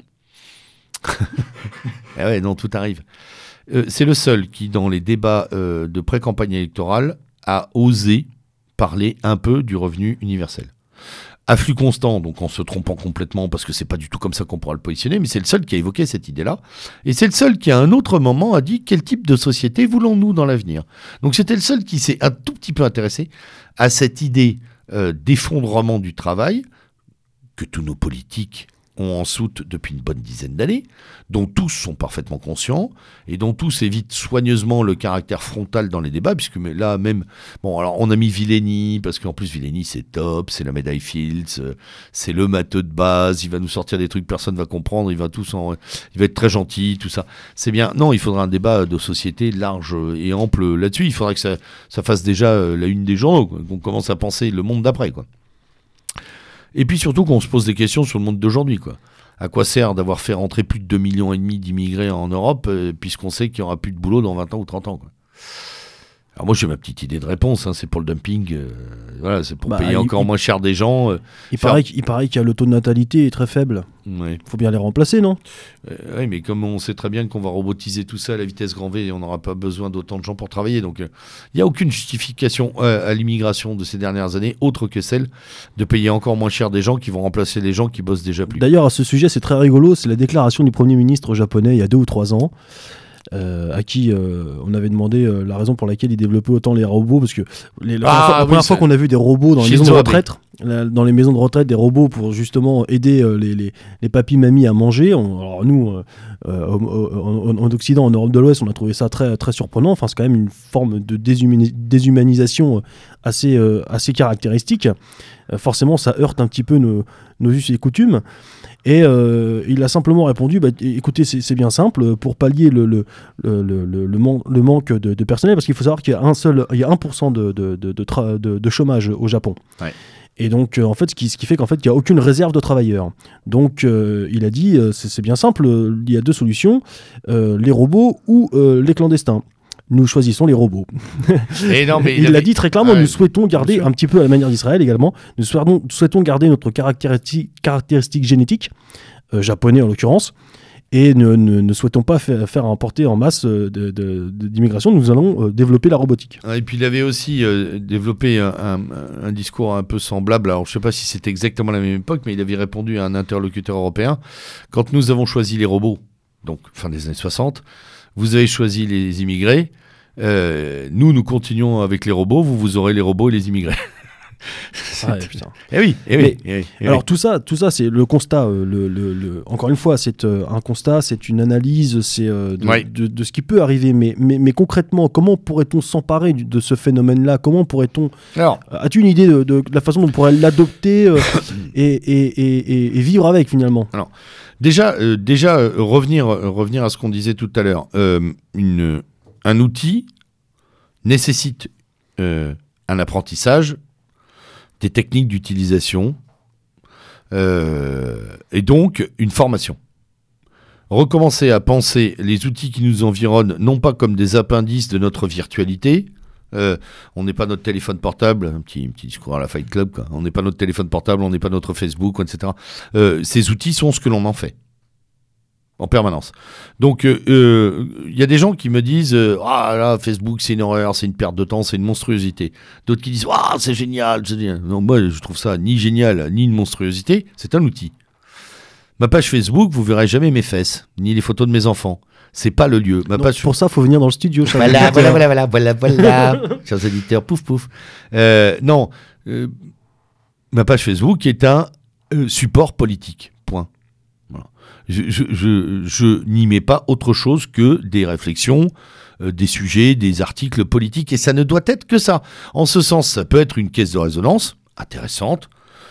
Eh ouais, non, tout arrive. Euh, c'est le seul qui, dans les débats euh, de pré-campagne électorale, a osé parler un peu du revenu universel. À flux constant, donc en se trompant complètement, parce que c'est pas du tout comme ça qu'on pourra le positionner, mais c'est le seul qui a évoqué cette idée-là. Et c'est le seul qui, à un autre moment, a dit quel type de société voulons-nous dans l'avenir. Donc c'était le seul qui s'est un tout petit peu intéressé à cette idée Euh, d'effondrement du travail que tous nos politiques ont en soute depuis une bonne dizaine d'années, dont tous sont parfaitement conscients et dont tous évitent soigneusement le caractère frontal dans les débats, puisque là même, bon alors on a mis Villeni, parce qu'en plus Villeni c'est top, c'est la médaille Fields, euh, c'est le matheux de base, il va nous sortir des trucs que personne va comprendre, il va, tous en, il va être très gentil, tout ça, c'est bien. Non, il faudra un débat de société large et ample là-dessus, il faudra que ça, ça fasse déjà euh, la une des journaux, quoi, qu'on commence à penser le monde d'après, quoi. Et puis surtout qu'on se pose des questions sur le monde d'aujourd'hui, quoi. À quoi sert d'avoir fait rentrer plus de deux millions et demi d'immigrés en Europe, euh, puisqu'on sait qu'il n'y aura plus de boulot dans vingt ans ou trente ans, quoi. Alors moi j'ai ma petite idée de réponse, hein, c'est pour le dumping, euh, voilà, c'est pour Bah, payer il- encore il- moins cher des gens. euh, Il faire- paraît, qu'il- il paraît qu'il y a le taux de natalité est très faible. ouais. Faut bien les remplacer, non? Euh, oui, mais comme on sait très bien qu'on va robotiser tout ça à la vitesse grand V, et on n'aura pas besoin d'autant de gens pour travailler. Donc il n'y a aucune justification euh, à l'immigration de ces dernières années, autre que celle de payer encore moins cher des gens qui vont remplacer les gens qui bossent déjà plus. D'ailleurs, à ce sujet, c'est très rigolo. C'est la déclaration du Premier ministre japonais il y a deux ou trois ans, euh, à qui euh, on avait demandé euh, la raison pour laquelle il développait autant les robots, parce que les, la Ah, première fois, la oui, première ça- fois qu'on a vu des robots dans les Shinzo maisons de Abe. retraite, la- dans les maisons de retraite, des robots pour justement aider euh, les, les, les papis mamies à manger. On- alors nous, euh, euh, au- au- en, en Occident, en Europe de l'Ouest, on a trouvé ça très très surprenant. Enfin, c'est quand même une forme de déshumani- déshumanisation euh, assez euh, assez caractéristique. Euh, forcément, ça heurte un petit peu nos, nos us et coutumes. Et euh, il a simplement répondu, bah, écoutez, c'est c'est bien simple, pour pallier le, le, le, le, le, le man- le manque de, de personnel, parce qu'il faut savoir qu'il y a un seul, il y a un pour cent de, de, de, de, tra- de- de chômage au Japon. Ouais. Et donc, euh, en fait, ce qui, ce qui fait qu'en fait, il n'y a aucune réserve de travailleurs. Donc, euh, il a dit, euh, c'est c'est bien simple, euh, il y a deux solutions, euh, les robots ou euh, les clandestins. Nous choisissons les robots. Et non, mais il avait- l'a dit très clairement, Ouais, nous souhaitons garder, sûr. un petit peu à la manière d'Israël également, nous souhaitons, souhaitons garder notre caractéristique, caractéristique génétique, euh, japonais en l'occurrence, et ne, ne, ne souhaitons pas fa- faire importer en masse euh, de- de- de- d'immigration, nous allons euh, développer la robotique. Ah, et puis il avait aussi euh, développé un, un- un discours un peu semblable. Alors je ne sais pas si c'était exactement la même époque, mais il avait répondu à un interlocuteur européen. Quand nous avons choisi les robots, donc fin des années soixante, vous avez choisi les immigrés. Euh, nous, nous continuons avec les robots. Vous, vous aurez les robots et les immigrés. Ouais, putain. Eh oui, eh oui, eh oui, eh Alors oui. tout ça, tout ça, c'est le constat. euh, le, le- le- encore une fois, c'est euh, un constat, c'est une analyse, c'est euh, de, Ouais. de- de ce qui peut arriver. Mais, mais, mais concrètement, comment pourrait-on s'emparer du- de ce phénomène-là? Comment pourrait-on Alors, As-tu une idée de, de la façon dont on pourrait l'adopter euh, et, et, et, et- et vivre avec finalement? déjà, euh, déjà euh, revenir, euh, revenir à ce qu'on disait tout à l'heure. Euh, une, un outil nécessite euh, un apprentissage, des techniques d'utilisation euh, et donc une formation. Recommencer à penser les outils qui nous environnent non pas comme des appendices de notre virtualité. Euh, on n'est pas notre téléphone portable, un petit, un petit discours à la Fight Club, quoi. On n'est pas notre téléphone portable, on n'est pas notre Facebook, et cetera. Euh, ces outils sont ce que l'on en fait en permanence. Donc, il euh, euh, y a des gens qui me disent euh, ah là, Facebook, c'est une horreur, c'est une perte de temps, c'est une monstruosité. D'autres qui disent ah, c'est génial, c'est génial. Non, moi, je trouve ça ni génial, ni une monstruosité. C'est un outil. Ma page Facebook, vous verrez jamais mes fesses, ni les photos de mes enfants. C'est pas le lieu. Ma Non, page pour ça, faut venir dans le studio. cher voilà, auditeur. voilà, voilà, voilà, voilà, voilà. Chers auditeurs, pouf, pouf. Euh, non, euh, ma page Facebook est un euh, support politique. Point. Voilà. Je, je, je, je n'y mets pas autre chose que des réflexions, euh, des sujets, des articles politiques, et ça ne doit être que ça. En ce sens, ça peut être une caisse de résonance intéressante,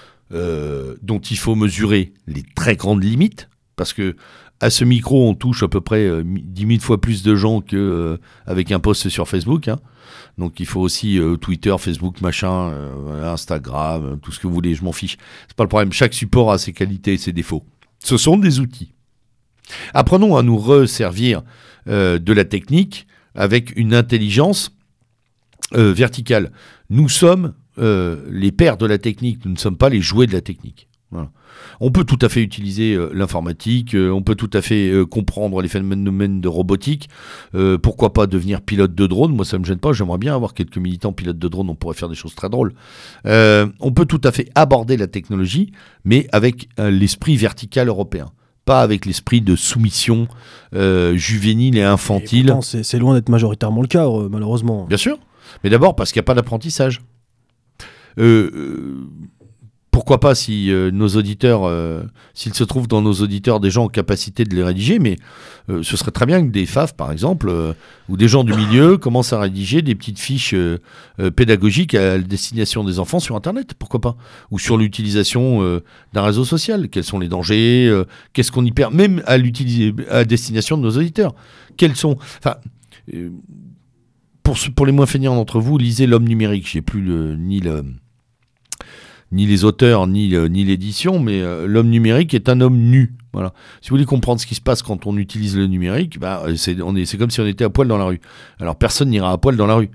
euh, dont il faut mesurer les très grandes limites, parce que à ce micro, on touche à peu près euh, dix mille fois plus de gens qu'avec euh, un post sur Facebook. Hein. Donc il faut aussi euh, Twitter, Facebook, machin, euh, Instagram, euh, tout ce que vous voulez, je m'en fiche. C'est pas le problème. Chaque support a ses qualités et ses défauts. Ce sont des outils. Apprenons à nous resservir euh, de la technique avec une intelligence euh, verticale. Nous sommes euh, les pères de la technique, nous ne sommes pas les jouets de la technique. Voilà. On peut tout à fait utiliser euh, l'informatique, euh, on peut tout à fait euh, comprendre les phénomènes de robotique. Euh, pourquoi pas devenir pilote de drone? Moi, ça me gêne pas. J'aimerais bien avoir quelques militants pilotes de drone. On pourrait faire des choses très drôles. Euh, on peut tout à fait aborder la technologie, mais avec euh, l'esprit vertical européen, pas avec l'esprit de soumission euh, juvénile et Et infantile. pourtant, C'est c'est loin d'être majoritairement le cas, euh, malheureusement. Bien sûr, mais d'abord parce qu'il n'y a pas d'apprentissage. Euh, euh, pourquoi pas si euh, nos auditeurs, euh, s'il se trouve dans nos auditeurs des gens en capacité de les rédiger, mais euh, ce serait très bien que des F A F, par exemple, euh, ou des gens du milieu commencent à rédiger des petites fiches euh, euh, pédagogiques à la destination des enfants sur Internet, pourquoi pas, ou sur l'utilisation euh, d'un réseau social. Quels sont les dangers, euh, qu'est-ce qu'on y perd, même à, l'utiliser, à destination de nos auditeurs. Quels sont... Enfin, euh, pour, pour les moins feignants d'entre vous, lisez L'Homme numérique. J'ai plus le, ni le... ni les auteurs, ni, euh, ni l'édition, mais euh, l'homme numérique est un homme nu. Voilà. Si vous voulez comprendre ce qui se passe quand on utilise le numérique, bah, c'est, on est, c'est comme si on était à poil dans la rue. Alors personne n'ira à poil dans la rue.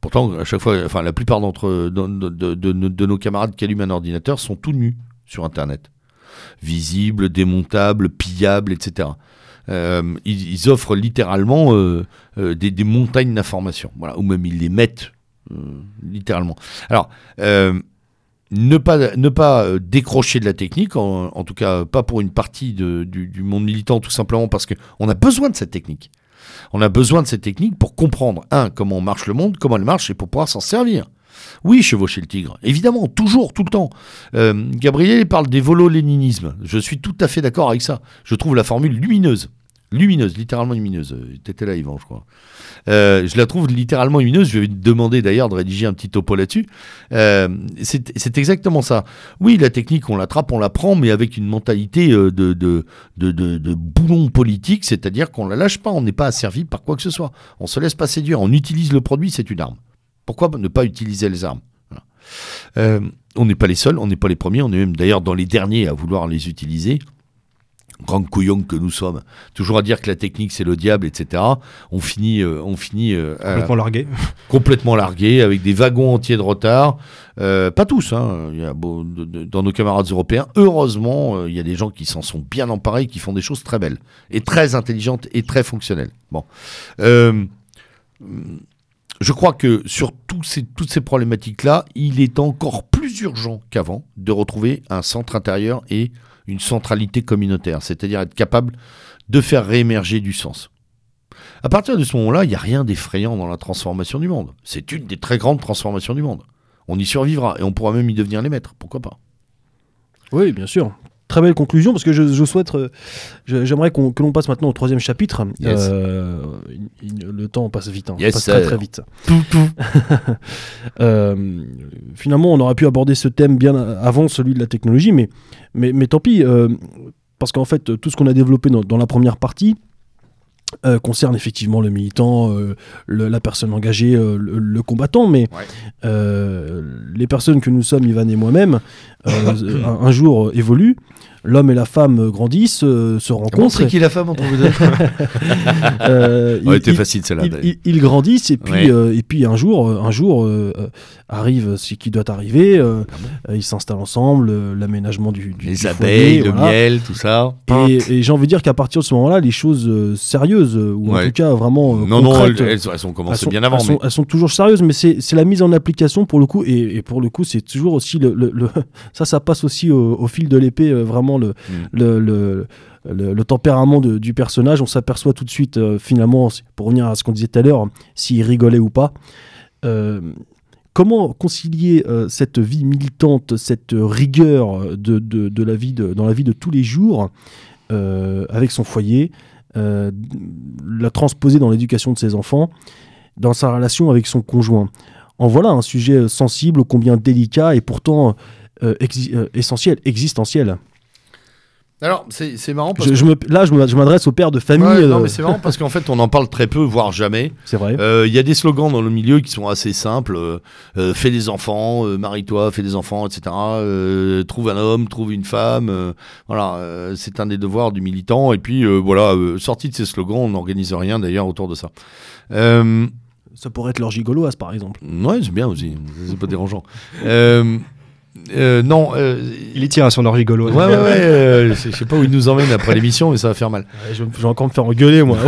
Pourtant, à chaque fois, enfin, la plupart d'entre de, de, de, de, de nos camarades qui allument un ordinateur sont tout nus sur Internet. Visibles, démontables, pillables, et cetera. Euh, ils, ils offrent littéralement euh, euh, des, des montagnes d'informations, voilà, ou même ils les mettent euh, littéralement. Alors, euh, ne pas, ne pas euh, décrocher de la technique, en, en tout cas pas pour une partie de, du, du monde militant, tout simplement parce qu'on a besoin de cette technique. On a besoin de cette technique pour comprendre, un, comment marche le monde, comment elle marche, et pour pouvoir s'en servir. Oui, chevaucher le tigre, évidemment, toujours, tout le temps. Euh, Gabriel parle d'évolo-léninisme. Je suis tout à fait d'accord avec ça. Je trouve la formule lumineuse. Lumineuse, littéralement lumineuse. T'étais là, Yvan, je crois. Euh, je la trouve littéralement lumineuse. Je vais te demander d'ailleurs de rédiger un petit topo là-dessus. Euh, c'est, c'est exactement ça. Oui, la technique, on l'attrape, on la prend, mais avec une mentalité de, de, de, de, de boulon politique, c'est-à-dire qu'on la lâche pas, on n'est pas asservi par quoi que ce soit. On se laisse pas séduire, on utilise le produit, c'est une arme. Pourquoi ne pas utiliser les armes ? Voilà. euh, On n'est pas les seuls, on n'est pas les premiers, on est même d'ailleurs dans les derniers à vouloir les utiliser. Grand couillon que nous sommes, toujours à dire que la technique c'est le diable, et cetera. On finit, euh, on finit euh, complètement à, largué, complètement largué, avec des wagons entiers de retard. Euh, pas tous, hein. Il y a beau, de, de, dans nos camarades européens, heureusement, euh, il y a des gens qui s'en sont bien emparés, qui font des choses très belles et très intelligentes et très fonctionnelles. Bon. Euh, Je crois que sur tous ces, toutes ces problématiques-là, il est encore plus urgent qu'avant de retrouver un centre intérieur et une centralité communautaire, c'est-à-dire être capable de faire réémerger du sens. À partir de ce moment-là, il n'y a rien d'effrayant dans la transformation du monde. C'est une des très grandes transformations du monde. On y survivra et on pourra même y devenir les maîtres, pourquoi pas ? Oui, bien sûr. Très belle conclusion, parce que je, je souhaite, euh, je, j'aimerais qu'on, que l'on passe maintenant au troisième chapitre. Yes. Euh, il, il, le temps passe vite, hein. Yes, passe très très vite. euh, finalement, on aurait pu aborder ce thème bien avant celui de la technologie, mais, mais, mais tant pis, euh, parce qu'en fait, tout ce qu'on a développé dans, dans la première partie euh, concerne effectivement le militant, euh, le, la personne engagée, euh, le, le combattant, mais ouais. euh, les personnes que nous sommes, Ivan et moi-même, euh, un, un jour euh, évoluent. L'homme et la femme grandissent, euh, se rencontrent. Comment c'est qui la femme entre vous deux ? euh, ouais, c'était il, facile celle-là. Ils il, il grandissent et puis, ouais. euh, et puis un jour, un jour euh, arrive ce qui doit arriver. Euh, euh, ils s'installent ensemble, euh, l'aménagement du, du les du abeilles, foyer, le voilà. miel, tout ça. Et, et j'ai envie de dire qu'à partir de ce moment-là, les choses euh, sérieuses, euh, ou ouais. en tout cas vraiment euh, non concrètes, non, elles, elles, elles ont commencé elles sont, bien avant. Elles, mais... sont, elles sont toujours sérieuses, mais c'est, c'est la mise en application pour le coup. Et, et pour le coup, c'est toujours aussi le, le, le ça, ça passe aussi au, au fil de l'épée, euh, vraiment le, mm. le, le Le, le tempérament de, du personnage. On s'aperçoit tout de suite, euh, finalement, pour revenir à ce qu'on disait tout à l'heure, s'il rigolait ou pas. Euh, comment concilier euh, cette vie militante, cette rigueur de, de, de la vie de, dans la vie de tous les jours euh, avec son foyer, euh, la transposer dans l'éducation de ses enfants, dans sa relation avec son conjoint. En voilà un sujet sensible, ô combien délicat et pourtant euh, exi- euh, essentiel, existentiel. Alors, c'est, c'est marrant parce je, que... je me, là, je, me, je m'adresse aux pères de famille. Ouais, euh... Non, mais c'est marrant parce qu'en fait, on en parle très peu, voire jamais. C'est vrai. Il euh, y a des slogans dans le milieu qui sont assez simples. Euh, euh, fais des enfants, euh, marie-toi, fais des enfants, et cetera. Euh, trouve un homme, trouve une femme. Euh, voilà, euh, c'est un des devoirs du militant. Et puis, euh, voilà, euh, sorti de ces slogans, on n'organise rien d'ailleurs autour de ça. Euh... Ça pourrait être leur gigoloise, par exemple. Ouais, c'est bien aussi. C'est pas dérangeant. Euh... Euh, non, euh, il y tient à son orgigolo. Ouais, ouais, ouais. Euh, je sais pas où il nous emmène après l'émission, mais ça va faire mal. Ouais, je, je vais encore me faire engueuler, moi.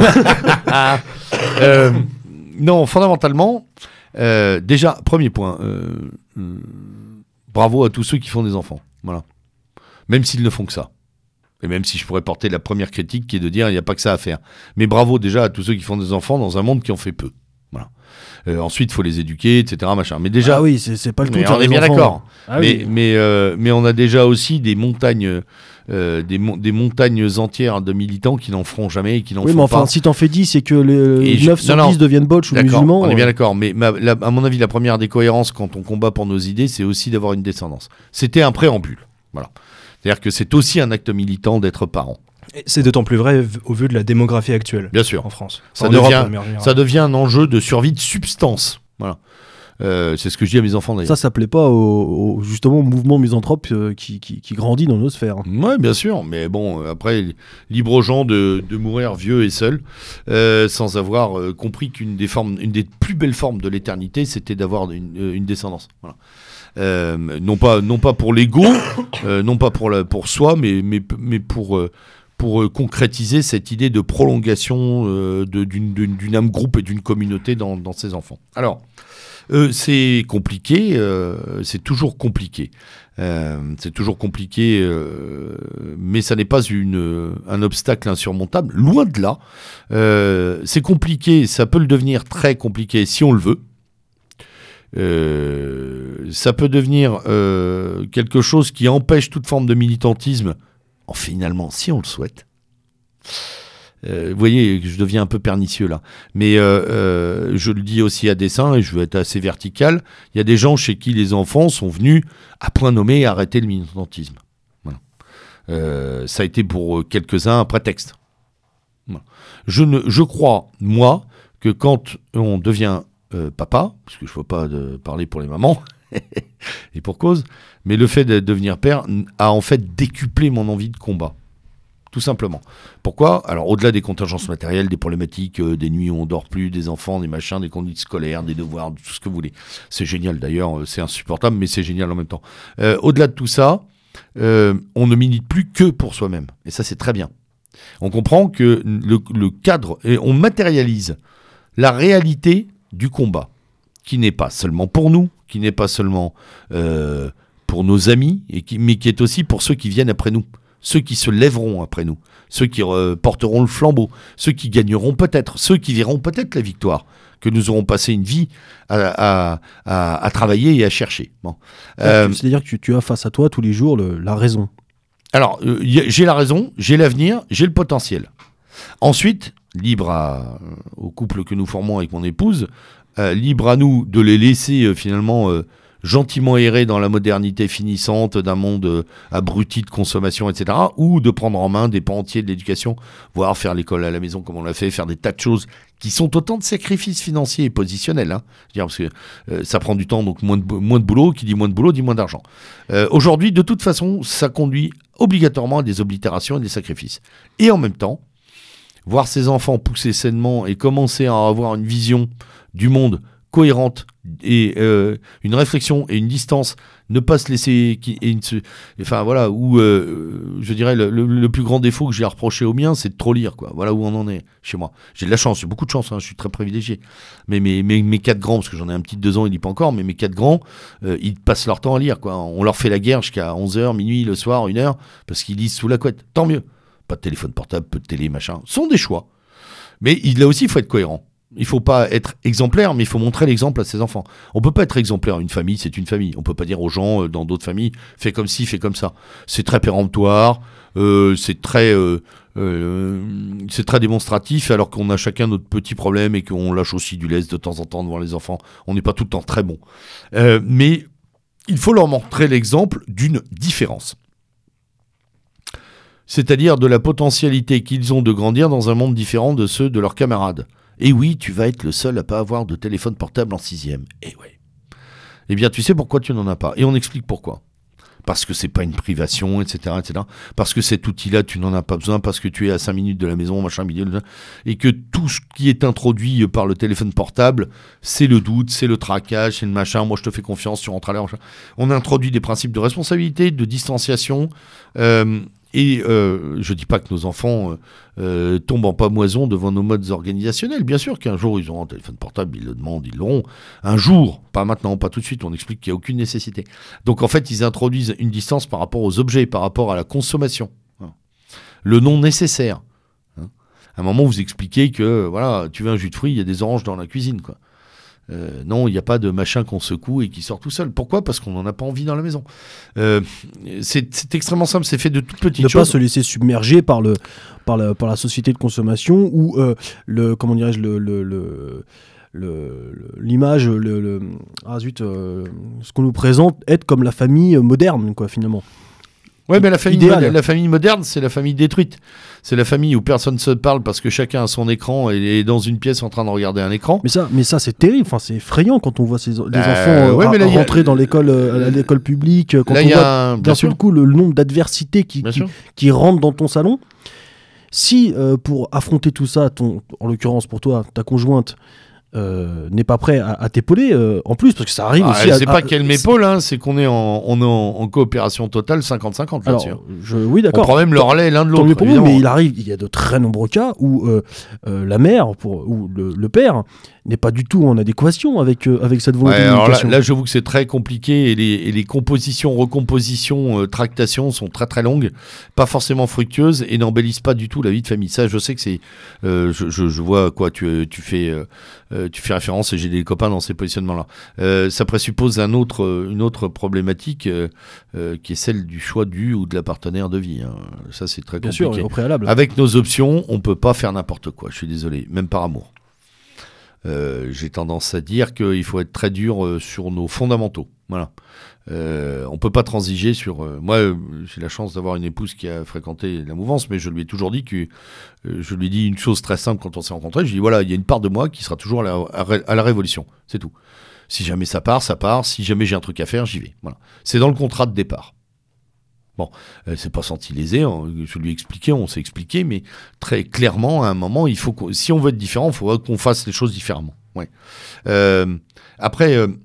euh, non, fondamentalement, euh, déjà, premier point. Euh, euh, bravo à tous ceux qui font des enfants. Voilà. Même s'ils ne font que ça. Et même si je pourrais porter la première critique qui est de dire il n'y a pas que ça à faire. Mais bravo déjà à tous ceux qui font des enfants dans un monde qui en fait peu. Voilà. Euh, ensuite, il faut les éduquer, et cetera. Machin. Mais déjà, ah oui, c'est, c'est pas le tout. On est bien enfants. d'accord. Ah mais oui. mais euh, mais on a déjà aussi des montagnes, euh, des, mon- des montagnes entières de militants qui n'en feront jamais et qui n'en Oui, font mais enfin, pas. si t'en fais dix, c'est que les Et je- neuf sur non, non. dix deviennent bolches ou D'accord, musulmans. on est bien euh. d'accord. Mais ma- la- à mon avis, la première des cohérences quand on combat pour nos idées, c'est aussi d'avoir une descendance. C'était un préambule. Voilà. C'est-à-dire que c'est aussi un acte militant d'être parent. Et c'est d'autant plus vrai v- au vu de la démographie actuelle Bien sûr. en France. Ça En Europe, devient- de manière générale. Ça devient un enjeu de survie de substance. Voilà. Euh, c'est ce que je dis à mes enfants d'ailleurs. Ça, ça plaît pas au, au justement au mouvement misanthrope euh, qui, qui, qui grandit dans nos sphères. Ouais, bien sûr, mais bon, euh, après, libre aux gens de, de mourir vieux et seuls, euh, sans avoir euh, compris qu'une des formes, une des plus belles formes de l'éternité, c'était d'avoir une, euh, une descendance. Voilà. Euh, non pas, non pas pour l'ego, euh, non pas pour la, pour soi, mais mais mais pour euh, pour euh, concrétiser cette idée de prolongation euh, de, d'une, d'une, d'une âme groupe et d'une communauté dans, dans ses enfants. Alors. Euh, c'est compliqué, euh, c'est toujours compliqué. Euh, c'est toujours compliqué, euh, mais ça n'est pas une, un obstacle insurmontable. Loin de là. Euh, c'est compliqué, ça peut le devenir très compliqué si on le veut. Euh, ça peut devenir euh, quelque chose qui empêche toute forme de militantisme, en finalement, si on le souhaite. Euh, vous voyez, je deviens un peu pernicieux là. Mais euh, euh, je le dis aussi à dessein, et je veux être assez vertical, il y a des gens chez qui les enfants sont venus à point nommé arrêter le militantisme. Voilà. Euh, ça a été pour quelques-uns un prétexte. Voilà. Je, ne, je crois, moi, que quand on devient euh, papa, parce que je ne veux pas de parler pour les mamans, et pour cause, mais le fait de devenir père a en fait décuplé mon envie de combat. Tout simplement. Pourquoi ? Alors, au-delà des contingences matérielles, des problématiques, euh, des nuits où on dort plus, des enfants, des machins, des conduites scolaires, des devoirs, tout ce que vous voulez. C'est génial d'ailleurs, c'est insupportable, mais c'est génial en même temps. Euh, au-delà de tout ça, euh, on ne milite plus que pour soi-même. Et ça, c'est très bien. On comprend que le, le cadre, et on matérialise la réalité du combat, qui n'est pas seulement pour nous, qui n'est pas seulement euh, pour nos amis, et qui, mais qui est aussi pour ceux qui viennent après nous. Ceux qui se lèveront après nous, ceux qui euh, porteront le flambeau, ceux qui gagneront peut-être, ceux qui verront peut-être la victoire, que nous aurons passé une vie à, à, à, à travailler et à chercher. Bon. Euh, C'est-à-dire que tu, tu as face à toi tous les jours le, la raison. Alors, euh, y a, j'ai la raison, j'ai l'avenir, j'ai le potentiel. Ensuite, libre à, euh, au couple que nous formons avec mon épouse, euh, libre à nous de les laisser euh, finalement... Euh, gentiment errer dans la modernité finissante d'un monde euh, abruti de consommation, et cetera, ou de prendre en main des pans entiers de l'éducation, voire faire l'école à la maison comme on l'a fait, faire des tas de choses qui sont autant de sacrifices financiers et positionnels. Hein. Je veux dire, parce que euh, ça prend du temps, donc moins de, moins de boulot, qui dit moins de boulot, dit moins d'argent. Euh, aujourd'hui, de toute façon, ça conduit obligatoirement à des oblitérations et des sacrifices. Et en même temps, voir ces enfants pousser sainement et commencer à avoir une vision du monde cohérente et euh, une réflexion et une distance, ne pas se laisser qui, et une, enfin voilà, où euh, je dirais le, le, le plus grand défaut que j'ai à reprocher au mien, c'est de trop lire, quoi. Voilà où on en est chez moi. J'ai de la chance, j'ai beaucoup de chance, hein, je suis très privilégié. Mais mes, mes, mes quatre grands, parce que j'en ai un petit de deux ans, il lit pas encore, mais mes quatre grands, euh, ils passent leur temps à lire, quoi. On leur fait la guerre jusqu'à onze heures, minuit, le soir, une heure, parce qu'ils lisent sous la couette. Tant mieux. Pas de téléphone portable, peu de télé, machin. Ce sont des choix. Mais il, là aussi, il faut être cohérent. Il ne faut pas être exemplaire, mais il faut montrer l'exemple à ses enfants. On ne peut pas être exemplaire. Une famille, c'est une famille. On ne peut pas dire aux gens, euh, dans d'autres familles, fais comme ci, fais comme ça. C'est très péremptoire, euh, c'est très, euh, euh, c'est très démonstratif, alors qu'on a chacun notre petit problème et qu'on lâche aussi du lest de temps en temps devant les enfants. On n'est pas tout le temps très bon. Euh, mais il faut leur montrer l'exemple d'une différence. C'est-à-dire de la potentialité qu'ils ont de grandir dans un monde différent de ceux de leurs camarades. Et oui, tu vas être le seul à pas avoir de téléphone portable en sixième. Et ouais. Eh bien, tu sais pourquoi tu n'en as pas. Et on explique pourquoi. Parce que c'est pas une privation, et cetera, et cetera. Parce que cet outil-là, tu n'en as pas besoin, parce que tu es à cinq minutes de la maison, machin, milieu, et que tout ce qui est introduit par le téléphone portable, c'est le doute, c'est le traquage, c'est le machin. Moi, je te fais confiance, tu rentres à l'heure, machin. On introduit des principes de responsabilité, de distanciation. Euh, Et euh, je ne dis pas que nos enfants euh, euh, tombent en pamoison devant nos modes organisationnels. Bien sûr qu'un jour, ils auront un téléphone portable, ils le demandent, ils l'auront. Un jour, pas maintenant, pas tout de suite, on explique qu'il n'y a aucune nécessité. Donc en fait, ils introduisent une distance par rapport aux objets, par rapport à la consommation. Le non nécessaire. À un moment, vous expliquez que, voilà, tu veux un jus de fruits, il y a des oranges dans la cuisine, quoi. Euh, non, il n'y a pas de machin qu'on secoue et qui sort tout seul. Pourquoi ? Parce qu'on n'en a pas envie dans la maison. Euh, c'est, c'est extrêmement simple, c'est fait de toutes petites ne choses. Ne pas se laisser submerger par, le, par, la, par la société de consommation ou euh, le, comment dirais-je, le, le, le, le, l'image, le, le, ah zut, euh, ce qu'on nous présente être comme la famille moderne, quoi, finalement. Ouais, mais la famille, idéal. moderne, la famille moderne, c'est la famille détruite. C'est la famille où personne ne se parle parce que chacun a son écran et est dans une pièce en train de regarder un écran. Mais ça, mais ça c'est terrible. Enfin, c'est effrayant quand on voit ces, les Euh, enfants euh, ouais, ra- mais là, il y a- rentrer dans l'école, euh, à l'école publique. Quand Là, on il y a voit un- d'un bien seul sûr. coup le, le nombre d'adversités qui, Bien qui, sûr. qui rentrent dans ton salon. Si euh, pour affronter tout ça, ton, en l'occurrence pour toi, ta conjointe euh, n'est pas prêt à, à t'épauler, euh, en plus, parce que ça arrive Ah, aussi. à, c'est à- pas qu'elle m'épaule, hein, c'est qu'on est en, on est en, en coopération totale cinquante cinquante là-dessus. Alors, je, oui, On d'accord. prend même le relais l'un de Tant l'autre. mieux pour vous, évidemment. mais il arrive, il y a de très nombreux cas où euh, euh, la mère pour, ou le, le père n'est pas du tout en adéquation avec, euh, avec cette volonté Ouais, alors là, d'éducation. là, j'avoue que c'est très compliqué et les, et les compositions, recompositions, euh, tractations sont très très longues, pas forcément fructueuses et n'embellissent pas du tout la vie de famille. Ça, je sais que c'est, euh, je, je, je vois à quoi tu, tu fais, euh, euh, tu fais référence et j'ai des copains dans ces positionnements-là. Euh, ça présuppose un autre, euh, une autre problématique euh, euh, qui est celle du choix du ou de la partenaire de vie. Hein. Ça, c'est très Bien compliqué. sûr, au préalable. Avec nos options, on peut pas faire n'importe quoi. Je suis désolé, même par amour. Euh, j'ai tendance à dire qu'il faut être très dur euh, sur nos fondamentaux. Voilà. Euh, on peut pas transiger sur. Euh, moi, euh, j'ai la chance d'avoir une épouse qui a fréquenté la mouvance, mais je lui ai toujours dit que euh, je lui ai dit une chose très simple quand on s'est rencontrés. Je lui ai dit voilà, il y a une part de moi qui sera toujours à la, à, à la révolution. C'est tout. Si jamais ça part, ça part. Si jamais j'ai un truc à faire, j'y vais. Voilà. C'est dans le contrat de départ. Bon, elle s'est pas sentie lésée, hein, je lui ai expliqué, on s'est expliqué, mais très clairement, à un moment, il faut qu'on- si on veut être différent, il faudra qu'on fasse les choses différemment. Ouais. Euh, après, euh,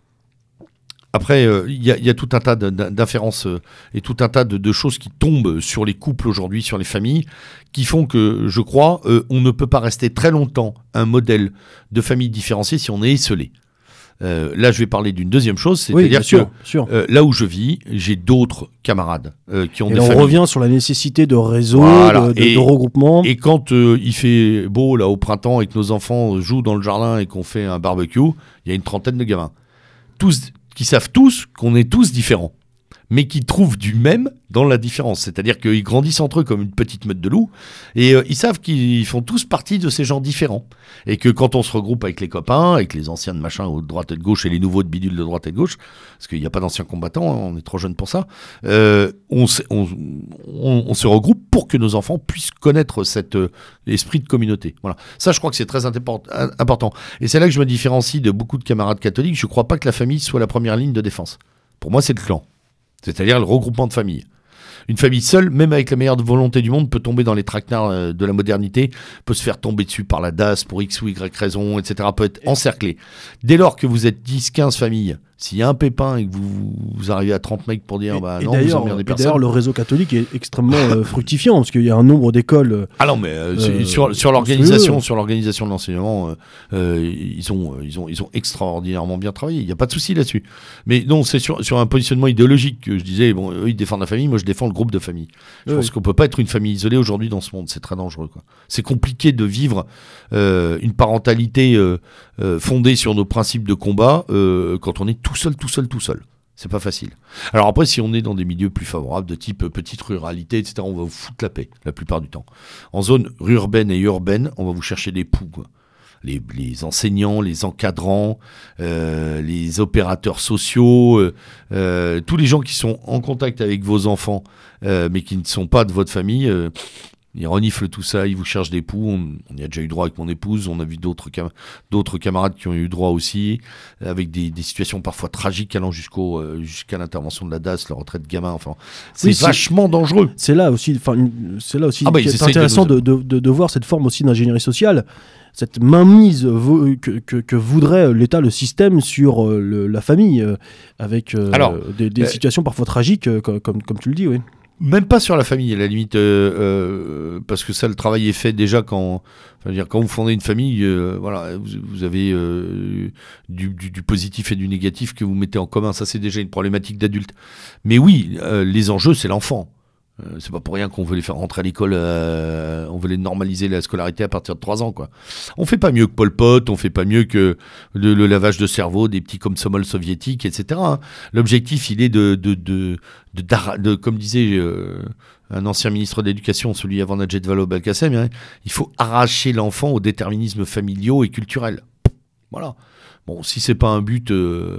après, euh, il y, a- il y a tout un tas de- d'inférences euh, et tout un tas de, de choses qui tombent sur les couples aujourd'hui, sur les familles, qui font que, je crois, euh, on ne peut pas rester très longtemps un modèle de famille différenciée si on est esselé. Euh, là, je vais parler d'une deuxième chose, Oui, c'est-à-dire bien sûr, que sûr. euh, là où je vis, j'ai d'autres camarades euh, qui ont Et des là, on familles. revient sur la nécessité de réseaux, Voilà. de, de, Et- de regroupements. Et quand euh, il fait beau là au printemps et que nos enfants jouent dans le jardin et qu'on fait un barbecue, il y a une trentaine de gamins. Tous qui savent tous qu'on est tous différents, mais qui trouvent du même dans la différence. C'est-à-dire qu'ils grandissent entre eux comme une petite meute de loups, et euh, ils savent qu'ils font tous partie de ces gens différents. Et que quand on se regroupe avec les copains, avec les anciens de machin de droite et de gauche, et les nouveaux de bidule de droite et de gauche, parce qu'il n'y a pas d'anciens combattants, hein, on est trop jeunes pour ça, euh, on, se, on, on, on se regroupe pour que nos enfants puissent connaître cet euh, esprit de communauté. Voilà. Ça, je crois que c'est très import- important. Et c'est là que je me différencie de beaucoup de camarades catholiques. Je ne crois pas que la famille soit la première ligne de défense. Pour moi, c'est le clan. C'est-à-dire le regroupement de familles. Une famille seule, même avec la meilleure volonté du monde, peut tomber dans les traquenards euh, de la modernité, peut se faire tomber dessus par la D A S pour X ou Y raison, et cetera, peut être encerclée. Dès lors que vous êtes dix, quinze familles, s'il y a un pépin et que vous, vous arrivez à trente mecs pour dire Et- bah et non, vous d'ailleurs, emmerdez et personne. d'ailleurs, le réseau catholique est extrêmement euh, fructifiant parce qu'il y a un nombre d'écoles. euh, Ah non, mais euh, c'est- Euh, sur, sur l'organisation, monstrueux. sur l'organisation de l'enseignement, euh, euh, ils ont, euh, ils ont, ils ont extraordinairement bien travaillé. Il n'y a pas de souci là-dessus. Mais non, c'est sur, sur un positionnement idéologique que je disais. Bon, eux ils défendent la famille, moi je défends le groupe de famille. Je Oui, pense oui. qu'on peut pas être une famille isolée aujourd'hui dans ce monde. C'est très dangereux, quoi. C'est compliqué de vivre euh, une parentalité euh, euh, fondée sur nos principes de combat euh, quand on est tout seul, tout seul, tout seul. C'est pas facile. Alors après, si on est dans des milieux plus favorables, de type euh, petite ruralité, et cetera, on va vous foutre la paix, la plupart du temps. En zone urbaine et urbaine, on va vous chercher des poux, quoi. Les, les enseignants, les encadrants, euh, les opérateurs sociaux, euh, euh, tous les gens qui sont en contact avec vos enfants, euh, mais qui ne sont pas de votre famille, euh, ils reniflent tout ça, ils vous cherchent des poux. On, on y a déjà eu droit avec mon épouse, on a vu d'autres, cam- d'autres camarades qui ont eu droit aussi, avec des, des situations parfois tragiques allant jusqu'au, euh, jusqu'à l'intervention de la D A S, la retraite de gamin. Enfin, c'est Oui, c'est- vachement dangereux. C'est là aussi, enfin, une- c'est là aussi Ah bah, ils qui est essayent de intéressant nous- de, de, de, de voir cette forme aussi d'ingénierie sociale, cette mainmise vo- que, que, que voudrait l'État, le système sur euh, le- la famille, euh, avec euh, Alors, des, des euh, situations parfois tragiques, euh, comme, comme, comme tu le dis, oui. Même pas sur la famille, à la limite, euh, euh, parce que ça, le travail est fait déjà quand, enfin, dire, quand vous fondez une famille, euh, voilà, vous, vous avez euh, du, du, du positif et du négatif que vous mettez en commun. Ça, c'est déjà une problématique d'adulte. Mais oui, euh, les enjeux, c'est l'enfant. Euh, c'est pas pour rien qu'on veut les faire rentrer à l'école, euh, on veut les normaliser la scolarité à partir de trois ans, quoi. On fait pas mieux que Pol Pot, on fait pas mieux que le, le lavage de cerveau des petits komsomol soviétiques, et cetera, hein. L'objectif, il est de, de, de, de, d'ara- de comme disait euh, un ancien ministre de l'Éducation, celui avant Najat Vallaud-Belkacem, hein, il faut arracher l'enfant aux déterminismes familiaux et culturels. Voilà. Bon, si c'est pas un but euh,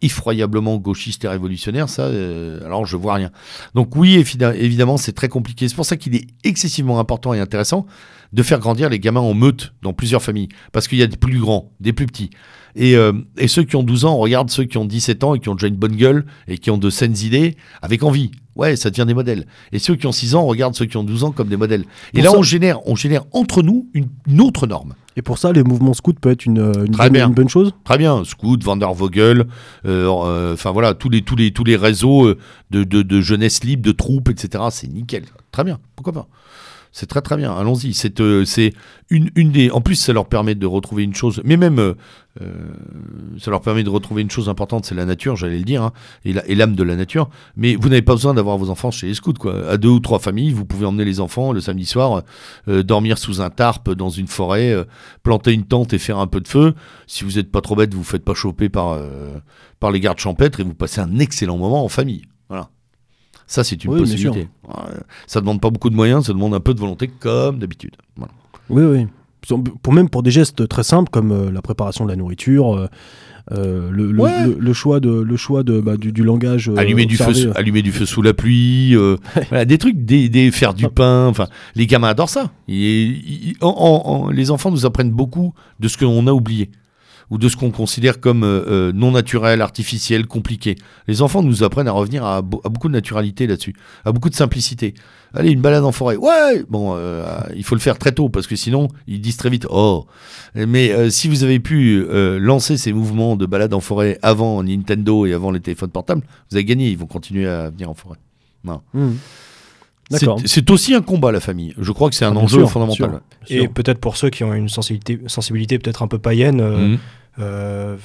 effroyablement gauchiste et révolutionnaire, ça, euh, alors je vois rien. Donc oui, évi- évidemment, c'est très compliqué. C'est pour ça qu'il est excessivement important et intéressant de faire grandir les gamins en meute dans plusieurs familles, parce qu'il y a des plus grands, des plus petits. Et, euh, et ceux qui ont douze ans, on regarde ceux qui ont dix-sept ans et qui ont déjà une bonne gueule et qui ont de saines idées, avec envie. Ouais, ça devient des modèles. Et ceux qui ont six ans, on regarde ceux qui ont douze ans comme des modèles. Et Pour là, ça- on génère, on génère entre nous une, une autre norme. Et pour ça, les mouvements scouts peuvent être une, une, Très bonne, bien. une bonne chose. Très bien, Scout, Vandervogel, enfin euh, euh, voilà, tous les, tous les, tous les réseaux euh, de, de, de jeunesse libre, de troupes, et cetera. C'est nickel. Très bien, pourquoi pas. C'est très très bien, allons-y. C'est, euh, c'est une, une des... En plus, ça leur permet de retrouver une chose, mais même, euh, euh, ça leur permet de retrouver une chose importante, c'est la nature, j'allais le dire, hein, et, la, et l'âme de la nature. Mais vous n'avez pas besoin d'avoir vos enfants chez les scouts, quoi. À deux ou trois familles, vous pouvez emmener les enfants le samedi soir, euh, dormir sous un tarp dans une forêt, euh, planter une tente et faire un peu de feu. Si vous n'êtes pas trop bête, vous ne vous faites pas choper par, euh, par les gardes champêtres et vous passez un excellent moment en famille. Voilà. Ça, c'est une Oui, bien possibilité. Ouais. Ça ne demande pas beaucoup de moyens, ça demande un peu de volonté, comme d'habitude. Voilà. Oui, oui. Pour, même pour des gestes très simples comme euh, la préparation de la nourriture, euh, euh, le, le, Ouais. le, le choix, de, le choix de, bah, du, du langage. euh, Allumer, du feu, observé. sous- allumer du feu sous la pluie, euh, voilà, des trucs, des, des, faire du pain. Enfin, les gamins adorent ça. Et, ils- en- en- en- les enfants nous apprennent beaucoup de ce qu'on a oublié ou de ce qu'on considère comme euh, euh, non naturel, artificiel, compliqué. Les enfants nous apprennent à revenir à, beau- à beaucoup de naturalité là-dessus, à beaucoup de simplicité. Allez, une balade en forêt. Ouais, bon, euh, il faut le faire très tôt parce que sinon, ils disent très vite oh. Mais euh, si vous avez pu euh, lancer ces mouvements de balade en forêt avant Nintendo et avant les téléphones portables, vous avez gagné. Ils vont continuer à venir en forêt. Non. Mmh. C'est, D'accord. c'est aussi un combat, la famille. Je crois que c'est un Ah, bien enjeu sûr, fondamental. sûr. Et Sûr. peut-être pour ceux qui ont une sensibilité, sensibilité peut-être un peu païenne, euh, Mhm. euh,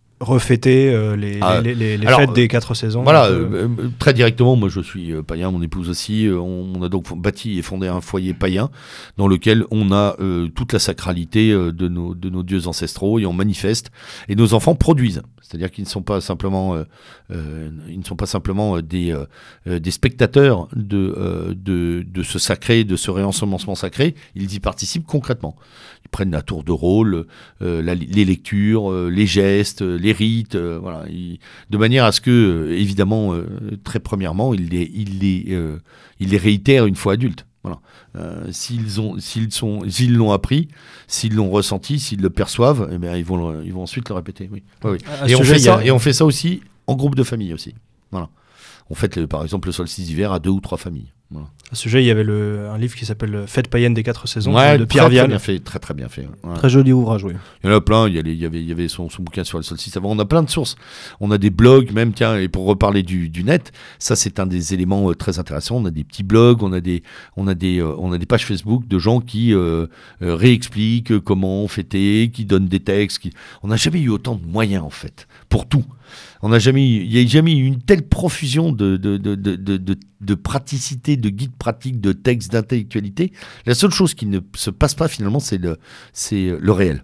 refêter euh, les, Ah, les, les, les alors, fêtes euh, des quatre saisons. Voilà, un peu. euh, euh, très directement, moi je suis euh, païen, mon épouse aussi. euh, on, on a donc bâti et fondé un foyer païen dans lequel on a euh, toute la sacralité euh, de, nos, de nos dieux ancestraux et on manifeste. Et nos enfants produisent, c'est-à-dire qu'ils ne sont pas simplement, euh, euh, ils ne sont pas simplement euh, des, euh, euh, des spectateurs de, euh, de, de ce sacré, de ce réensemencement sacré. Ils y participent concrètement. Ils prennent à tour de rôle euh, la, les lectures, euh, les gestes, euh, les rites, euh, voilà, ils- de manière à ce que, euh, évidemment, euh, très premièrement, ils les, ils les, euh, ils les réitèrent une fois adultes. Voilà. Euh, s'ils ont, s'ils sont, s'ils l'ont appris, s'ils l'ont ressenti, s'ils le perçoivent, eh bien, ils vont, le- ils vont ensuite le répéter. Oui. Ouais, oui. À Et ce on sujet, fait il y a- ça, et on fait ça aussi en groupe de famille aussi. Voilà. On fête, le- par exemple, le solstice d'hiver à deux ou trois familles. Voilà. À ce sujet, il y avait le, un livre qui s'appelle Fête païenne des quatre saisons Ouais, de très, Pierre très Vial. bien fait, très très bien fait. Ouais. Très joli ouvrage, oui. Il y en a plein, il y, a les- il y avait, il y avait son, son bouquin sur le solstice avant, on a plein de sources. On a des blogs même, tiens, et pour reparler du, du net, ça c'est un des éléments euh, très intéressants. On a des petits blogs, on a des, on a des, euh, on a des pages Facebook de gens qui euh, euh, réexpliquent euh, comment fêter, qui donnent des textes. Qui... On n'a jamais eu autant de moyens en fait, pour tout. On n'a jamais, eu- il n'y a jamais eu une telle profusion de, de, de, de, de, de, de praticité, de guides pratiques, de textes, d'intellectualité. La seule chose qui ne se passe pas finalement, c'est le, c'est le réel.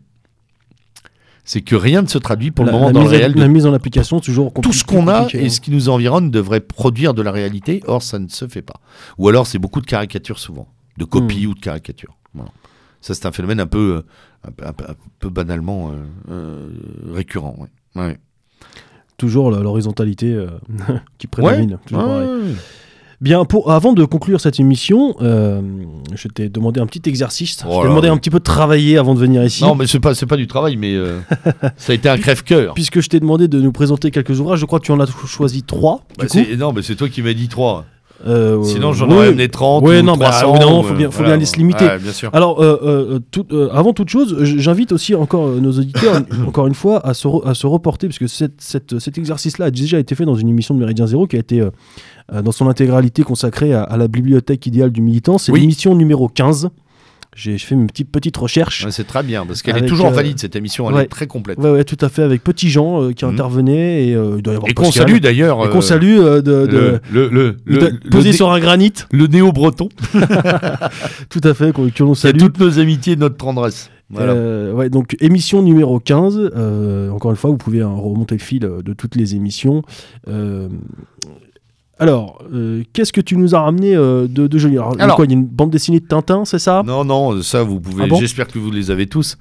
C'est que rien ne se traduit pour la, le moment la dans mise le en- réel. de- la mise en application, toujours compli- Tout ce qu'on a compliqué, et hein. ce qui nous environne devrait produire de la réalité, or ça ne se fait pas. Ou alors c'est beaucoup de caricatures souvent, de copies Hmm. ou de caricatures. Voilà. Ça c'est un phénomène un peu, euh, un, peu- un peu- un peu banalement euh, euh, récurrent. Ouais. Ouais. Toujours la- l'horizontalité euh, qui prédomine. toujours Ouais, pareil. ouais, ouais. Bien, pour, avant de conclure cette émission, euh, je t'ai demandé un petit exercice. Oh je t'ai là, demandé oui. un petit peu de travailler avant de venir ici. Non, mais c'est pas, c'est pas du travail, mais euh, ça a été un crève-cœur. Puisque je t'ai demandé de nous présenter quelques ouvrages, je crois que tu en as choisi trois. Bah, du coup. c'est- non, mais c'est toi qui m'as dit trois. Euh, Sinon, j'en oui. aurais amené trente Ouais, ou non, bah, trois cents. au bout d'un moment, ou, faut bien- euh, faut voilà. bien aller se limiter. Ouais, bien sûr. Alors, euh, euh, tout- euh, avant toute chose, j- j'invite aussi encore euh, nos auditeurs, encore une fois, à se, re- à se reporter, parce que cette- cette- cet exercice-là a déjà été fait dans une émission de Méridien Zéro qui a été, euh, euh, dans son intégralité, consacrée à, à la bibliothèque idéale du militant. C'est Oui. l'émission numéro quinze. J'ai fait une petite, petite recherche. Ouais, c'est très bien, parce qu'elle Avec, est toujours euh, valide, cette émission, elle ouais. est très complète. Ouais, ouais, tout à fait, avec Petit Jean euh, qui Mhm. intervenait, et euh, il doit y avoir Et qu'on Pascal. salue d'ailleurs. Et qu'on euh, salue euh, de, de- le, le, le, de- le- posé le sur un granit. né- le néo-breton. Tout à fait, qu'on- que l'on C'est salue. toutes nos amitiés, notre tendresse. Voilà. Euh, ouais, donc émission numéro quinze. euh, encore une fois, vous pouvez hein, remonter le fil euh, de toutes les émissions. Euh, alors, euh, qu'est-ce que tu nous as ramené euh, de, de joli? Alors, Alors- quoi, il y a une bande dessinée de Tintin, c'est ça? Non, non, ça, vous pouvez. Ah bon J'espère que vous les avez tous.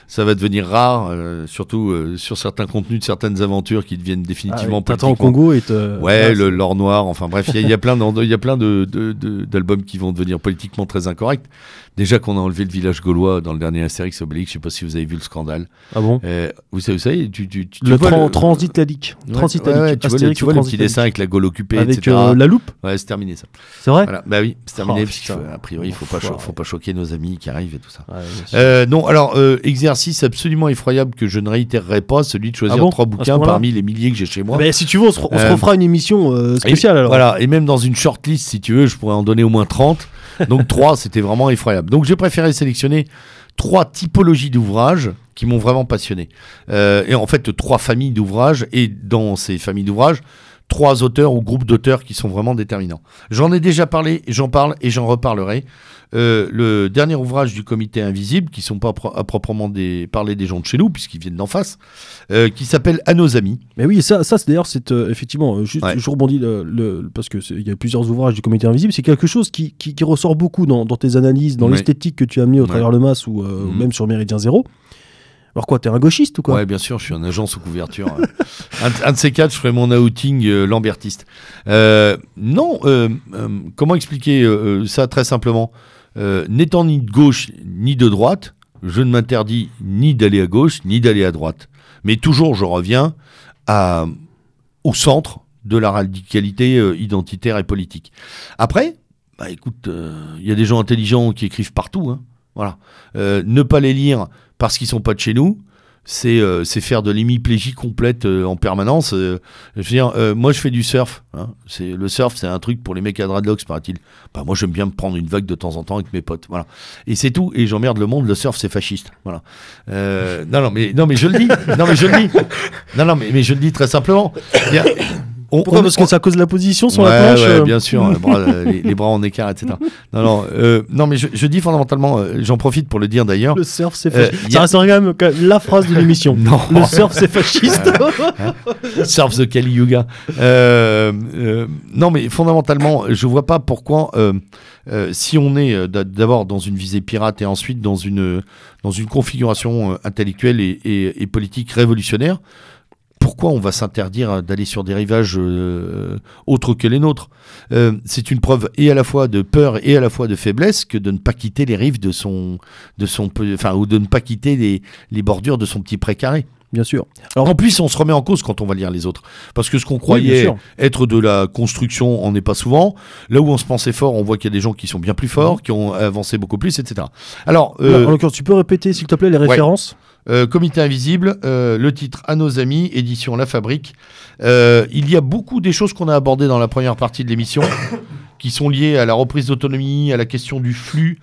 ça va devenir rare, euh, surtout euh, sur certains contenus de certaines aventures qui deviennent définitivement ah, oui, Tintin au politiquement... Congo et te... Ouais, le l'or noir, enfin bref, il y, y a plein, il y a plein de, de, de, d'albums qui vont devenir politiquement très incorrects. Déjà qu'on a enlevé le village gaulois dans le dernier Astérix Obélix, je sais pas si vous avez vu le scandale. Ah bon euh, Vous savez, vous savez tu, tu, tu, le, tu tran- le transitalique. Ouais, transitalique. ouais, ouais, tu vois, le, tu vois le petit dessin avec la Gaule occupée, avec et cetera. Euh, la loupe. Ouais, c'est terminé ça. C'est vrai. Voilà. Bah oui, c'est terminé. Oh, parce qu'il faut, a priori, il faut pas, faut, cho- ouais. faut pas choquer nos amis qui arrivent et tout ça. Ouais, euh, non, alors euh, exercice absolument effroyable que je ne réitérerai pas, celui de choisir ah bon trois bouquins parmi les milliers que j'ai chez moi. Bah, si tu veux, on se, on se Euh, refera une émission euh, spéciale et, alors. Voilà, et même dans une shortlist, si tu veux, je pourrais en donner au moins trente. Donc trois, c'était vraiment effroyable. Donc j'ai préféré sélectionner trois typologies d'ouvrages qui m'ont vraiment passionné. Euh, et en fait, trois familles d'ouvrages, et dans ces familles d'ouvrages, trois auteurs ou groupes d'auteurs qui sont vraiment déterminants. J'en ai déjà parlé, j'en parle et j'en reparlerai. Euh, le dernier ouvrage du Comité Invisible, qui ne sont pas pro- à proprement des, parler des gens de chez nous, puisqu'ils viennent d'en face, euh, qui s'appelle À nos amis. Mais oui, ça, ça c'est d'ailleurs, c'est euh, effectivement, euh, juste, Ouais. je rebondis le, le- parce qu'il y a plusieurs ouvrages du Comité Invisible, c'est quelque chose qui, qui, qui ressort beaucoup dans, dans tes analyses, dans Ouais. l'esthétique que tu as amené au Ouais. travers le Mas ou, euh, Mhm. ou même sur Méridien Zéro. Alors quoi, t'es un gauchiste ou quoi? Ouais, bien sûr, je suis un agent sous couverture. un, un de ces quatre, je ferai mon outing euh, lambertiste. Euh, non, euh, euh, comment expliquer euh, ça très simplement? Euh, N'étant ni de gauche ni de droite, je ne m'interdis ni d'aller à gauche ni d'aller à droite. Mais toujours, je reviens à, au centre de la radicalité euh, identitaire et politique. Après, bah, écoute, il euh, y a des gens intelligents qui écrivent partout. Hein, voilà. Euh, ne pas les lire parce qu'ils sont pas de chez nous, c'est euh, c'est faire de l'hémiplégie complète euh, en permanence. Euh, je veux dire, euh, moi je fais du surf. Hein, c'est, le surf, c'est un truc pour les mecs à dreadlocks, paraît-il. Bah, moi j'aime bien me prendre une vague de temps en temps avec mes potes. Voilà. Et c'est tout. Et j'emmerde le monde. Le surf, c'est fasciste. Voilà. Euh, non, non, mais non, mais je le dis. Non, mais je le dis. Non, non, mais, mais je le dis très simplement. Il y a, On, Pourquoi on, Parce on... que ça cause la position sur ouais, la planche ouais, euh... bien sûr, les bras, les, les bras en écart, et cetera. Non, non, euh, non mais je, je dis fondamentalement, euh, j'en profite pour le dire d'ailleurs. Le surf, c'est fasciste. Euh, ça a... reste quand même la phrase de l'émission. Non. Le surf, c'est fasciste. hein surf the Kali Yuga. Euh, euh, non, mais fondamentalement, je vois pas pourquoi, euh, euh, si on est euh, d'abord dans une visée pirate et ensuite dans une, dans une configuration euh, intellectuelle et, et, et politique révolutionnaire, pourquoi on va s'interdire d'aller sur des rivages euh, autres que les nôtres? euh, C'est une preuve et à la fois de peur et à la fois de faiblesse que de ne pas quitter les rives de son, de son, enfin, ou de ne pas quitter les, les bordures de son petit pré carré. Bien sûr. Alors en plus, on se remet en cause quand on va lire les autres, parce que ce qu'on croyait oui, être de la construction, on n'est pas souvent. Là où on se pensait fort, on voit qu'il y a des gens qui sont bien plus forts, mmh. qui ont avancé beaucoup plus, et cetera. Alors, euh... Alors, en l'occurrence, tu peux répéter, s'il te plaît, les références? Ouais. Euh, Comité Invisible, euh, le titre À nos amis, édition La Fabrique. Euh, il y a beaucoup des choses qu'on a abordées dans la première partie de l'émission qui sont liées à la reprise d'autonomie, à la question du flux,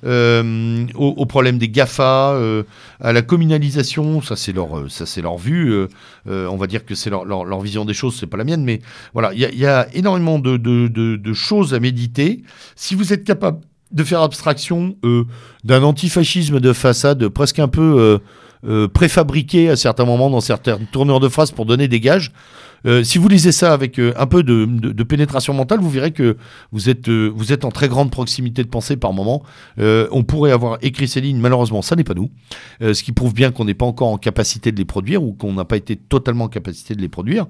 euh, au, au problème des GAFA, euh, à la communalisation. Ça, c'est leur, ça, c'est leur vue. Euh, euh, on va dire que c'est leur, leur, leur vision des choses, c'est pas la mienne, mais voilà, il y, y a énormément de, de, de, de choses à méditer. Si vous êtes capable de faire abstraction euh, d'un antifascisme de façade presque un peu euh, euh, préfabriqué à certains moments dans certaines tournures de phrases pour donner des gages, euh, si vous lisez ça avec euh, un peu de, de, de pénétration mentale, vous verrez que vous êtes, euh, vous êtes en très grande proximité de pensée par moment. Euh, on pourrait avoir écrit ces lignes, malheureusement ça n'est pas nous, euh, ce qui prouve bien qu'on n'est pas encore en capacité de les produire ou qu'on n'a pas été totalement en capacité de les produire.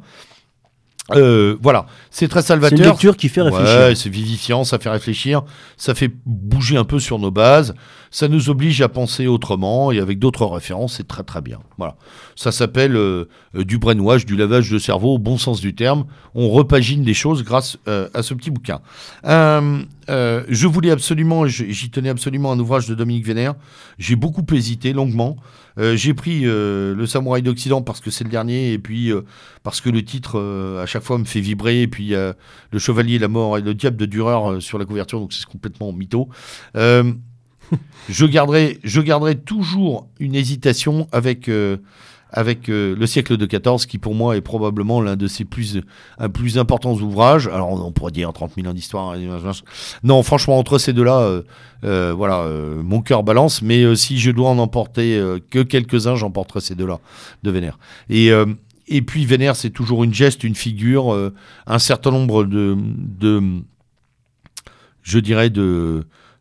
Euh, voilà, c'est très salvateur. C'est une lecture qui fait réfléchir. Ouais, c'est vivifiant, ça fait réfléchir, ça fait bouger un peu sur nos bases, ça nous oblige à penser autrement et avec d'autres références, c'est très très bien. Voilà, ça s'appelle euh, du brainwash, du lavage de cerveau au bon sens du terme. On repagine des choses grâce euh, à ce petit bouquin. Euh, euh, je voulais absolument, j'y tenais absolument un ouvrage de Dominique Vénère. J'ai beaucoup hésité, longuement. Euh, j'ai pris euh, Le Samouraï d'Occident parce que c'est le dernier et puis euh, parce que le titre euh, à chaque fois me fait vibrer et puis euh, Le Chevalier, la Mort et le Diable de Dürer euh, sur la couverture, donc c'est complètement mytho. Euh, je garderai, je garderai toujours une hésitation avec euh, avec euh, Le Siècle de quatorze, qui pour moi est probablement l'un de ses plus, un plus importants ouvrages. Alors on, on pourrait dire trente mille ans d'histoire. Non, franchement, entre ces deux-là, euh, euh, voilà, euh, mon cœur balance. Mais euh, si je dois en emporter euh, que quelques-uns, j'emporterai ces deux-là de Vénère. Et, euh, et puis Vénère, c'est toujours une geste, une figure, euh, un certain nombre de, de je dirais, de...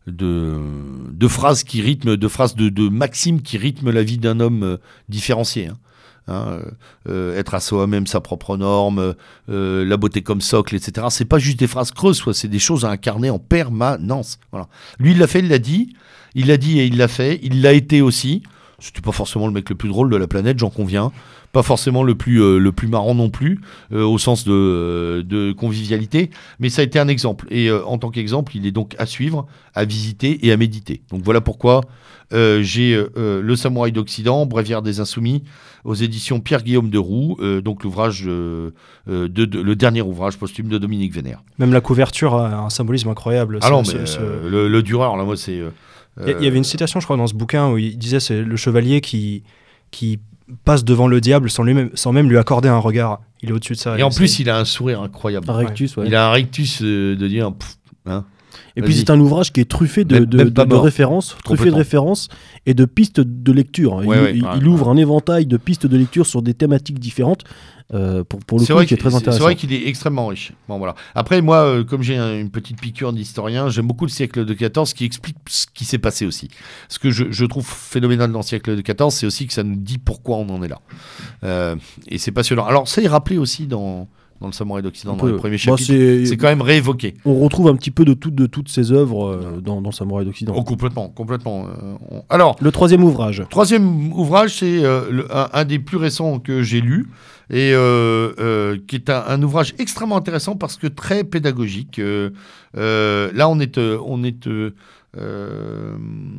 de, de phrases qui rythment, de phrases de, de maximes qui rythment la vie d'un homme euh, différencié. Hein. Hein, euh, être à soi-même sa propre norme, euh, la beauté comme socle, et cetera. C'est pas juste des phrases creuses, soit c'est des choses à incarner en permanence. Voilà. Lui, il l'a fait, il l'a dit, il l'a dit et il l'a fait, il l'a été aussi. C'était pas forcément le mec le plus drôle de la planète, j'en conviens. Pas forcément le plus, euh, le plus marrant non plus, euh, au sens de, euh, de convivialité, mais ça a été un exemple. Et euh, en tant qu'exemple, il est donc à suivre, à visiter et à méditer. Donc voilà pourquoi euh, j'ai euh, Le Samouraï d'Occident, Bréviaire des Insoumis, aux éditions Pierre-Guillaume de Roux, euh, donc l'ouvrage, euh, euh, de, de, le dernier ouvrage posthume de Dominique Vénère. Même la couverture a un symbolisme incroyable. Ah non, ce, mais ce, euh, le, le Dürer, là, moi, c'est... Euh, il y, y avait une citation, je crois, dans ce bouquin où il disait c'est le chevalier qui, qui passe devant le diable sans, lui-même, sans même lui accorder un regard. Il est au-dessus de ça. Et en plus, il a un sourire incroyable. Un rectus, ouais. Il a un rectus euh, de dire... Pff, hein. Et Vas-y. puis c'est un ouvrage qui est truffé de, Même- de, même de- pas de mort. références, truffé de références et de pistes de lecture. Il, Ouais, ouais, il- ouais, il ouvre un éventail de pistes de lecture sur des thématiques différentes, euh, pour, pour le C'est coup, vrai, qui est que- très c'est- intéressant. c'est vrai qu'il est extrêmement riche. Bon, voilà. Après, moi, euh, comme j'ai un- une petite piqûre d'historien, j'aime beaucoup le siècle de quatorze qui explique ce qui s'est passé aussi. Ce que je, je trouve phénoménal dans le siècle de quatorze, c'est aussi que ça nous dit pourquoi on en est là. Euh, et c'est passionnant. Alors, ça est rappelé aussi dans, dans Le Samouraï d'Occident, Un dans peu. les premiers Bah, chapitres. c'est- c'est quand même réévoqué. On retrouve un petit peu de, tout, de toutes ces œuvres euh, dans, dans le Samouraï d'Occident. Oh, complètement, complètement. Euh, on- Alors, Le troisième ouvrage. troisième ouvrage, c'est euh, le- un, un des plus récents que j'ai lu, et euh, euh, qui est un, un ouvrage extrêmement intéressant parce que très pédagogique. Euh, euh, là, on est, euh, on est euh, euh,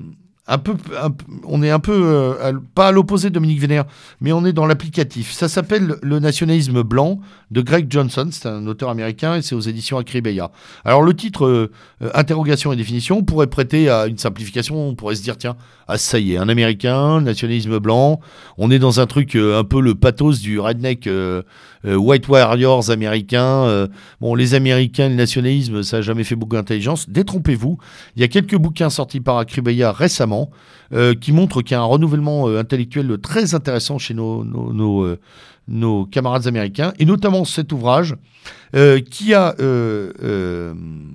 un peu, un peu- on est un peu euh, à l- pas à l'opposé de Dominique Vénère, mais on est dans l'applicatif. Ça s'appelle Le nationalisme blanc de Greg Johnson. C'est un auteur américain et c'est aux éditions Acribeia. Alors le titre euh, euh, interrogation et définition pourrait prêter à une simplification. On pourrait se dire tiens, ah ça y est, un américain, nationalisme blanc. On est dans un truc euh, un peu le pathos du redneck euh, euh, White Warriors américain. Euh, bon, les Américains, le nationalisme, ça n'a jamais fait beaucoup d'intelligence. Détrompez-vous. Il y a quelques bouquins sortis par Acribeia récemment euh, qui montrent qu'il y a un renouvellement euh, intellectuel très intéressant chez nos, nos, nos, euh, nos camarades américains, et notamment cet ouvrage euh, qui a... Euh, euh,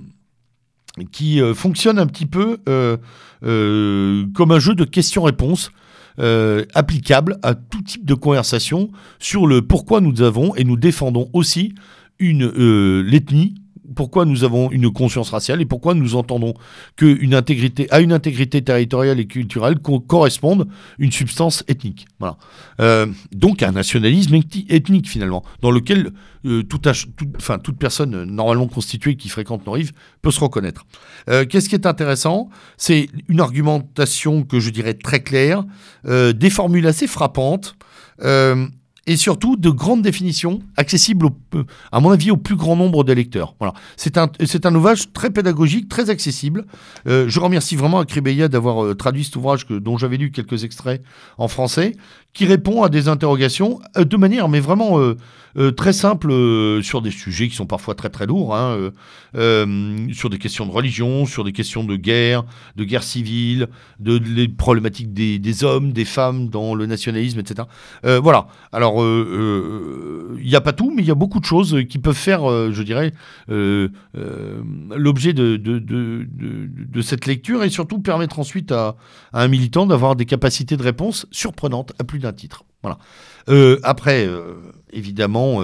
qui euh, fonctionne un petit peu euh, euh, comme un jeu de questions-réponses euh, applicable à tout type de conversation sur le pourquoi nous avons et nous défendons aussi une euh, l'ethnie, pourquoi nous avons une conscience raciale et pourquoi nous entendons qu'une intégrité, à une intégrité territoriale et culturelle co- corresponde une substance ethnique. Voilà. Euh, donc un nationalisme ethni- ethnique finalement, dans lequel euh, tout ach- tout, enfin, toute personne euh, normalement constituée qui fréquente nos rives peut se reconnaître. Euh, qu'est-ce qui est intéressant ? C'est une argumentation que je dirais très claire, euh, des formules assez frappantes, euh, et surtout de grandes définitions accessibles, au, à mon avis, au plus grand nombre de lecteurs. Voilà. C'est un, c'est un ouvrage très pédagogique, très accessible. Euh, je remercie vraiment Acribeia d'avoir euh, traduit cet ouvrage que, dont j'avais lu quelques extraits en français, qui répond à des interrogations euh, de manière, mais vraiment euh, euh, très simple, euh, sur des sujets qui sont parfois très très lourds, hein, euh, euh, sur des questions de religion, sur des questions de guerre, de guerre civile, de, de les problématiques des, des hommes, des femmes dans le nationalisme, et cetera. Euh, voilà. Alors, il euh, n'y euh, a pas tout, mais il y a beaucoup de choses qui peuvent faire, euh, je dirais, euh, euh, l'objet de, de, de, de, de cette lecture, et surtout permettre ensuite à, à un militant d'avoir des capacités de réponse surprenantes à plus d'un titre. Voilà. Euh, après, euh, évidemment, euh,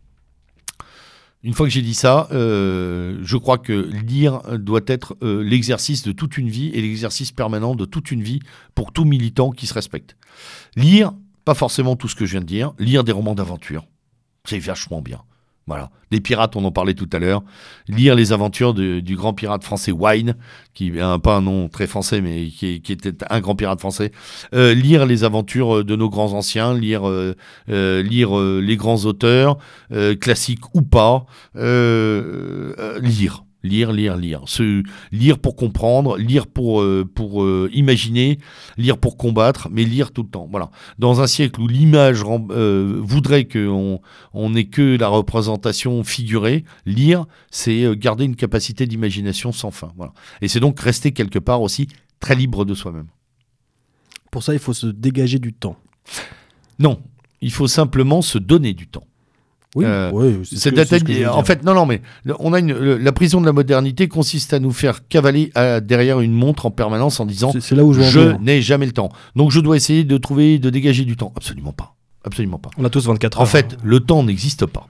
une fois que j'ai dit ça, euh, je crois que lire doit être euh, l'exercice de toute une vie et l'exercice permanent de toute une vie pour tout militant qui se respecte. Lire, pas forcément tout ce que je viens de dire, lire des romans d'aventure, c'est vachement bien. Voilà. Les pirates, on en parlait tout à l'heure. Lire les aventures de, du grand pirate français Wine, qui n'a pas un nom très français, mais qui, qui était un grand pirate français. Euh, lire les aventures de nos grands anciens, lire, euh, euh, lire euh, les grands auteurs, euh, classiques ou pas. Euh, euh, lire. Lire, lire, lire. Se, lire pour comprendre, lire pour, euh, pour euh, imaginer, lire pour combattre, mais lire tout le temps. Voilà. Dans un siècle où l'image rend, euh, voudrait qu'on on n'ait que la représentation figurée, lire, c'est euh, garder une capacité d'imagination sans fin. Voilà. Et c'est donc rester quelque part aussi très libre de soi-même. Pour ça, il faut se dégager du temps. Non, il faut simplement se donner du temps. Oui, Euh, ouais, c'est ce Cette que- c'est data, ce que je veux en dire. fait, non, non, mais on a une, le- la prison de la modernité consiste à nous faire cavaler à- derrière une montre en permanence en disant C'est- c'est là où je veux en je venir. n'ai jamais le temps. Donc je dois essayer de trouver, de dégager du temps. Absolument pas. Absolument pas. On a tous vingt-quatre En heures. fait, le temps n'existe pas.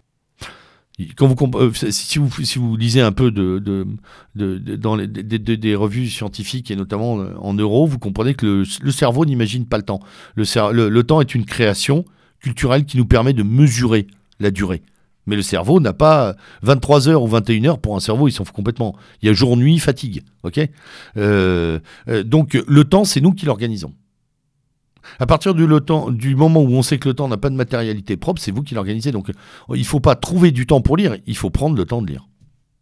Quand vous, comp- euh, si, vous, si vous lisez un peu de, de, de, de- dans les, des- des- des revues scientifiques et notamment euh, en neuro, vous comprenez que le, le cerveau n'imagine pas le temps. Le, cer- le, le temps est une création culturelle qui nous permet de mesurer la durée. Mais le cerveau n'a pas vingt-trois heures ou vingt et une heures pour un cerveau, il s'en fout complètement. Il y a jour, nuit, fatigue. Ok euh, euh, donc le temps, c'est nous qui l'organisons. À partir du, le temps, du moment où on sait que le temps n'a pas de matérialité propre, c'est vous qui l'organisez. Donc il ne faut pas trouver du temps pour lire, il faut prendre le temps de lire.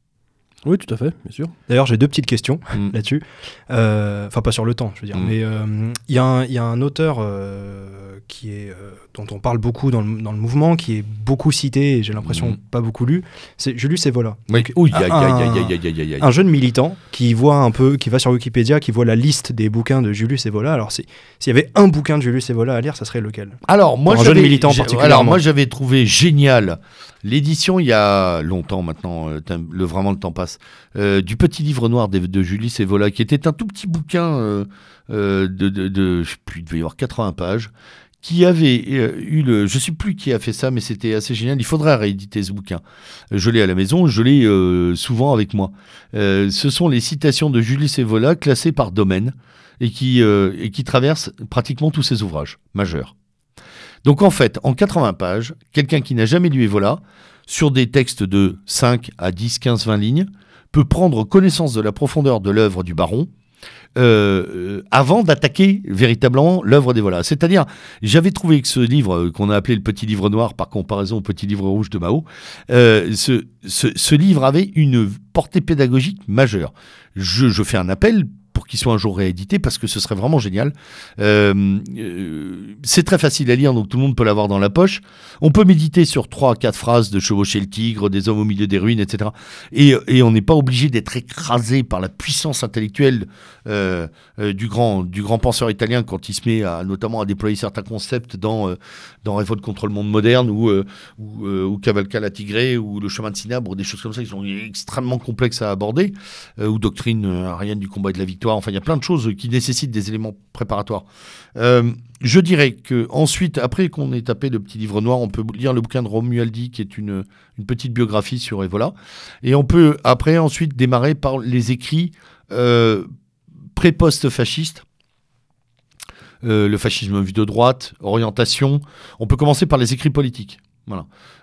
Oui, tout à fait, bien sûr. D'ailleurs, j'ai deux petites questions Mm. là-dessus. Euh, Enfin, pas sur le temps, je veux dire. Mm. Mais euh, il y, a un- il y a un auteur euh, qui est, euh, dont on parle beaucoup dans le, dans le mouvement, qui est beaucoup cité, et j'ai l'impression Mm. pas beaucoup lu. C'est Julius Evola. Oui. Donc, Ouh, un- aïe, aïe, aïe, aïe, aïe, aïe, aïe. un jeune militant qui voit un peu, qui va sur Wikipédia, qui voit la liste des bouquins de Julius Evola. Alors, si- s'il y avait un bouquin de Julius Evola à lire, ça serait lequel? Alors moi, Pour un jeune j'avais- militant j'ai- particulièrement. alors moi j'avais trouvé génial l'édition il y a longtemps maintenant, euh, tain, le, vraiment le temps passe, euh, du petit livre noir de, de Julius Evola, qui était un tout petit bouquin euh, euh, de, de, de, je sais plus, il devait y avoir quatre-vingts pages, qui avait euh, eu le, je sais plus qui a fait ça, mais c'était assez génial. Il faudrait rééditer ce bouquin. Je l'ai à la maison, je l'ai euh, souvent avec moi. Euh, ce sont les citations de Julius Evola classées par domaine et qui, euh, et qui traversent pratiquement tous ses ouvrages majeurs. Donc en fait, en quatre-vingts pages, quelqu'un qui n'a jamais lu Evola, sur des textes de cinq à dix, quinze, vingt lignes, peut prendre connaissance de la profondeur de l'œuvre du baron euh, euh, avant d'attaquer véritablement l'œuvre d'Evola. C'est-à-dire, j'avais trouvé que ce livre, euh, qu'on a appelé le Petit Livre Noir par comparaison au Petit Livre Rouge de Mao, euh, ce, ce, ce livre avait une portée pédagogique majeure. Je, je fais un appel pour qu'il soit un jour réédité, parce que ce serait vraiment génial. Euh, euh, c'est très facile à lire, donc tout le monde peut l'avoir dans la poche. On peut méditer sur trois à quatre phrases de Chevaucher le tigre, des hommes au milieu des ruines, et cetera. Et, et on n'est pas obligé d'être écrasé par la puissance intellectuelle euh, euh, du, grand, du grand penseur italien quand il se met à, notamment à déployer certains concepts dans, euh, dans Révolte contre le monde moderne, ou, euh, ou, euh, ou Cavalca la Tigrée, ou Le chemin de Cinabre, ou des choses comme ça qui sont extrêmement complexes à aborder, euh, ou Doctrine euh, arienne du combat et de la victoire. Enfin, il y a plein de choses qui nécessitent des éléments préparatoires. Euh, je dirais que ensuite, après qu'on ait tapé le petit livre noir, on peut lire le bouquin de Romualdi, qui est une, une petite biographie sur Evola. Et on peut après ensuite démarrer par les écrits euh, pré-post-fascistes. Euh, le fascisme vu de droite, orientation. On peut commencer par les écrits politiques. Voilà.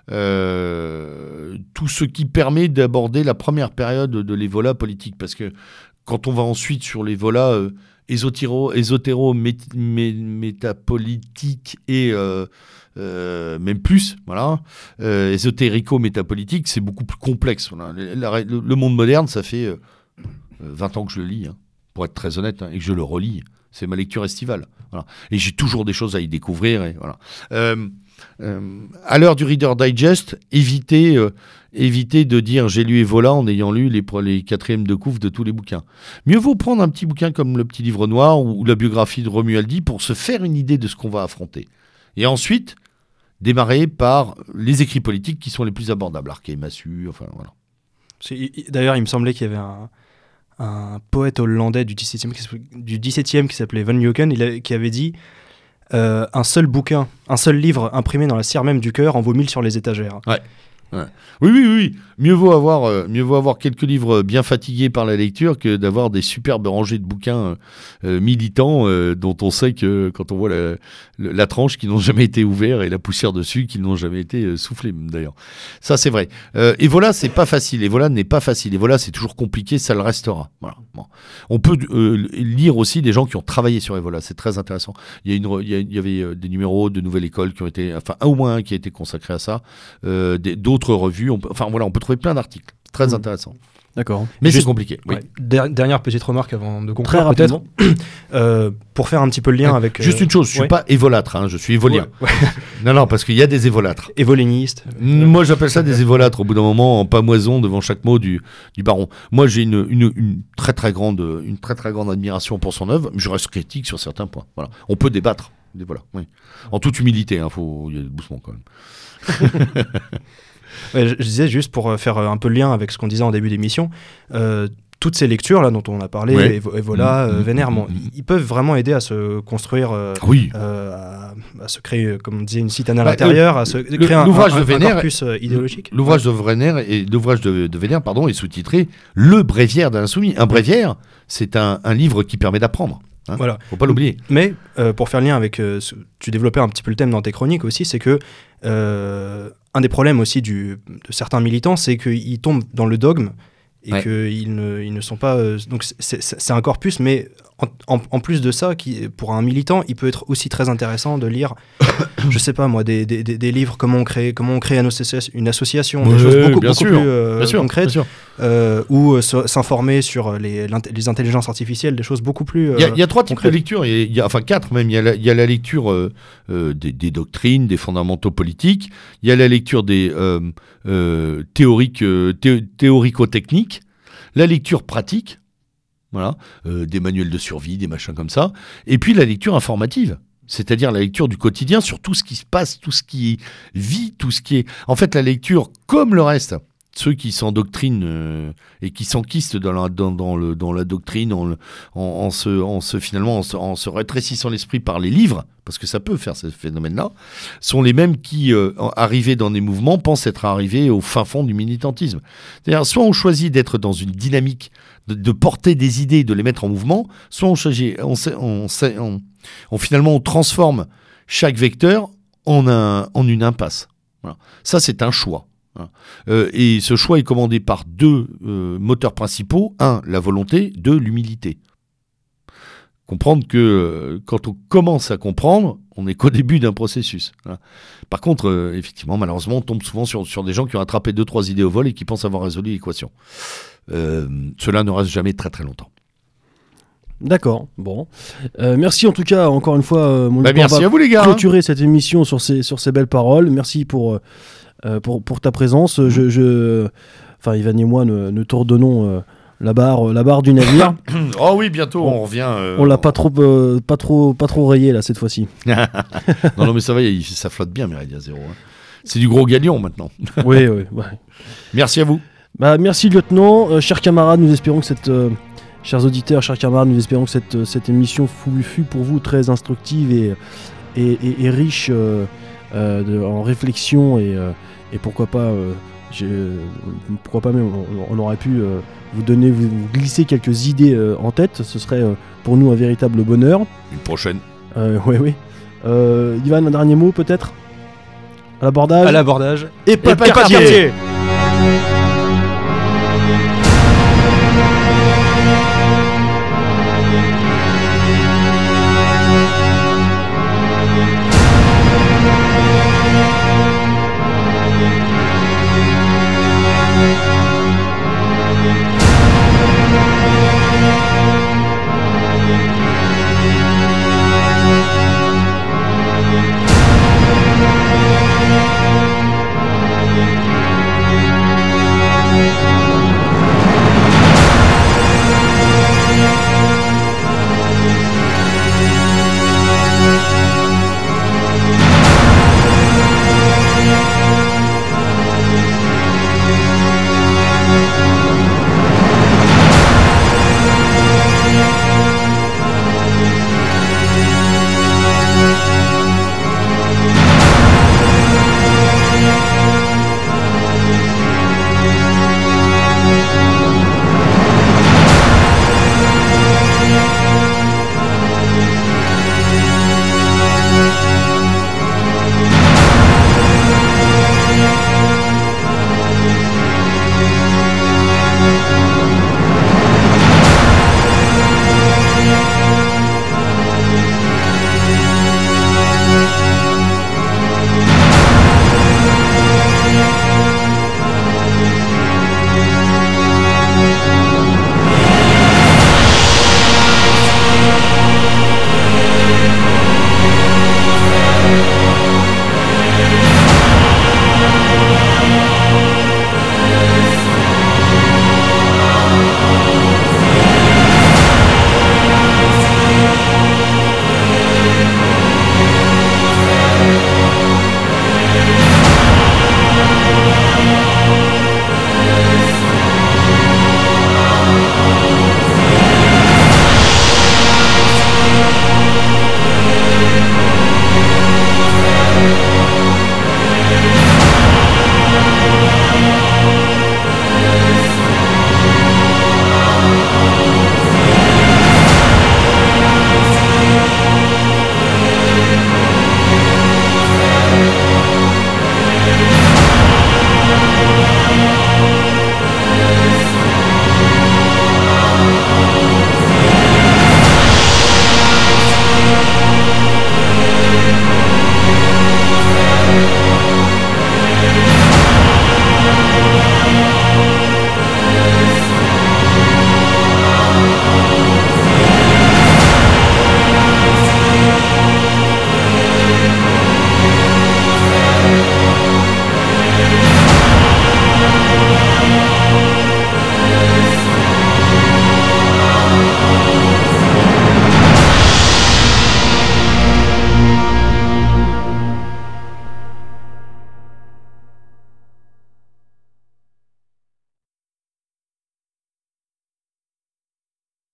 Euh, tout ce qui permet d'aborder la première période de l'Evola politique. Parce que quand on va ensuite sur l'Evola euh, ésotéro, ésotéro mé, mé, métapolitique et euh, euh, même plus, voilà, euh, ésotérico-métapolitique, c'est beaucoup plus complexe. Voilà. Le, la, le, le monde moderne, ça fait euh, vingt ans que je le lis, hein, pour être très honnête, hein, et que je le relis. C'est ma lecture estivale. Voilà. Et j'ai toujours des choses à y découvrir. Et voilà. Euh, euh, à l'heure du Reader Digest, évitez, euh, évitez de dire j'ai lu Evola en ayant lu les, les quatrièmes de couve de tous les bouquins. Mieux vaut prendre un petit bouquin comme le Petit Livre Noir ou, ou la biographie de Romualdi pour se faire une idée de ce qu'on va affronter. Et ensuite, démarrer par les écrits politiques qui sont les plus abordables. Arquet, Massu, enfin voilà. D'ailleurs, il me semblait qu'il y avait un... un poète hollandais du dix-septième, du dix-septième qui s'appelait Van Leeuwen, il a, qui avait dit euh, un seul bouquin, un seul livre imprimé dans la cire même du cœur en vaut mille sur les étagères. Ouais. Ouais. Oui, oui, oui. Mieux vaut avoir, euh, mieux vaut avoir quelques livres bien fatigués par la lecture que d'avoir des superbes rangées de bouquins euh, militants euh, dont on sait que quand on voit la, la, la tranche qui n'ont jamais été ouverts et la poussière dessus qui n'ont jamais été euh, soufflés d'ailleurs. Ça c'est vrai. Euh, et voilà, c'est pas facile. Et voilà n'est pas facile. Et voilà, c'est toujours compliqué. Ça le restera. Voilà. Bon. On peut euh, lire aussi des gens qui ont travaillé sur Evola. C'est très intéressant. Il y a une, il y, a, il y avait des numéros de Nouvelle École qui ont été, enfin un ou moins un qui a été consacré à ça. Euh, des, d'autres revues. On peut, enfin voilà, on peut trouver plein d'articles. Très mmh. intéressant. D'accord. Mais Juste, c'est compliqué. Oui. Ouais. Der- dernière petite remarque avant de conclure. Très rapidement. euh, pour faire un petit peu le lien ouais. avec. Juste euh, une chose, je suis ouais. pas évolâtre, hein, je suis évolien. Ouais, ouais. Non, non, parce qu'il y a des évolâtres. Évoléniste. Moi, j'appelle ça des évolâtres. Au bout d'un moment, en pamoison devant chaque mot du, du baron. Moi, j'ai une, une, une très très grande, une très très grande admiration pour son œuvre. Je reste critique sur certains points. Voilà. On peut débattre. voilà, oui. En toute humilité, hein, faut y aller doucement quand même. Ouais, je, je disais juste pour faire un peu le lien avec ce qu'on disait en début d'émission, euh, toutes ces lectures là dont on a parlé, ouais. Evo, Evola, mmh, euh, Vénère, mmh, bon, mmh. ils peuvent vraiment aider à se construire, euh, oui. euh, à, à se créer, comme on disait, une citadine à bah, l'intérieur, euh, à se le, créer un, l'ouvrage un, de un, Vénère, un corpus euh, idéologique. L'ouvrage de Vénère et l'ouvrage de, de Vénère, pardon, est sous-titré Le Bréviaire d'un insoumis. Un bréviaire, c'est un, un livre qui permet d'apprendre. Hein, voilà. Faut pas l'oublier. Mais euh, pour faire lien avec, euh, ce, tu développais un petit peu le thème dans tes chroniques aussi, c'est que euh, un des problèmes aussi du, de certains militants, c'est qu'ils tombent dans le dogme et ouais. qu'ils ne, ils ne sont pas... Euh, donc c'est, c'est, c'est un corpus, mais en, en, en plus de ça, qui, pour un militant, il peut être aussi très intéressant de lire, je sais pas moi, des, des, des, des livres, comment on crée, comment on crée une association, une association ouais, des choses beaucoup, bien beaucoup sûr, plus euh, bien sûr, concrètes, bien sûr. Euh, ou euh, s'informer sur les, les intelligences artificielles, des choses beaucoup plus Il euh, y, y a trois types concrètes. de lecture, il y a, enfin quatre même. Il y a la, il y a la lecture euh, euh, des, des doctrines, des fondamentaux politiques. Il y a la lecture des euh, euh, théoriques, euh, thé, théorico-techniques. La lecture pratique, voilà, euh, des manuels de survie, des machins comme ça. Et puis la lecture informative, c'est-à-dire la lecture du quotidien sur tout ce qui se passe, tout ce qui vit, tout ce qui est... En fait, la lecture, comme le reste, ceux qui s'endoctrinent euh, et qui s'enquistent dans la, dans, dans le, dans la doctrine, en, en, en, se, en, se, finalement, en, se, en se rétrécissant l'esprit par les livres, parce que ça peut faire ce phénomène-là, sont les mêmes qui, euh, arrivés dans des mouvements, pensent être arrivés au fin fond du militantisme. C'est-à-dire, soit on choisit d'être dans une dynamique, de, de porter des idées, de les mettre en mouvement, soit on, choisit, on, on, on, on, on finalement on transforme chaque vecteur en, un, en une impasse. Voilà. Ça, c'est un choix. Euh, et ce choix est commandé par deux euh, moteurs principaux. Un, la volonté. Deux, l'humilité. Comprendre que euh, quand on commence à comprendre, on n'est qu'au début d'un processus. Voilà. Par contre, euh, effectivement, malheureusement, on tombe souvent sur, sur des gens qui ont attrapé deux, trois idées au vol et qui pensent avoir résolu l'équation. Euh, cela ne reste jamais très très longtemps. D'accord, bon. Euh, merci en tout cas, encore une fois, euh, mon bah, merci à vous les gars. Clôturer hein. cette émission sur ces, sur ces belles paroles. Merci pour... Euh, Euh, pour, pour ta présence. Mmh. Je, je... Enfin, Ivan et moi ne, ne t'ordonnons euh, la, barre, la barre du navire. Oh oui, bientôt on, on revient. Euh, on l'a pas trop, euh, pas, trop, pas trop rayé là cette fois-ci. non, non, mais ça va, il, ça flotte bien, Méridia Zéro. Hein. C'est du gros galion maintenant. oui, oui. Ouais. Merci à vous. Bah, merci, lieutenant. Euh, chers camarades, nous espérons que cette. Euh, chers auditeurs, chers camarades, nous espérons que cette, cette émission fut, fut pour vous très instructive et, et, et, et riche euh, euh, de, en réflexion et. Euh, Et pourquoi pas, euh, pourquoi pas même, on, on aurait pu euh, vous donner, vous, vous glisser quelques idées euh, en tête. Ce serait euh, pour nous un véritable bonheur. Une prochaine. Euh, oui, oui. Euh, Ivan, un dernier mot peut-être ? À l'abordage ? À l'abordage. Et pas, Et pas de quartier.